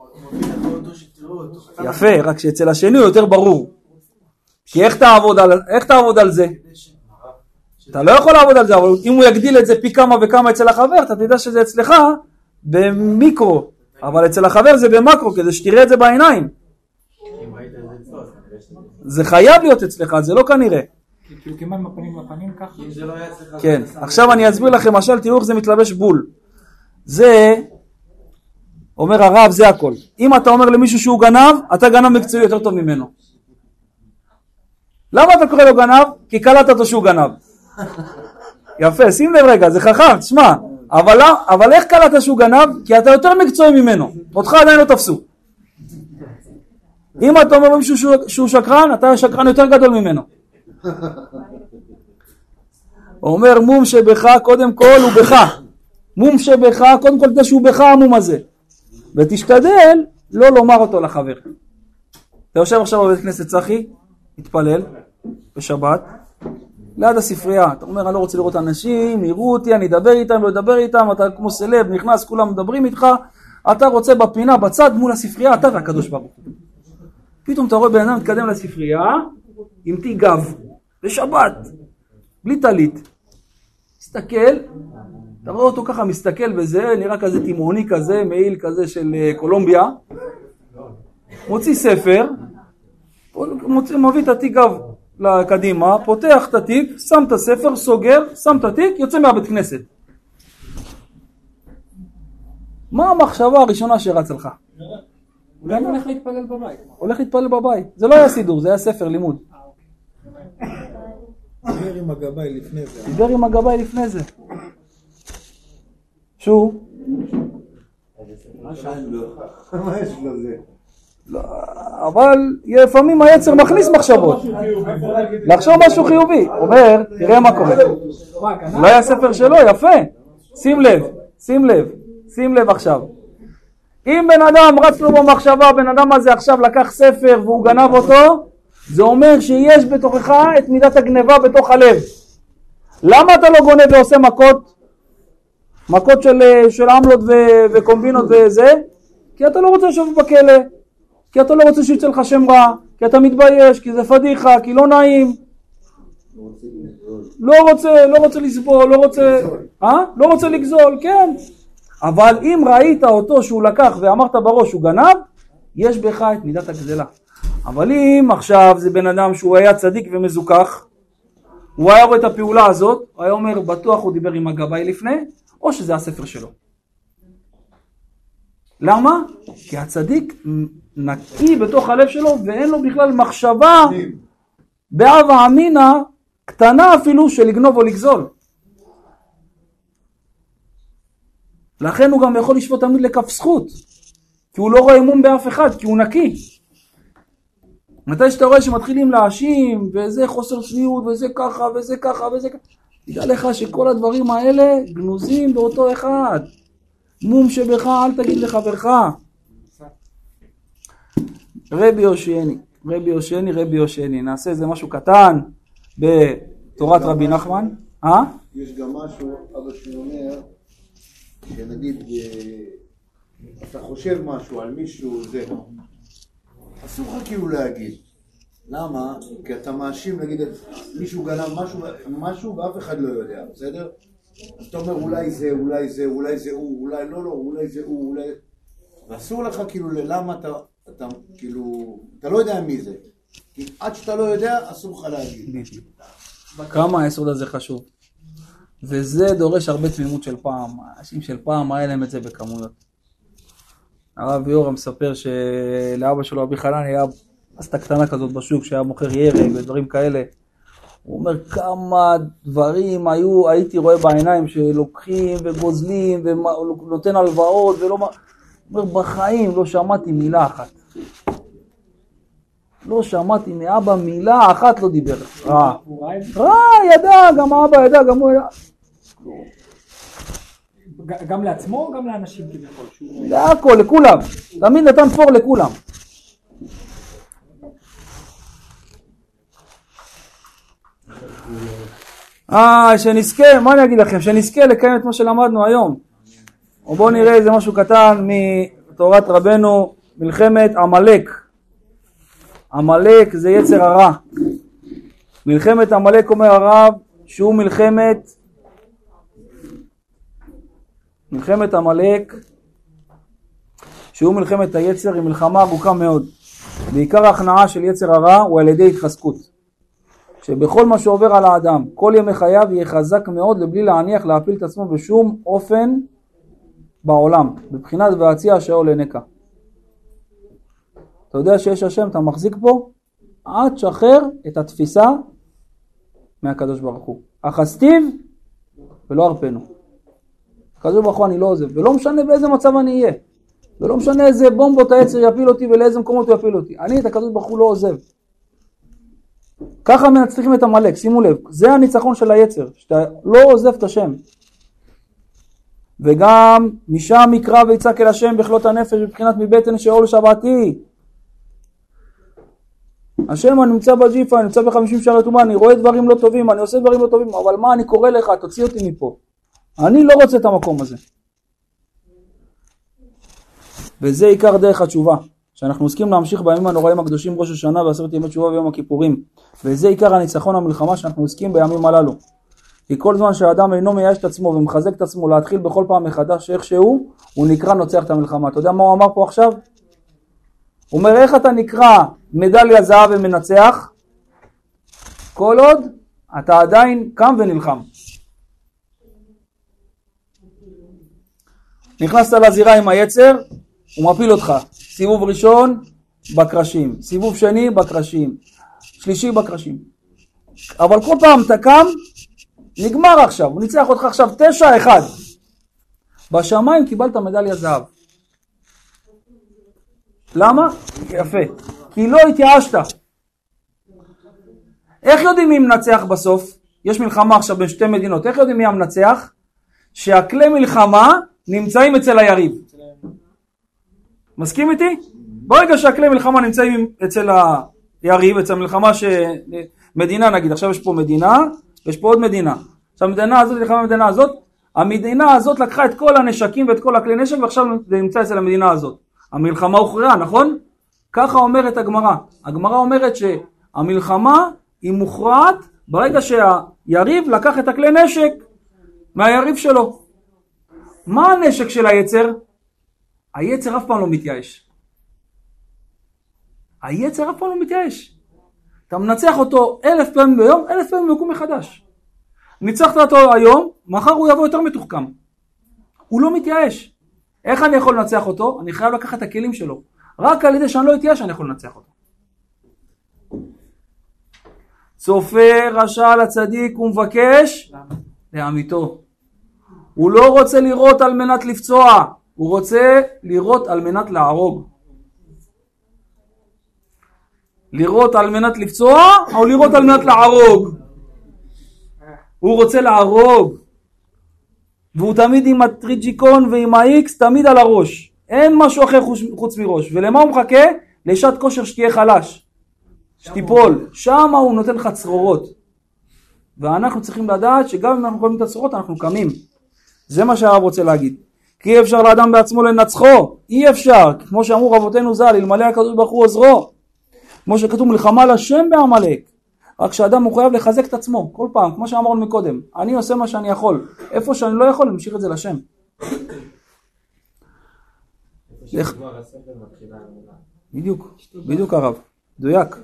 יפה, רק שאצל השני הוא יותר ברור. כי איך תעבוד על, איך תעבוד על זה? אתה לא יכול לעבוד על זה, אבל אם הוא יגדיל את זה פי כמה וכמה אצל החבר, אתה תדע שזה אצלך במיקרו. אבל אצל החבר זה במקרו, כדי שתראה את זה בעיניים. זה חייב להיות אצלך, זה לא כנראה. כאילו כמעט מפנים לפנים ככה. כן, עכשיו אני אסביר לכם, משל תראו איך זה מתלבש בול. זה, אומר הרב, זה הכל. אם אתה אומר למישהו שהוא גנב, אתה גנב מקצועי יותר טוב ממנו. למה אתה קורא לו גנב? כי קלטת אותו שהוא גנב. יפה, שים לב רגע, זה חכם, תשמע. אבל, אבל איך קלטת שהוא גנב? כי אתה יותר מקצועי ממנו. אותך עדיין לא תפסו. אם אתה אומר למישהו שהוא, שהוא שקרן, אתה שקרן יותר גדול ממנו. הוא אומר, מום שבך, קודם כל הוא בך. מום שבך, קודם כל תדע שהוא בך המום הזה. ותשתדל לא לומר אותו לחבר. אתה יושב עכשיו בבית כנסת צחי, התפלל בשבת, ליד הספרייה. אתה אומר, אני לא רוצה לראות אנשים, יראו אותי, אני אדבר איתם, לא אדבר איתם, אתה כמו סלב, נכנס, כולם מדברים איתך, אתה רוצה בפינה, בצד, מול הספרייה, אתה והקדוש ברוך הוא. פתאום אתה רואה בן אדם מתקדם לספרייה, עם תיק גב, בשבת, בלי טלית. מסתכל, אתה רואה אותו ככה מסתכל בזה, נראה כזה תימוני כזה, מעיל כזה של קולומביה, מוציא ספר, מוציא, מביא את התיק גב לקדימה, פותח את התיק, שם את הספר, סוגר, שם את התיק, יוצא מהבית כנסת. מה המחשבה הראשונה שרץ לך? אולי הוא הולך להתפלל בבית. הולך להתפלל בבית. זה לא היה סידור, זה היה ספר לימוד. דיבר עם הגבאי לפני זה. דיבר עם הגבאי לפני זה. שו? מה יש לו זה? אבל לפעמים היצר מכניס מחשבות. לחשוב משהו חיובי. אומר, תראה מה קורה. לא היה ספר שלו, יפה. שים לב, שים לב, שים לב עכשיו. אם בן אדם רץ לו במחשבה, בן אדם הזה עכשיו לקח ספר והוא גנב אותו, זה אומר שיש בתוכך את מידת הגניבה בתוך הלב. למה אתה לא גונב ועושה מכות? מכות של, של עמלות ו- וקומבינות וזה? כי אתה לא רוצה לשבת בכלא, כי אתה לא רוצה שיצא לך שם רע, כי אתה מתבייש, כי זה פדיחה, כי לא נעים. לא רוצה, לא רוצה לסבול, לא רוצה, אה? לא רוצה לגזול, כן. אבל אם ראית אותו שהוא לקח ואמרת בראש שהוא גנב, יש בך את מידת הגזלה. אבל אם עכשיו זה בן אדם שהוא היה צדיק ומזוכח, הוא היה רואה את הפעולה הזאת, הוא היה אומר בטוח הוא דיבר עם הגבאי לפני, או שזה הספר שלו. למה? כי הצדיק נקי בתוך הלב שלו ואין לו בכלל מחשבה בהווה אמינא קטנה אפילו של לגנוב או לגזול. לכן הוא גם יכול לשפוט תמיד לכף זכות, כי הוא לא רואה אמון באף אחד, כי הוא נקי. מתי שאתה רואה שמתחילים להאשים, וזה חוסר צניעות, וזה ככה, וזה ככה, וזה ככה, תדע לך שכל הדברים האלה גנוזים באותו אחד. מום שבך אל תגיד לחברך. רבי יושעני, רבי יושעני, רבי יושעני. נעשה איזה משהו קטן בתורת רבי נחמן. אה? יש גם משהו, אבא שלי אומר, שנגיד, אתה חושב משהו על מישהו, זה, אסור לך כאילו להגיד. למה? כי אתה מאשים, נגיד, מישהו גנב משהו, משהו ואף אחד לא יודע, בסדר? אז אתה אומר, אולי זה, אולי זה, אולי זה הוא, אולי לא, לא, אולי זה הוא, אולי... ואסור לך כאילו, ללמה אתה, אתה, כאילו, אתה לא יודע מי זה. כי עד שאתה לא יודע, אסור לך להגיד. כמה היסוד הזה חשוב. וזה דורש הרבה תמימות של פעם. האנשים של פעם היה להם את זה בכמויות. הרב יורם מספר שלאבא שלו, אבי חנן, היה עשתה קטנה כזאת בשוק, שהיה מוכר ירק ודברים כאלה. הוא אומר כמה דברים היו, הייתי רואה בעיניים שלוקחים וגוזלים ונותן הלוואות ולא... הוא אומר בחיים לא שמעתי מילה אחת. לא שמעתי מאבא מילה אחת לא דיבר. רע. רע, ידע, גם האבא ידע, גם הוא ידע. גם לעצמו או גם לאנשים כביכול? להכל, לכולם. תמיד נתן פור לכולם. אה, שנזכה, מה אני אגיד לכם? שנזכה לקיים את מה שלמדנו היום. או בואו נראה איזה משהו קטן מתורת רבנו, מלחמת עמלק. עמלק זה יצר הרע. מלחמת עמלק אומר הרב שהוא מלחמת, מלחמת עמלק, שהוא מלחמת היצר, היא מלחמה ארוכה מאוד. בעיקר ההכנעה של יצר הרע הוא על ידי התחזקות. שבכל מה שעובר על האדם, כל ימי חייו יהיה חזק מאוד לבלי להניח להפיל את עצמו בשום אופן בעולם, בבחינת והציע השאול לנקה. אתה יודע שיש השם, אתה מחזיק פה, עד שחרר את התפיסה מהקדוש ברוך הוא. אחסתיו ולא הרפנו. הקדוש ברוך הוא אני לא עוזב, ולא משנה באיזה מצב אני אהיה. ולא משנה איזה בומבות היצר יפיל אותי ולאיזה מקומות הוא יפיל אותי. אני את הקדוש ברוך הוא לא עוזב. ככה מנצחים את עמלק, שימו לב, זה הניצחון של היצר, שאתה לא עוזב את השם. וגם משם יקרא ויצעק אל השם בכלות הנפש בבחינת מבטן שאול שבעתי. השם אני נמצא בג'יפה, אני נמצא בחמישים שערי טומאה, אני רואה דברים לא טובים, אני עושה דברים לא טובים, אבל מה אני קורא לך, תוציא אותי מפה. אני לא רוצה את המקום הזה. וזה עיקר דרך התשובה. שאנחנו עוסקים להמשיך בימים הנוראים הקדושים ראש השנה ועשרת ימי תשובה ויום הכיפורים. וזה עיקר הניצחון המלחמה שאנחנו עוסקים בימים הללו. כי כל זמן שהאדם אינו מייאש את עצמו ומחזק את עצמו להתחיל בכל פעם מחדש איכשהו, הוא נקרא נוצח את המלחמה. אתה יודע מה הוא אמר פה עכשיו? הוא אומר איך אתה נקרא מדליה זהב ומנצח? כל עוד אתה עדיין קם ונלחם. נכנסת לזירה עם היצר, הוא מפיל אותך. סיבוב ראשון בקרשים, סיבוב שני בקרשים, שלישי בקרשים. אבל כל פעם אתה קם, נגמר עכשיו, הוא ניצח אותך עכשיו תשע אחד. בשמיים קיבלת מדליה זהב. למה? יפה. כי לא התייאשת. איך יודעים מי מנצח בסוף? יש מלחמה עכשיו בין שתי מדינות. איך יודעים מי המנצח? שהכלי מלחמה נמצאים אצל היריב. מסכים איתי? ברגע שהכלי מלחמה נמצאים אצל היריב, אצל המלחמה שמדינה נגיד, עכשיו יש פה מדינה, יש פה עוד מדינה. עכשיו המדינה הזאת נלחמה במדינה הזאת, המדינה הזאת לקחה את כל הנשקים ואת כל הכלי נשק ועכשיו זה נמצא אצל המדינה הזאת. המלחמה הוכרעה, נכון? ככה אומרת הגמרא. הגמרא אומרת שהמלחמה היא מוכרעת ברגע שהיריב לקח את הכלי נשק מהיריב שלו. מה הנשק של היצר? היצר אף פעם לא מתייאש. היצר אף פעם לא מתייאש. אתה מנצח אותו אלף פעמים ביום, אלף פעמים יקום מחדש. ניצחת אותו היום, מחר הוא יבוא יותר מתוחכם. הוא לא מתייאש. איך אני יכול לנצח אותו? אני חייב לקחת את הכלים שלו. רק על ידי שאני לא אתייאש אני יכול לנצח אותו. צופה רשע לצדיק ומבקש לעמיתו. הוא לא רוצה לראות על מנת לפצוע, הוא רוצה לראות על מנת להרוג. לראות על מנת לפצוע או לראות על מנת להרוג? הוא רוצה להרוג. והוא תמיד עם הטריג'יקון ועם ה-X תמיד על הראש. אין משהו אחר חוץ מראש. ולמה הוא מחכה? לשעת כושר שתהיה חלש. שתיפול. שם הוא נותן לך צרורות. ואנחנו צריכים לדעת שגם אם אנחנו קוראים את הצרורות אנחנו קמים. זה מה שהרב רוצה להגיד. כי אי אפשר לאדם בעצמו לנצחו. אי אפשר. כמו שאמרו רבותינו ז"ל, אלמלא הקדוש ברוך הוא עוזרו. כמו שכתוב מלחמה לשם בעמלק. רק שאדם הוא חייב לחזק את עצמו. כל פעם, כמו שאמרנו מקודם. אני עושה מה שאני יכול. איפה שאני לא יכול, נמשיך את זה לשם. בדיוק, בדיוק הרב. דויק.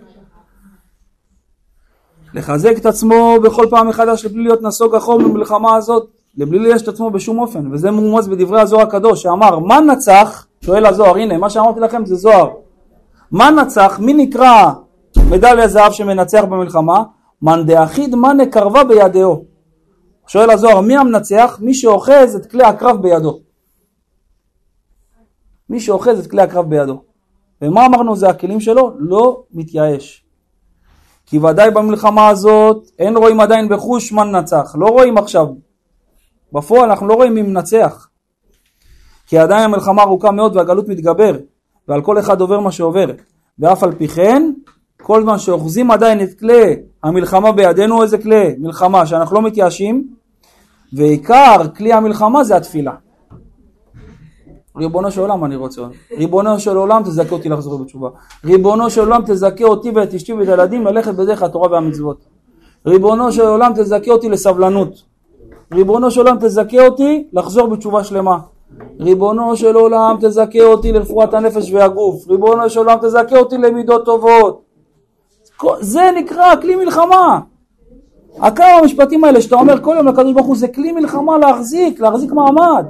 לחזק את עצמו בכל פעם מחדש לבלי להיות נסוג החום במלחמה הזאת. לבלי ליש את עצמו בשום אופן. וזה מרומז בדברי הזוהר הקדוש שאמר, מה נצח? שואל הזוהר, הנה, מה שאמרתי לכם זה זוהר. מה נצח? מי נקרא מדליה זהב שמנצח במלחמה? מן דאחיד מנה קרבה בידו. שואל הזוהר, מי המנצח? מי שאוחז את כלי הקרב בידו. מי שאוחז את כלי הקרב בידו. ומה אמרנו? זה הכלים שלו? לא מתייאש. כי ודאי במלחמה הזאת אין רואים עדיין בחוש מן נצח. לא רואים עכשיו. בפועל אנחנו לא רואים מי מנצח. כי עדיין המלחמה ארוכה מאוד והגלות מתגבר. ועל כל אחד עובר מה שעובר. ואף על פי כן, כל זמן שאוחזים עדיין את כלי המלחמה בידינו, איזה כלי מלחמה שאנחנו לא מתייאשים, ועיקר כלי המלחמה זה התפילה. ריבונו של עולם אני רוצה. ריבונו של עולם תזכה אותי לחזור בתשובה. ריבונו של עולם תזכה אותי ואת אשתי ואת הילדים ללכת בדרך התורה והמצוות. ריבונו של עולם תזכה אותי לסבלנות. ריבונו של עולם תזכה אותי לחזור בתשובה שלמה. ריבונו של עולם תזכה אותי לרפואת הנפש והגוף. ריבונו של עולם תזכה אותי למידות טובות. זה נקרא כלי מלחמה. הכמה המשפטים האלה שאתה אומר כל יום לקדוש ברוך הוא זה כלי מלחמה להחזיק, להחזיק מעמד.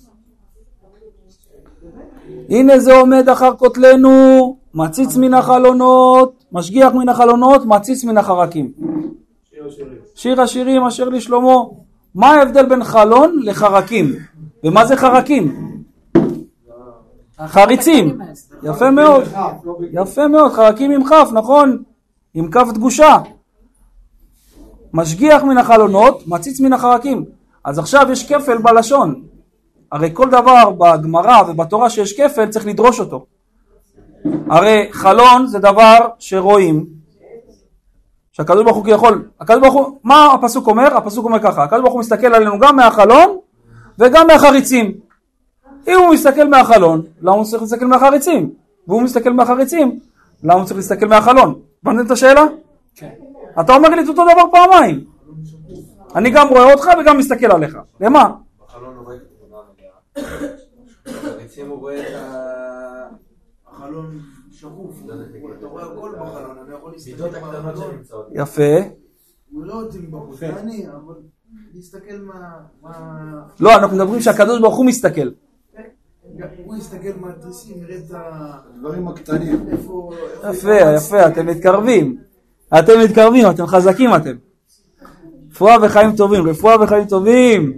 הנה זה עומד אחר כותלנו, מציץ מן החלונות, משגיח מן החלונות, מציץ מן החרקים. שיר השירים אשר לשלמה. מה ההבדל בין חלון לחרקים? ומה זה חרקים? חריצים. יפה מאוד. יפה מאוד. חרקים עם כף, נכון? עם כף דגושה. משגיח מן החלונות, מציץ מן החרקים. אז עכשיו יש כפל בלשון. הרי כל דבר בגמרא ובתורה שיש כפל צריך לדרוש אותו. הרי חלון זה דבר שרואים. שהקדוש ברוך הוא יכול. הקדוש ברוך הוא, מה הפסוק אומר? הפסוק אומר ככה. הקדוש ברוך הוא מסתכל עלינו גם מהחלון וגם מהחריצים. אם הוא מסתכל מהחלון, למה הוא צריך להסתכל מהחריצים? והוא מסתכל מהחריצים, למה הוא צריך להסתכל מהחלון? הבנתם את השאלה? כן. אתה אומר לי את אותו דבר פעמיים. אני גם רואה אותך וגם מסתכל עליך. למה? בחלון הוא רואה את התמונה המלאה. בחריצים הוא רואה את החלון שקוף. אתה רואה הכל בחלון, אני יכול להסתכל בחלון. יפה. הוא לא אותי מבחוץ, אני, אבל להסתכל מה... לא, אנחנו מדברים שהקדוש ברוך הוא מסתכל. הוא יסתכל מהתריסים, נראה את הדברים הקטנים. יפה, יפה, אתם מתקרבים. אתם מתקרבים, אתם חזקים אתם. רפואה וחיים טובים, רפואה וחיים טובים.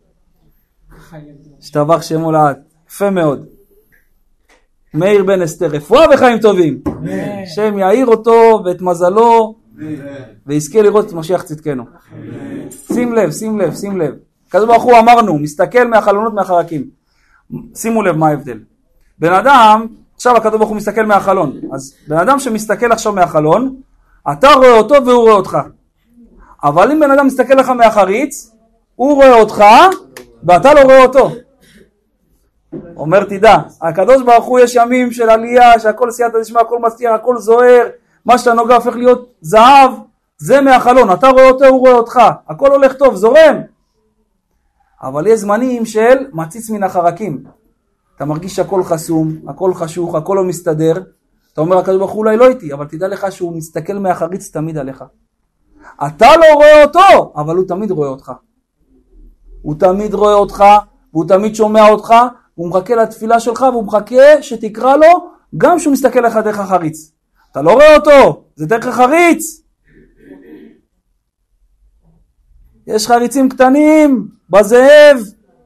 שתבח שמו לעד. יפה מאוד. מאיר בן אסתר, רפואה וחיים טובים. שם יאיר אותו ואת מזלו. ויזכה לראות את משיח צדקנו. שים לב, שים לב, שים לב. כזה ברוך הוא אמרנו, מסתכל מהחלונות מהחרקים. שימו לב מה ההבדל. בן אדם, עכשיו הקדוש ברוך הוא מסתכל מהחלון. אז בן אדם שמסתכל עכשיו מהחלון, אתה רואה אותו והוא רואה אותך. אבל אם בן אדם מסתכל לך מהחריץ, הוא רואה אותך ואתה לא רואה אותו. אומר תדע, הקדוש ברוך הוא יש ימים של עלייה, שהכל סייעתא דשמיא, הכל מסתיר, הכל זוהר. מה שאתה נוגע הופך להיות זהב, זה מהחלון, אתה רואה אותו, הוא רואה אותך, הכל הולך טוב, זורם. אבל יש זמנים של מציץ מן החרקים. אתה מרגיש שהכל חסום, הכל חשוך, הכל לא מסתדר. אתה אומר, הקדוש ברוך הוא אולי לא איתי, אבל תדע לך שהוא מסתכל מהחריץ תמיד עליך. אתה לא רואה אותו, אבל הוא תמיד רואה אותך. הוא תמיד רואה אותך, והוא תמיד שומע אותך, הוא מחכה לתפילה שלך, והוא מחכה שתקרא לו, גם שהוא מסתכל לך דרך החריץ. אתה לא רואה אותו, זה דרך החריץ. יש חריצים קטנים, בזאב,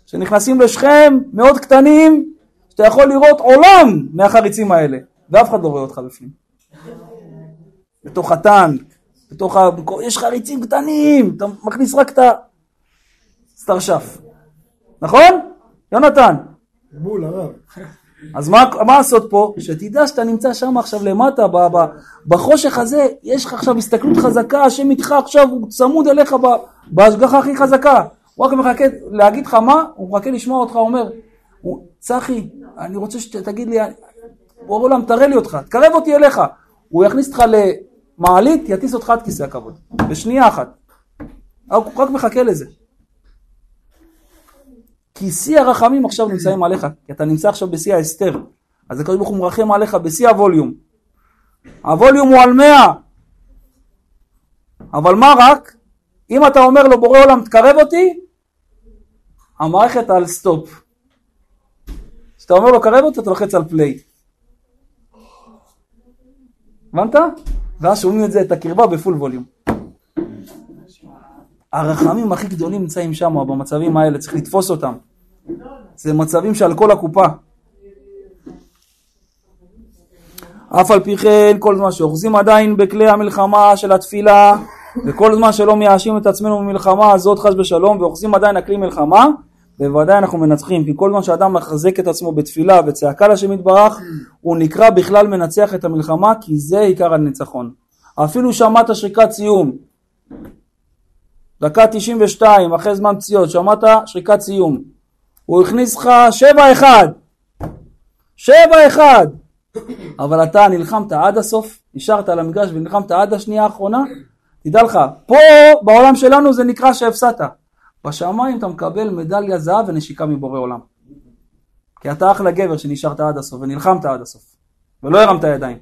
שנכנסים לשכם מאוד קטנים, שאתה יכול לראות עולם מהחריצים האלה, ואף אחד לא רואה אותך בפנים. בתוך הטנק, בתוך ה... יש חריצים קטנים, אתה מכניס רק את הסטרשף. נכון? יונתן? בול, הרב. אז מה, מה לעשות פה? שתדע שאתה נמצא שם עכשיו למטה, ב, ב, בחושך הזה, יש לך עכשיו הסתכלות חזקה, השם איתך עכשיו, הוא צמוד אליך ב, בהשגחה הכי חזקה. הוא רק מחכה להגיד לך מה, הוא מחכה לשמוע אותך, הוא אומר, צחי, אני רוצה שתגיד לי, בורא עולם, תראה לי אותך, תקרב אותי אליך. הוא יכניס אותך למעלית, יטיס אותך עד כיסא הכבוד. בשנייה אחת. הוא רק מחכה לזה. כי שיא הרחמים עכשיו נמצאים עליך, כי אתה נמצא עכשיו בשיא ההסתר. אז הקדוש ברוך הוא מרחם עליך בשיא הווליום. הווליום הוא על מאה. אבל מה רק? אם אתה אומר לו בורא עולם תקרב אותי, המערכת על סטופ. כשאתה אומר לו קרב אותי, אתה לוחץ על פליי. הבנת? ואז שומעים את זה, את הקרבה בפול ווליום. הרחמים הכי גדולים נמצאים שם, במצבים האלה, צריך לתפוס אותם. זה מצבים שעל כל הקופה. אף על פי כן, כל זמן שאוחזים עדיין בכלי המלחמה של התפילה, וכל זמן שלא מייאשים את עצמנו במלחמה הזאת חס בשלום, ואוחזים עדיין הכלי מלחמה, בוודאי אנחנו מנצחים, כי כל זמן שאדם מחזק את עצמו בתפילה וצעקה לשם יתברך, הוא נקרא בכלל מנצח את המלחמה, כי זה עיקר הניצחון. אפילו שמעת שריקת סיום, דקה תשעים ושתיים, אחרי זמן פציעות, שמעת שריקת סיום. הוא הכניס לך שבע אחד. שבע אחד. אבל אתה נלחמת עד הסוף, נשארת על המגרש ונלחמת עד השנייה האחרונה, תדע לך, פה בעולם שלנו זה נקרא שהפסדת. בשמיים אתה מקבל מדליה זהב ונשיקה מבורא עולם. כי אתה אחלה גבר שנשארת עד הסוף ונלחמת עד הסוף. ולא הרמת ידיים.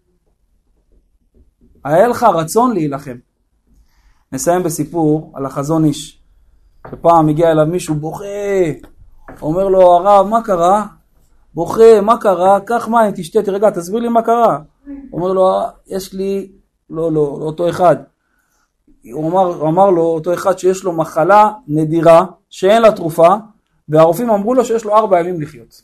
היה לך רצון להילחם. נסיים בסיפור על החזון איש. שפעם הגיע אליו מישהו בוכה, אומר לו הרב מה קרה? בוכה, מה קרה? קח מים, תשתה, תרגע, תסביר לי מה קרה. אומר לו יש לי, לא לא, אותו אחד. הוא אמר, אמר לו אותו אחד שיש לו מחלה נדירה שאין לה תרופה, והרופאים אמרו לו שיש לו ארבע ימים לחיות.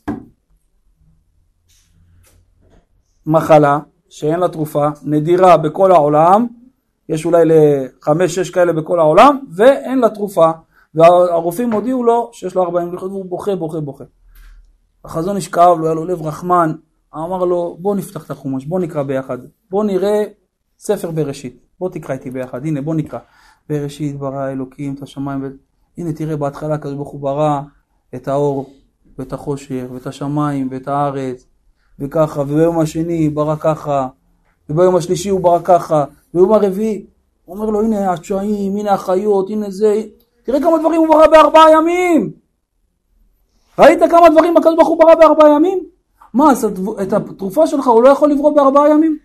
מחלה שאין לה תרופה, נדירה בכל העולם, יש אולי לחמש, שש כאלה בכל העולם, ואין לה תרופה, והרופאים הודיעו לו שיש לו ארבע ימים לחיות, והוא בוכה, בוכה, בוכה. החזון איש כאב לו, היה לו לב רחמן, אמר לו בוא נפתח את החומש, בוא נקרא ביחד, בוא נראה ספר בראשית, בוא תקרא איתי ביחד, הנה בוא נקרא. בראשית ברא אלוקים את השמיים, ו... הנה תראה בהתחלה הקדוש ברוך הוא ברא את האור ואת החושך ואת השמיים ואת הארץ וככה, וביום השני ברא ככה, וביום השלישי הוא ברא ככה, וביום הרביעי הוא אומר לו הנה השעים, הנה החיות, הנה זה, תראה כמה דברים הוא ברא בארבעה ימים. ראית כמה דברים הקדוש ברוך הוא ברא בארבעה ימים? מה, אז את התרופה שלך הוא לא יכול לברוא בארבעה ימים?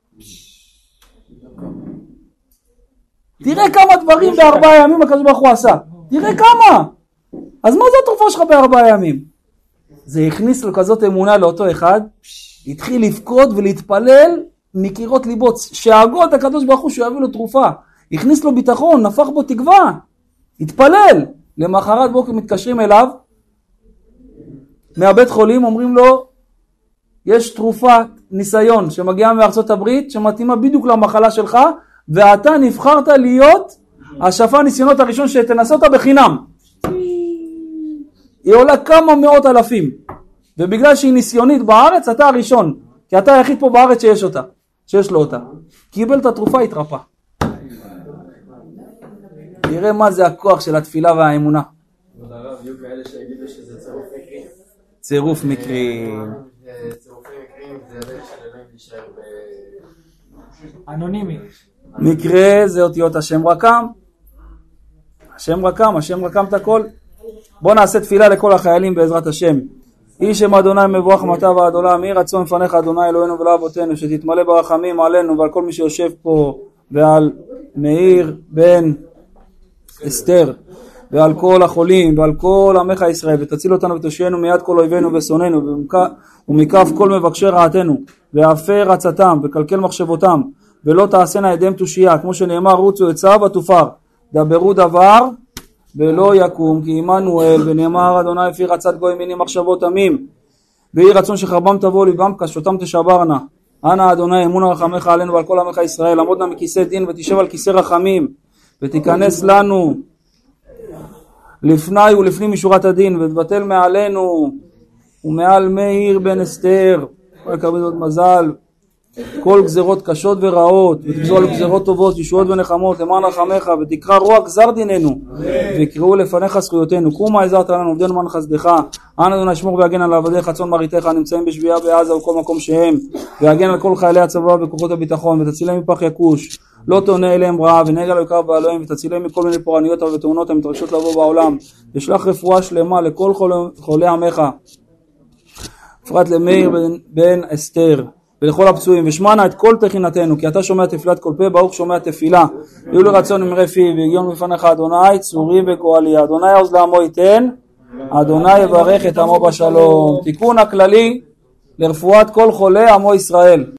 תראה כמה דברים בארבעה ימים הקדוש ברוך הוא עשה. תראה כמה. אז מה זה התרופה שלך בארבעה ימים? זה הכניס לו כזאת אמונה לאותו אחד, התחיל לבכות ולהתפלל מקירות ליבו, שאגות הקדוש ברוך הוא שהוא יביא לו תרופה. הכניס לו ביטחון, נפח בו תקווה. התפלל. למחרת בוקר מתקשרים אליו, מהבית חולים אומרים לו, יש תרופה ניסיון שמגיעה מארצות הברית, שמתאימה בדיוק למחלה שלך, ואתה נבחרת להיות השפע ניסיונות הראשון שתנסה אותה בחינם. היא עולה כמה מאות אלפים, ובגלל שהיא ניסיונית בארץ, אתה הראשון, כי אתה היחיד פה בארץ שיש אותה, שיש לו אותה. קיבל את התרופה, התרפא. תראה מה זה הכוח של התפילה והאמונה. כבוד הרב, יהיו כאלה שיגידו שזה צירוף מקרים. צירוף מקרים. צירופי מקרים זה הדרך של אלוהים להישאר ב... אנונימי. מקרה זה אותיות השם רקם. השם רקם, השם רקם את הכל. בוא נעשה תפילה לכל החיילים בעזרת השם. איש שם אדוני מבורך מטה ועד עולם, יהי רצון לפניך אדוני אלוהינו ולאבותינו, שתתמלא ברחמים עלינו ועל כל מי שיושב פה, ועל מאיר בן אסתר, ועל כל החולים ועל כל עמך ישראל, ותציל אותנו ותושיינו מיד כל אויבינו ושונאינו, ומכף כל מבקשי רעתנו, והפר עצתם וקלקל מחשבותם, ולא תעשנה ידיהם תושייה, כמו שנאמר רוצו עצה ותופר, דברו דבר ולא יקום, כי עמנואל, ונאמר אדוני לפי רצת גוי מיני מחשבות עמים, ויהי רצון שחרבם תבוא לבם, קשותם תשברנה. אנא אדוני אמון רחמך עלינו ועל כל עמך ישראל, עמוד נא מכיסא דין ותשב על כיסא רחמים, ותיכנס לנו לפני ולפנים משורת הדין, ותבטל מעלינו ומעל מאיר בן אסתר, כל כבוד עוד מזל, כל גזרות קשות ורעות, ותגזול גזרות טובות, ישועות ונחמות, למען רחמך, ותקרא רוע גזר דיננו, ויקראו לפניך זכויותינו. קומה עזרת לנו, עובדנו מן חסדך. אנא אדוני שמור והגן על עבדיך צאן מרעיתך הנמצאים בשבייה בעזה ובכל מקום שהם, והגן על כל חיילי הצבא וכוחות הביטחון, ותצילם מפח יכוש, לא תענה אליהם רעה, ונגע לא יקרב בעליהם, ותצילם מכל מיני פורענויות ותאונות המתרגשות לבוא בעולם. ושלח רפואה שלמה לכל חולי עמך, בפרט למאיר בן, בן אסתר, ולכל הפצועים, ושמענה את כל תחינתנו, כי אתה שומע תפילת כל פה, ברוך שומע תפילה. יהיו לרצון אמרי פיו, והגיון בפניך אדוני צורי וגואלי, אדוני עוז לעמו ייתן, אדוני יברך את עמו בשלום. תיקון הכללי לרפואת כל חולה עמו ישראל.